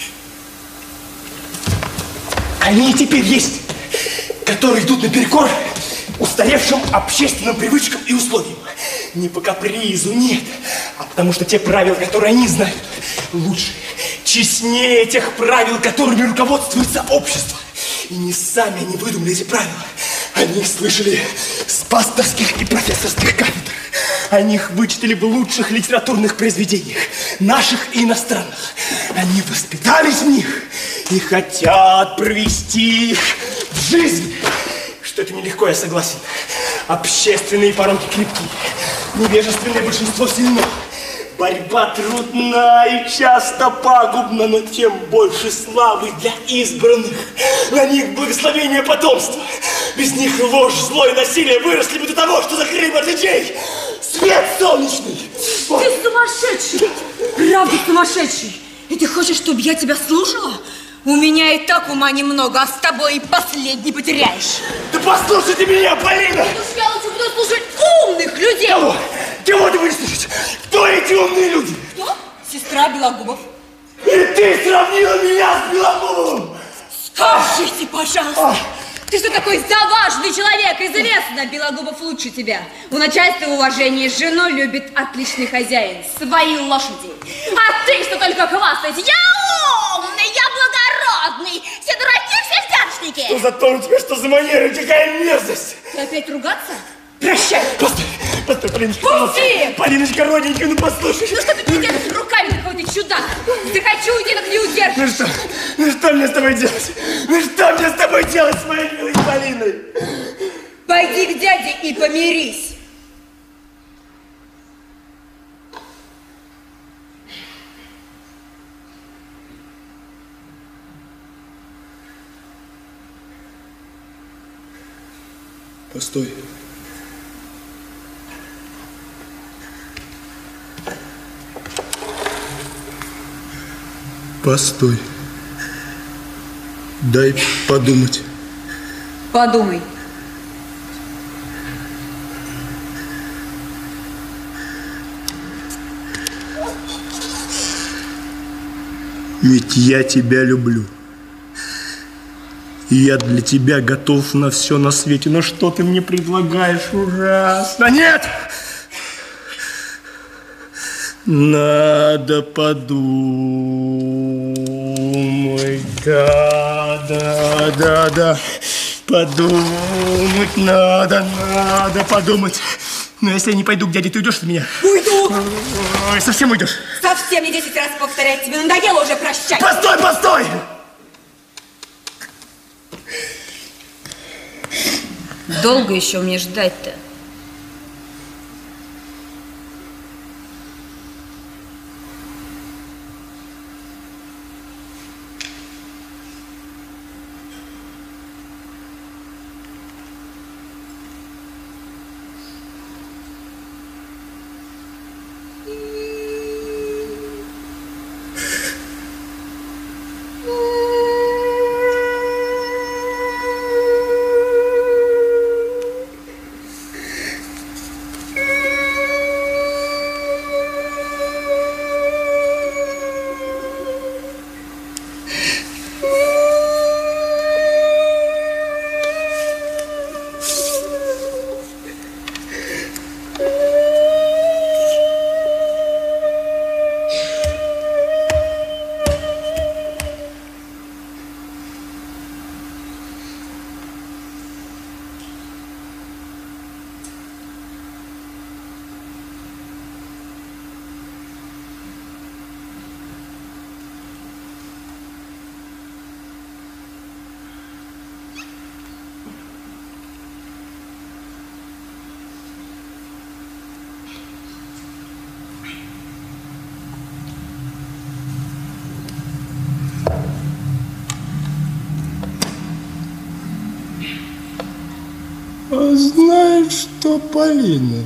они и теперь есть, которые идут наперекор устаревшим общественным привычкам и условиям. Не по капризу, нет, а потому что те правила, которые они знают, лучше, честнее тех правил, которыми руководствуется общество. И не сами они выдумали эти правила. Они их слышали с пасторских и профессорских кафедр. Они их вычитали в лучших литературных произведениях, наших и иностранных. Они воспитались в них и хотят провести их в жизнь. Что это нелегко, я согласен. Общественные пороки крепкие, невежественное большинство сильно. Борьба трудна и часто пагубна, но тем больше славы для избранных. На них благословение потомства. Без них ложь, зло и насилие выросли бы до того, что закрыли мордачей. Свет солнечный! Ты сумасшедший! Правда сумасшедший! И ты хочешь, чтобы я тебя слушала? У меня и так ума немного, а с тобой и последний потеряешь. Да послушайте меня, Полина! Ну уж я лучше буду слушать умных людей! Кого? Кого ты будешь слушать? Кто эти умные люди? Кто? Сестра Белогубов. И ты сравнила меня с Белогубовым! Скажите, пожалуйста! Ты что такой заважный человек? Известно, Белогубов лучше тебя. У начальства уважение, жену любит отличный хозяин, свои лошади. А ты что только хвастаешься? Я умный, я благородный, все дураки, все взяточники. Что за тон у тебя, что за манеры, какая мерзость? Ты опять ругаться? Прощай! Постой, постой, Полиночка. Пусти! Полиночка, родненькая, ну послушай. Ну что ты меня держишь руками, какой-то чудак? Захочу уйти, так не удержишь. Ну что, ну что мне с тобой делать? Ну что мне с тобой делать, с моей милой Полиной? Пойди к дяде и помирись. Постой. Постой. Дай подумать. Подумай. Ведь я тебя люблю. И я для тебя готов на все на свете. Но что ты мне предлагаешь? Ужасно. Нет! Надо подумать. Да, да, да, да. Подумать надо, надо подумать. Но если я не пойду к дяде, ты уйдешь от меня? Уйду. Ой, совсем уйдешь? Совсем не десять раз повторять тебе. Надоело уже, прощай. Постой, постой! Долго еще мне ждать-то? А знаешь что, Полина?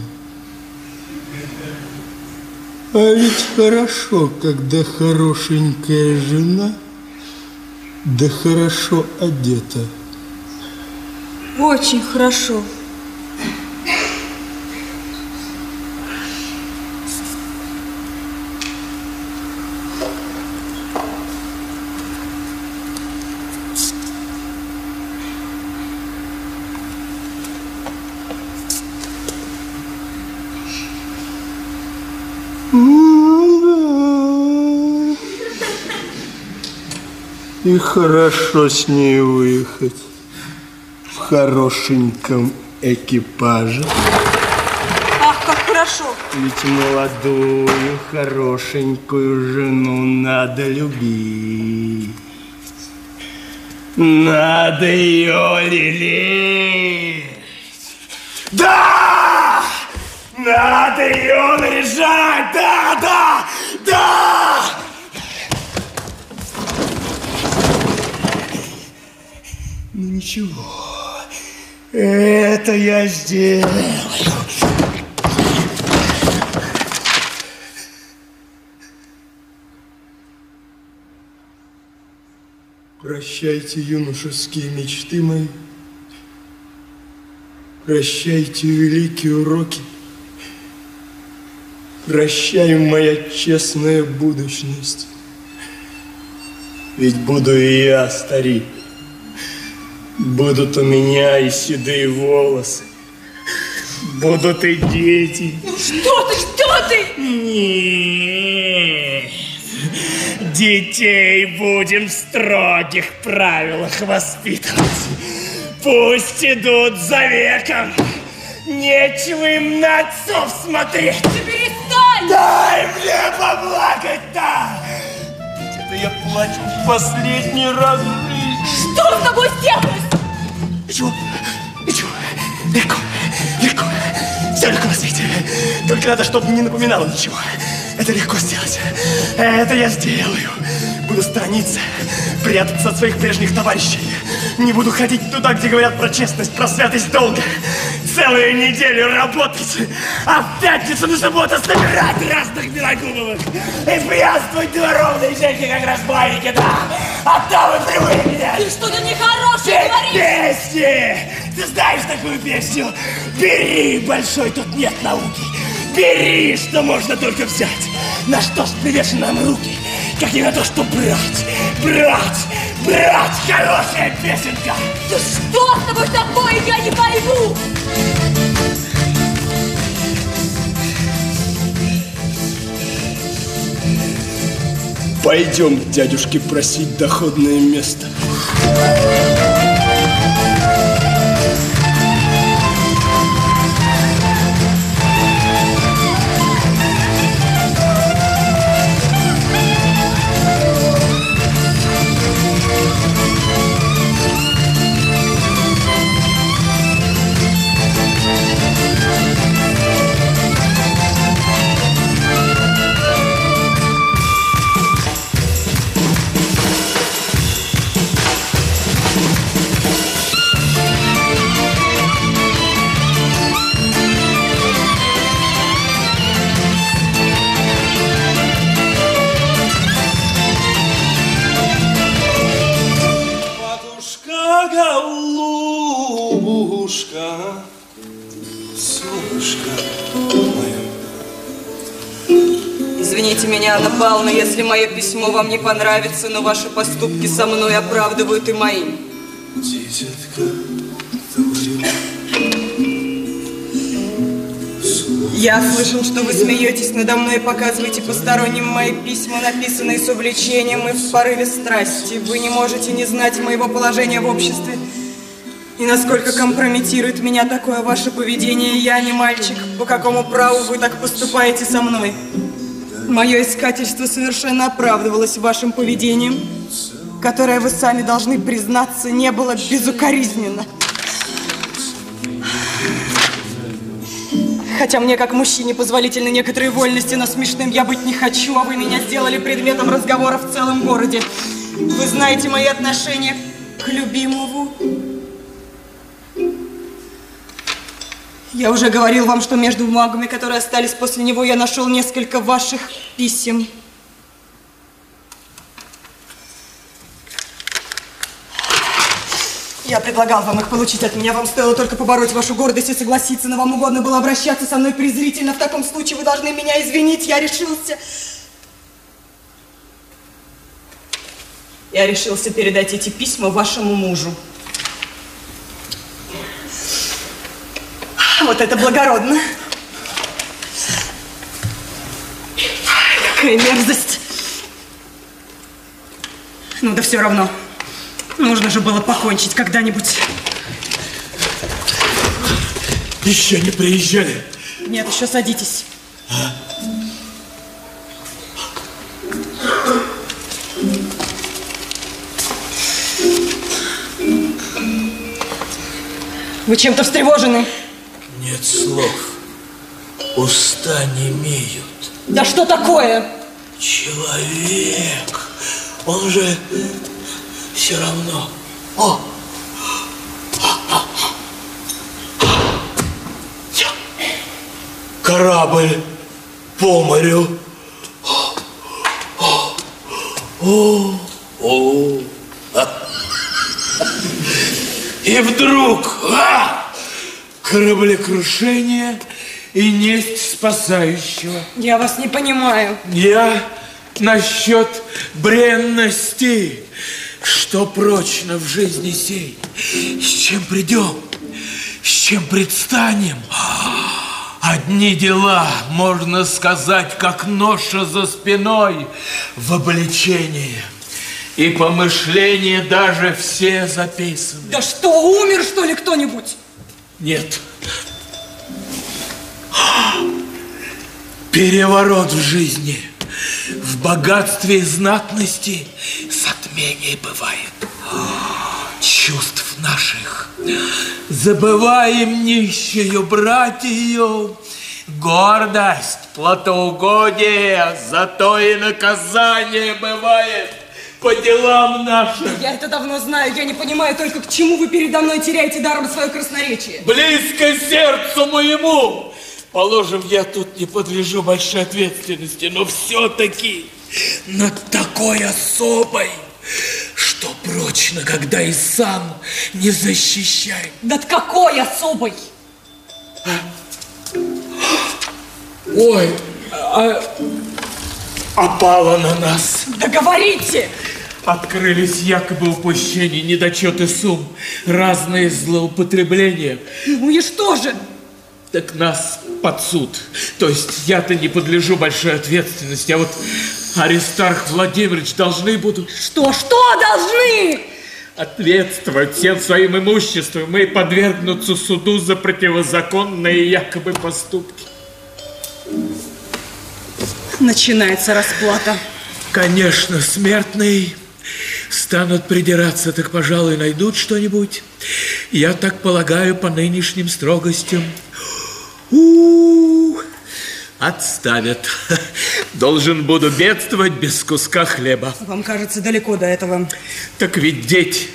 А ведь хорошо, когда хорошенькая жена, да хорошо одета. Очень хорошо. И хорошо с ней выехать в хорошеньком экипаже. Ах, как хорошо. Ведь молодую, хорошенькую жену надо любить. Надо ее лелеять. Да! Надо ее наряжать! Да, да, да! Ну ничего, это я сделаю. Прощайте юношеские мечты мои. Прощайте великие уроки. Прощай, моя честная будущность. Ведь буду и я, старик. Будут у меня и седые волосы. Будут и дети. Что ты, что ты? Нет. Детей будем в строгих правилах воспитывать. Пусть идут за веком. Нечего им на отцов смотреть. Ты перестань! Дай мне поплакать, да! Ведь это я плачу в последний раз в жизни. Что с тобой сделалось? Ничего, ничего. Легко, легко. Все легко на свете. Только надо, чтобы не напоминало ничего. Это легко сделать. Это я сделаю. Буду сторониться, прятаться от своих прежних товарищей. Не буду ходить туда, где говорят про честность, про святость долга. Целую неделю работать, а в пятницу на субботу собирать разных белогубовых и пьянствовать дворовные женщины, как разбойники, да. А то вы привыкли меня. Ты что-то нехорошее говоришь. Песни! Ты знаешь такую песню? Бери, большой, тут нет науки. Бери, что можно только взять. На что ж привешены нам руки, как не на то, что брать, брать, брать. Хорошая песенка. Да что с тобой такое, я не пойму. Пойдем к дядюшке просить доходное место. Извините меня, Анна Павловна, если мое письмо вам не понравится, но ваши поступки со мной оправдывают и мои. Я слышал, что вы смеетесь надо мной и показываете посторонним мои письма, написанные с увлечением и в порыве страсти. Вы не можете не знать моего положения в обществе. И насколько компрометирует меня такое ваше поведение, я не мальчик. По какому праву вы так поступаете со мной? Мое искательство совершенно оправдывалось вашим поведением, которое, вы сами должны признаться, не было безукоризненно. Хотя мне, как мужчине, позволительны некоторые вольности, но смешным я быть не хочу, а вы меня сделали предметом разговора в целом городе. Вы знаете мои отношения к любимому. Я уже говорил вам, что между бумагами, которые остались после него, я нашел несколько ваших писем. Я предлагал вам их получить от меня. Вам стоило только побороть вашу гордость и согласиться, но вам угодно было обращаться со мной презрительно. В таком случае вы должны меня извинить. Я решился... Я решился передать эти письма вашему мужу. Вот это благородно. Какая мерзость. Ну да все равно. Нужно же было покончить когда-нибудь. Еще не приезжали? Нет, еще садитесь. А? Вы чем-то встревожены? Нет слов. Уста немеют. Да что такое? Человек. Он же все равно. О! Корабль по морю. О! О! О! И вдруг а, кораблекрушение и несть спасающего. Я вас не понимаю. Я насчет бренности, что прочно в жизни сей. С чем придем, с чем предстанем. Одни дела, можно сказать, как ноша за спиной в обличении. И помышления даже все записаны. Да что, умер, что ли, кто-нибудь? Нет. Переворот в жизни, в богатстве и знатности затмение бывает. Чувств наших забываем нищую братью, гордость, плотоугодие, зато и наказание бывает по делам нашим. Я это давно знаю, я не понимаю только, к чему вы передо мной теряете даром свое красноречие. Близко сердцу моему. Положим, я тут не подлежу большой ответственности, но все-таки над такой особой, что прочно, когда и сам не защищай. Над какой особой? Ой, а, опала на нас. Да говорите! Открылись якобы упущения, недочеты сумм, разные злоупотребления. Ну и что же? Так нас под суд. То есть я-то не подлежу большой ответственности, а вот Аристарх Владимирович должны будут... Что? Что должны? Ответствовать всем своим имуществом и подвергнуться суду за противозаконные якобы поступки. Начинается расплата. Конечно, смертные станут придираться, так, пожалуй, найдут что-нибудь. Я так полагаю, по нынешним строгостям. У-у-у, отставят. Должен буду бедствовать без куска хлеба. Вам кажется, далеко до этого. Так ведь, дети,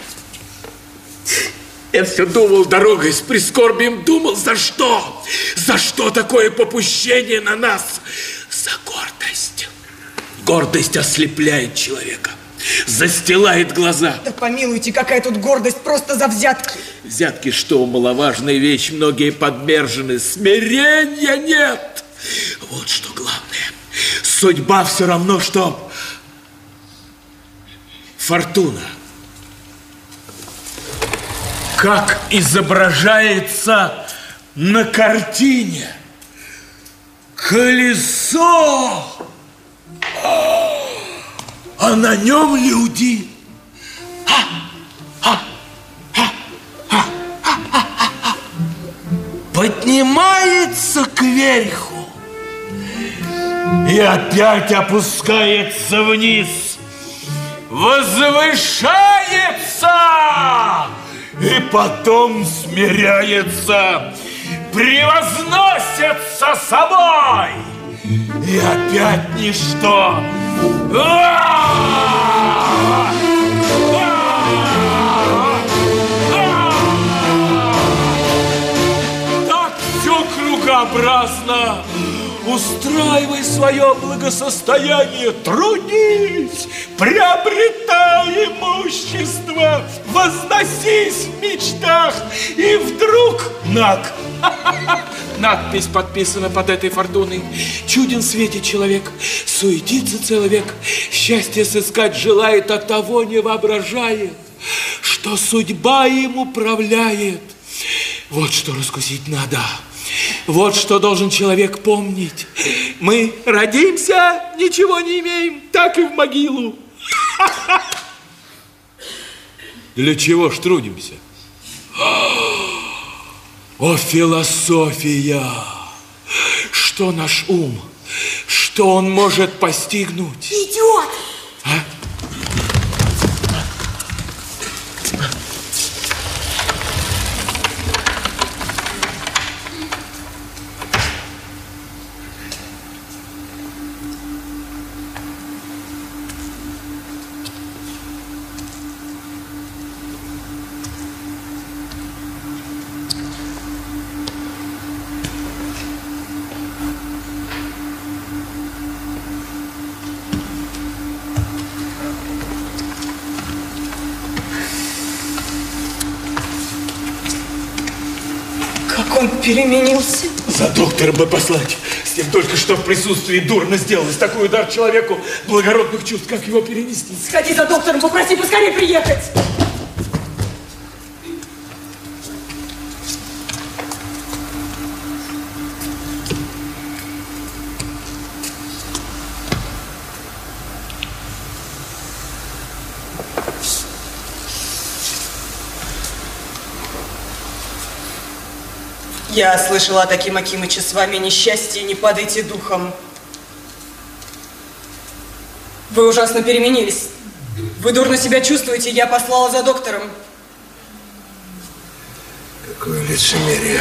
я все думал дорогой, с прискорбием думал, за что? За что такое попущение на нас? За гордость. Гордость ослепляет человека, застилает глаза. Да помилуйте, какая тут гордость, просто за взятки. Взятки что, маловажная вещь, многие подмержены. Смирения нет. Вот что главное. Судьба все равно, что фортуна. Как изображается на картине. Колесо, а на нем люди. Поднимается кверху и опять опускается вниз, возвышается и потом смиряется, превозносится собой и опять ничто. Так все кругообразно. Устраивай свое благосостояние, трудись, приобретай имущество, возносись в мечтах, и вдруг наг. Надпись подписана под этой фортуной. Чуден в свете человек, суетится целый век, счастье сыскать желает, а того не воображает, что судьба им управляет. Вот что раскусить надо. Вот что должен человек помнить. Мы родимся, ничего не имеем, так и в могилу. Для чего ж трудимся? О, философия! Что наш ум? Что он может постигнуть? Идиот! А? Он переменился. За доктором бы послать. С ним только что в присутствии дурно сделалось. Такой удар человеку благородных чувств, как его перенести? Сходи за доктором, попроси поскорее приехать. Я слышала, Аким Акимыч, с вами несчастье, не падайте духом. Вы ужасно переменились. Вы дурно себя чувствуете, я послала за доктором. Какое лицемерие.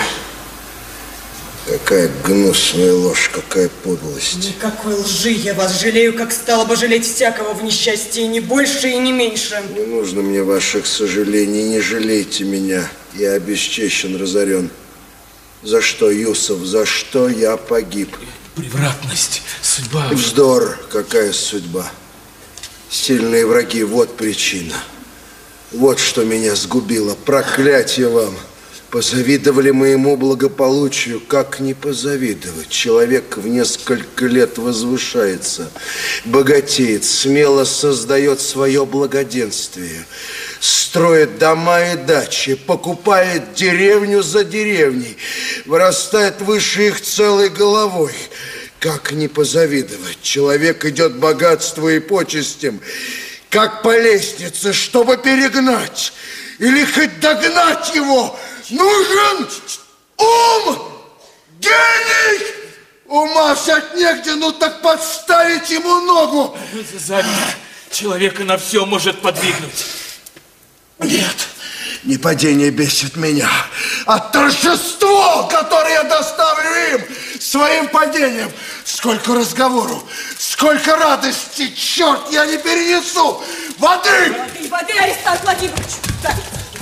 Какая гнусная ложь, какая подлость. Никакой лжи, я вас жалею, как стала бы жалеть всякого в несчастье, ни больше и не меньше. Не нужно мне ваших сожалений, не жалейте меня. Я обесчещен, разорен. За что, Юсуф, за что я погиб? Превратность, судьба. Вздор, какая судьба. Сильные враги, вот причина. Вот что меня сгубило. Проклятие вам. Позавидовали моему благополучию. Как не позавидовать? Человек в несколько лет возвышается, богатеет, смело создает свое благоденствие, строит дома и дачи, покупает деревню за деревней, вырастает выше их целой головой. Как не позавидовать? Человек идет богатству и почестям, как по лестнице, чтобы перегнать или хоть догнать его. Нужен ум, гений! Ума взять негде, ну так подставить ему ногу. Зависть человека на все может подвигнуть. Нет, не падение бесит меня, а торжество, которое я доставлю им своим падением. Сколько разговору, сколько радости, черт, я не перенесу. Воды! Воды, воды, Аристарх Владимирович! Так.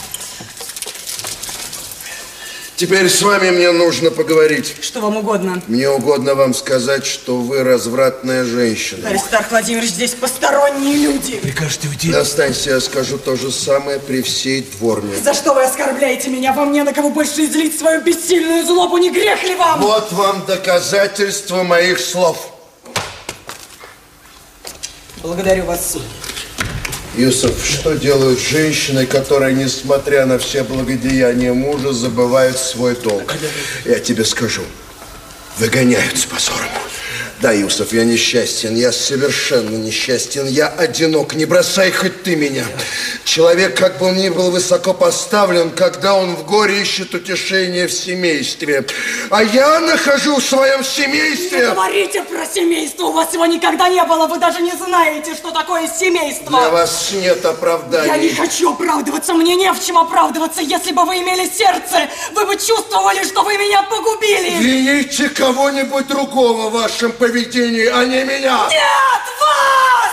Теперь с вами мне нужно поговорить. Что вам угодно? Мне угодно вам сказать, что вы развратная женщина. Аристарх Владимирович, здесь посторонние люди. Прикажете уйти? Останься, я скажу то же самое при всей дворне. За что вы оскорбляете меня? Вам не на кого больше излить свою бессильную злобу, не грех ли вам? Вот вам доказательство моих слов. Благодарю вас. Юсуф, что делают женщины, которые, несмотря на все благодеяния мужа, забывают свой долг? Я тебе скажу. Выгоняют с позором. Да, Юсуф, я несчастен, я совершенно несчастен, я одинок, не бросай хоть ты меня. Человек, как бы он ни был высоко поставлен, когда он в горе ищет утешение в семействе. А я нахожу в своем семействе... Не говорите про семейство, у вас его никогда не было, вы даже не знаете, что такое семейство. Для вас нет оправданий. Я не хочу оправдываться, мне не в чем оправдываться. Если бы вы имели сердце, вы бы чувствовали, что вы меня погубили. Вините кого-нибудь другого в вашем поведении, а не меня. Нет, вас!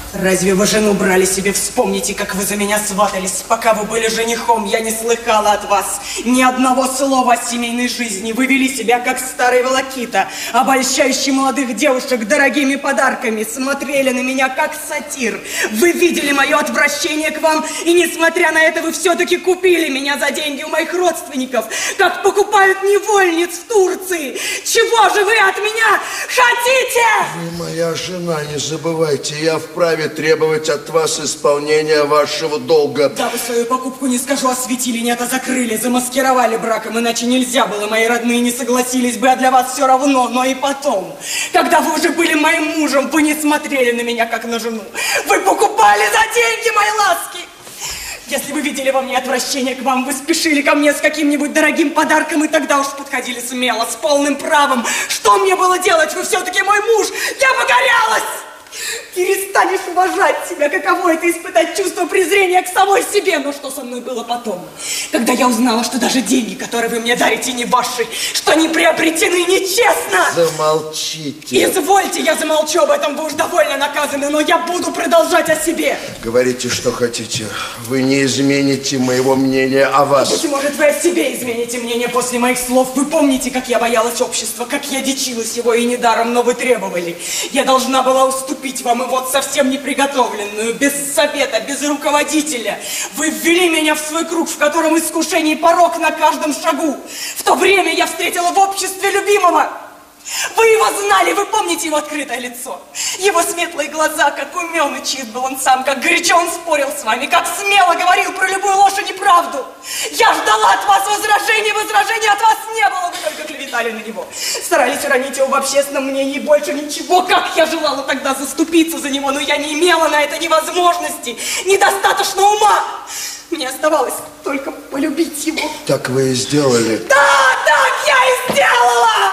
Разве вы жену брали себе? Вспомните, как вы за меня сватались. Пока вы были женихом, я не слыхала от вас ни одного слова о семейной жизни. Вы вели себя, как старый волокита, обольщающий молодых девушек дорогими подарками. Смотрели на меня, как сатир. Вы видели мое отвращение к вам, и, несмотря на это, вы все-таки купили меня за деньги у моих родственников, как покупают невольниц в Турции. Чего же вы от меня хотите? Вы моя жена, не забывайте, я вправе требовать от вас исполнения вашего долга. Да, вы свою покупку, не скажу, осветили, нет, а закрыли, замаскировали браком, иначе нельзя было, мои родные не согласились бы, а для вас все равно, но и потом. Когда вы уже были моим мужем, вы не смотрели на меня, как на жену. Вы покупали за деньги мои ласки. Если вы видели во мне отвращение к вам, вы спешили ко мне с каким-нибудь дорогим подарком, и тогда уж подходили смело, с полным правом. Что мне было делать? Вы все-таки мой муж. Я покорялась. Перестанешь уважать себя, каково это испытать чувство презрения к самой себе. Но что со мной было потом? Когда я узнала, что даже деньги, которые вы мне дарите, не ваши, что они приобретены нечестно. Замолчите. Извольте, я замолчу об этом, вы уж довольно наказаны, но я буду продолжать о себе. Говорите, что хотите. Вы не измените моего мнения о вас. Быть может, вы о себе измените мнение после моих слов. Вы помните, как я боялась общества, как я дичилась его, и недаром, но вы требовали. Я должна была уступить вам, и вот совсем неприготовленную, без совета, без руководителя. Вы ввели меня в свой круг, в котором искушение и порок на каждом шагу. В то время я встретила в обществе любимого. Вы его знали, вы помните его открытое лицо, его светлые глаза, как умен и чист был он сам, как горячо он спорил с вами, как смело говорил про любую ложь и неправду. Я ждала от вас возражений, возражений от вас не было, вы только клеветали на него. Старались уронить его в общественном мнении, больше ничего. Как я желала тогда заступиться за него, но я не имела на это ни возможности, недостаточно ума. Мне оставалось только полюбить его. Так вы и сделали. Да, так я и сделала!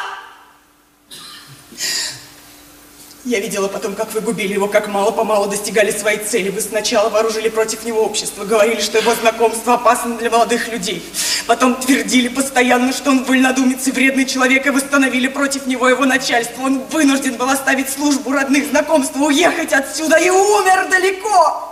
Я видела потом, как вы губили его, как мало-помалу достигали своей цели. Вы сначала вооружили против него общество, говорили, что его знакомство опасно для молодых людей. Потом твердили постоянно, что он вольнодумец и вредный человек, и восстановили против него его начальство. Он вынужден был оставить службу, родных, знакомства, уехать отсюда и умер далеко.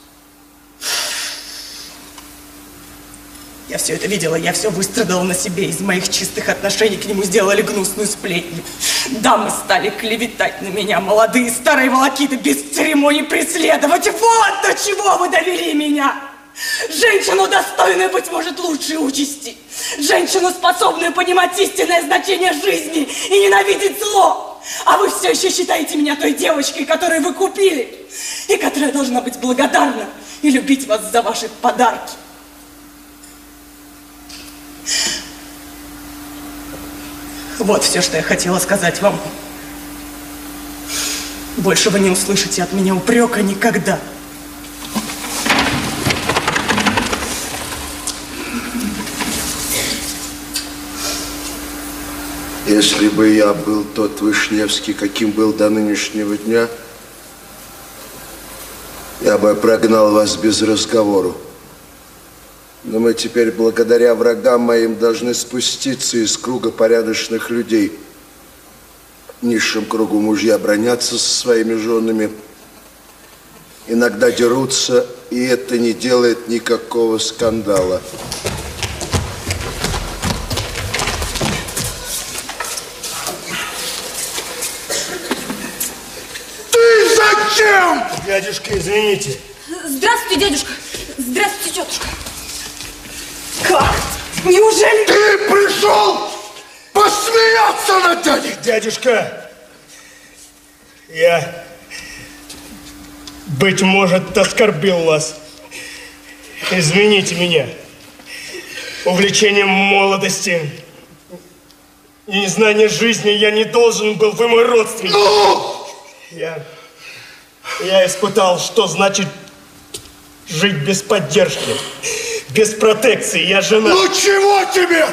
Я все это видела, я все выстрадала на себе. Из моих чистых отношений к нему сделали гнусную сплетню. Дамы стали клеветать на меня, молодые старые волокиты без церемоний преследовать. Вот до чего вы довели меня! Женщину, достойную, быть может, лучшей участи. Женщину, способную понимать истинное значение жизни и ненавидеть зло. А вы все еще считаете меня той девочкой, которую вы купили, и которая должна быть благодарна и любить вас за ваши подарки. Вот все, что я хотела сказать вам. Больше вы не услышите от меня упрека никогда. Если бы я был тот Вышневский, каким был до нынешнего дня, я бы прогнал вас без разговора. Но мы теперь, благодаря врагам моим, должны спуститься из круга порядочных людей. В низшем кругу мужья бранятся со своими женами, иногда дерутся, и это не делает никакого скандала. Ты зачем? Дядюшка, извините. Здравствуйте, дядюшка. Здравствуйте, тетушка. Как? Неужели... Ты пришел посмеяться над дядей? Дядюшка, я, быть может, оскорбил вас. Извините меня. Увлечением молодости и незнание жизни я не должен был, вы мой родственник. Ну! Я, я испытал, что значит жить без поддержки. Без протекции, я жена. Ну чего тебе?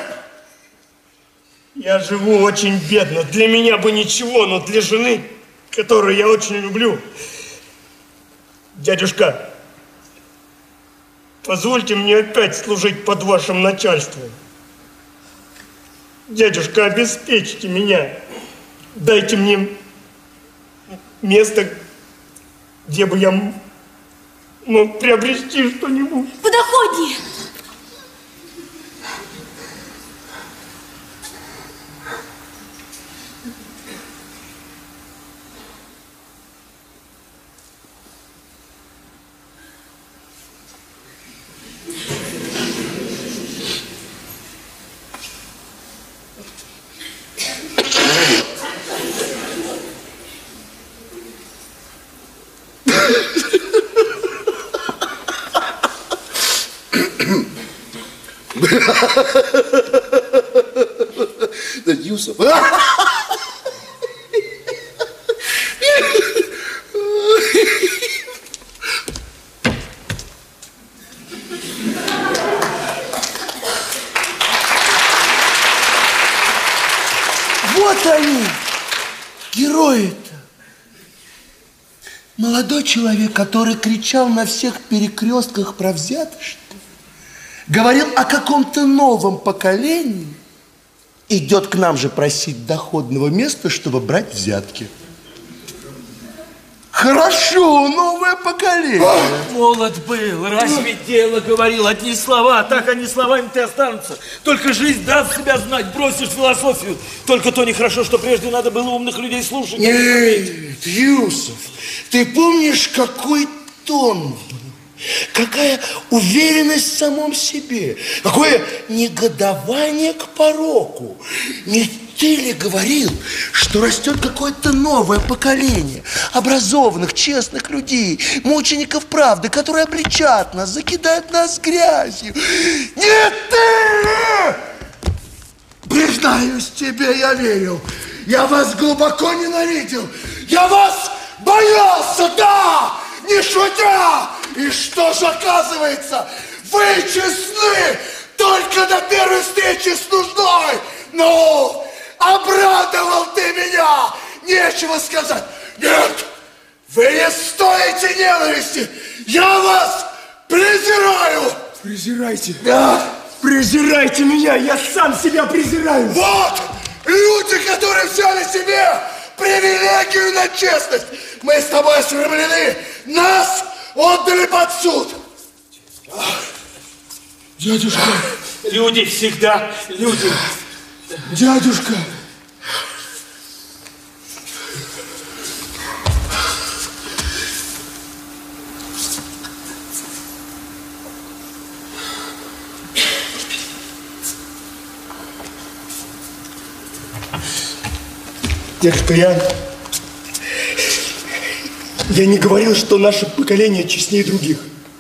Я живу очень бедно. Для меня бы ничего, но для жены, которую я очень люблю. Дядюшка, позвольте мне опять служить под вашим начальством. Дядюшка, обеспечьте меня. Дайте мне место где бы я мог приобрести что-нибудь. Подоходнее. Да, Юсуф. Вот они, герои-то. Молодой человек, который кричал на всех перекрестках про взяточство, говорил о каком-то новом поколении, идет к нам же просить доходного места, чтобы брать взятки. Хорошо, новое поколение. Молод был, разве дело говорил? Одни слова, так они словами-то останутся. Только жизнь даст себя знать, бросишь философию. Только то нехорошо, что прежде надо было умных людей слушать. Нет, Юсуф, ты помнишь, какой тон был? Какая уверенность в самом себе, какое негодование к пороку. Не ты ли говорил, что растет какое-то новое поколение образованных, честных людей, мучеников правды, которые обличат нас, закидают нас грязью? Не ты! Признаюсь тебе, я верил. Я вас глубоко ненавидел. Я вас боялся, да, не шутя. И что же оказывается? Вы честны только на первой встрече с нуждой. Ну, обрадовал ты меня. Нечего сказать. Нет, вы не стоите ненависти. Я вас презираю. Презирайте. Да. Презирайте меня, я сам себя презираю. Вот, люди, которые взяли себе привилегию на честность. Мы с тобой оскорблены. Нас отдали под суд. Дядюшка. Люди всегда люди. Дядюшка. Дядюшка, я... Я не говорил, что наше поколение честнее других.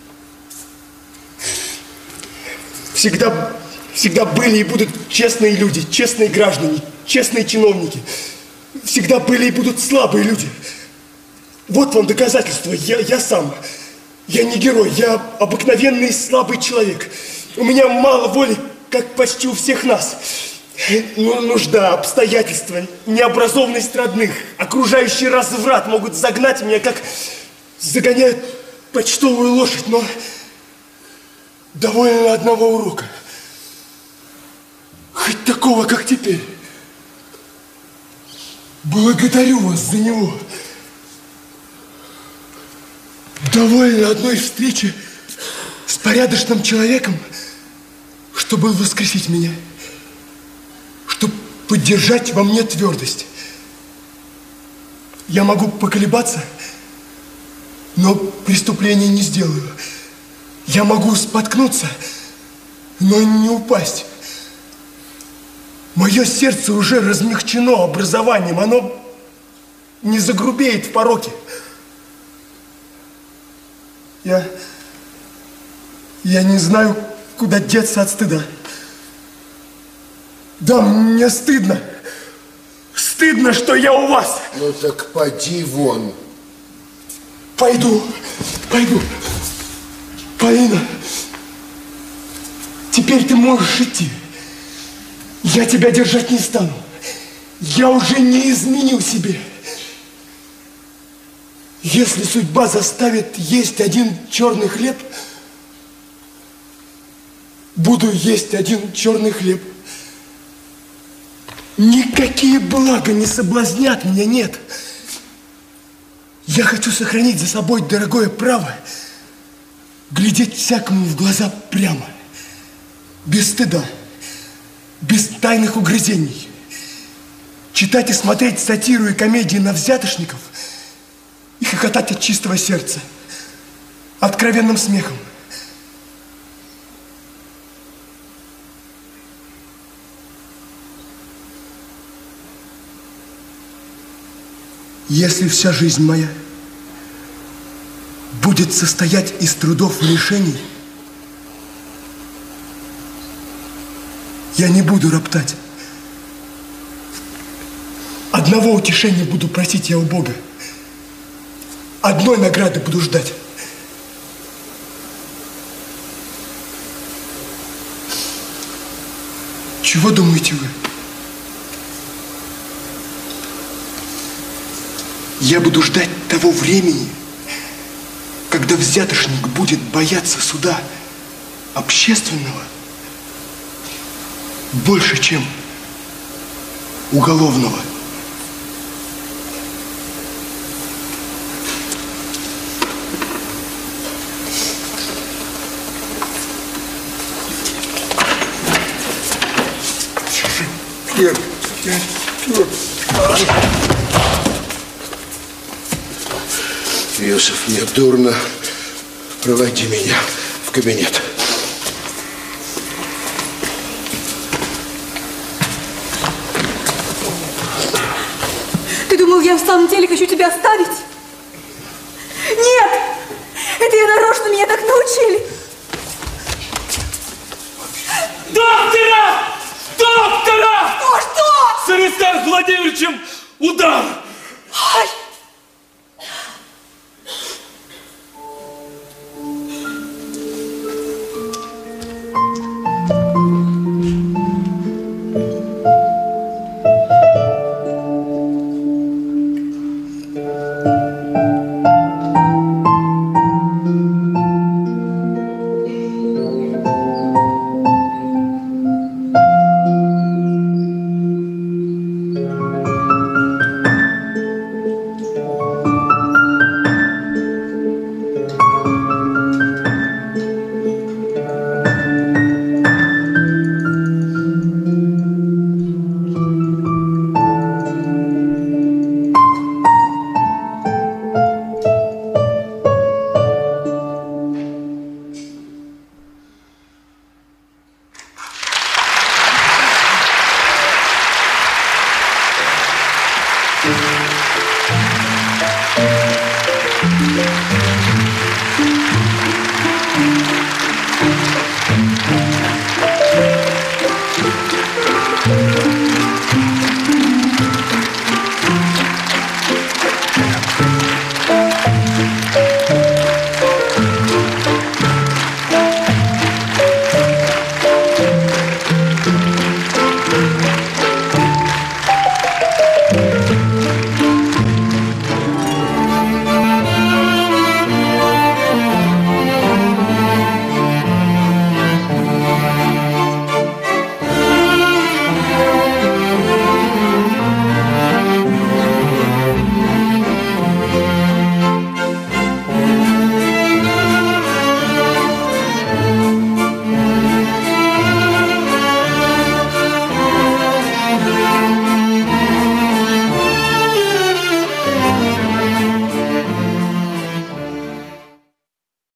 Всегда, всегда были и будут честные люди, честные граждане, честные чиновники. Всегда были и будут слабые люди. Вот вам доказательство. Я, я сам. Я не герой, я обыкновенный слабый человек. У меня мало воли, как почти у всех нас. Ну, нужда, обстоятельства, необразованность родных, окружающий разврат могут загнать меня, как загоняют почтовую лошадь, но довольно одного урока. Хоть такого, как теперь. Благодарю вас за него. Довольно одной встречи с порядочным человеком, чтобы воскресить меня. Чтобы поддержать во мне твердость. Я могу поколебаться, но преступления не сделаю. Я могу споткнуться, но не упасть. Мое сердце уже размягчено образованием, оно не загрубеет в пороке. Я, я не знаю, куда деться от стыда. Да, мне стыдно. Стыдно, что я у вас. Ну так поди вон. Пойду, пойду. Полина, теперь ты можешь идти. Я тебя держать не стану. Я уже не изменил себе. Если судьба заставит есть один черный хлеб, буду есть один черный хлеб. Никакие блага не соблазнят меня, нет. Я хочу сохранить за собой дорогое право глядеть всякому в глаза прямо, без стыда, без тайных угрызений, читать и смотреть сатиру и комедии на взятошников и хохотать от чистого сердца, откровенным смехом. Если вся жизнь моя будет состоять из трудов и лишений, я не буду роптать. Одного утешения буду просить я у Бога. Одной награды буду ждать. Чего думаете вы? Я буду ждать того времени, когда взятошник будет бояться суда общественного больше, чем уголовного. Нет, нет, нет. Юсуф, мне дурно. Проводи меня в кабинет. Ты думал, я в самом деле хочу тебя оставить? Нет! Это я нарочно, меня так научили. Доктора! Доктора! Что, что? С Аристархом Владимировичем удар!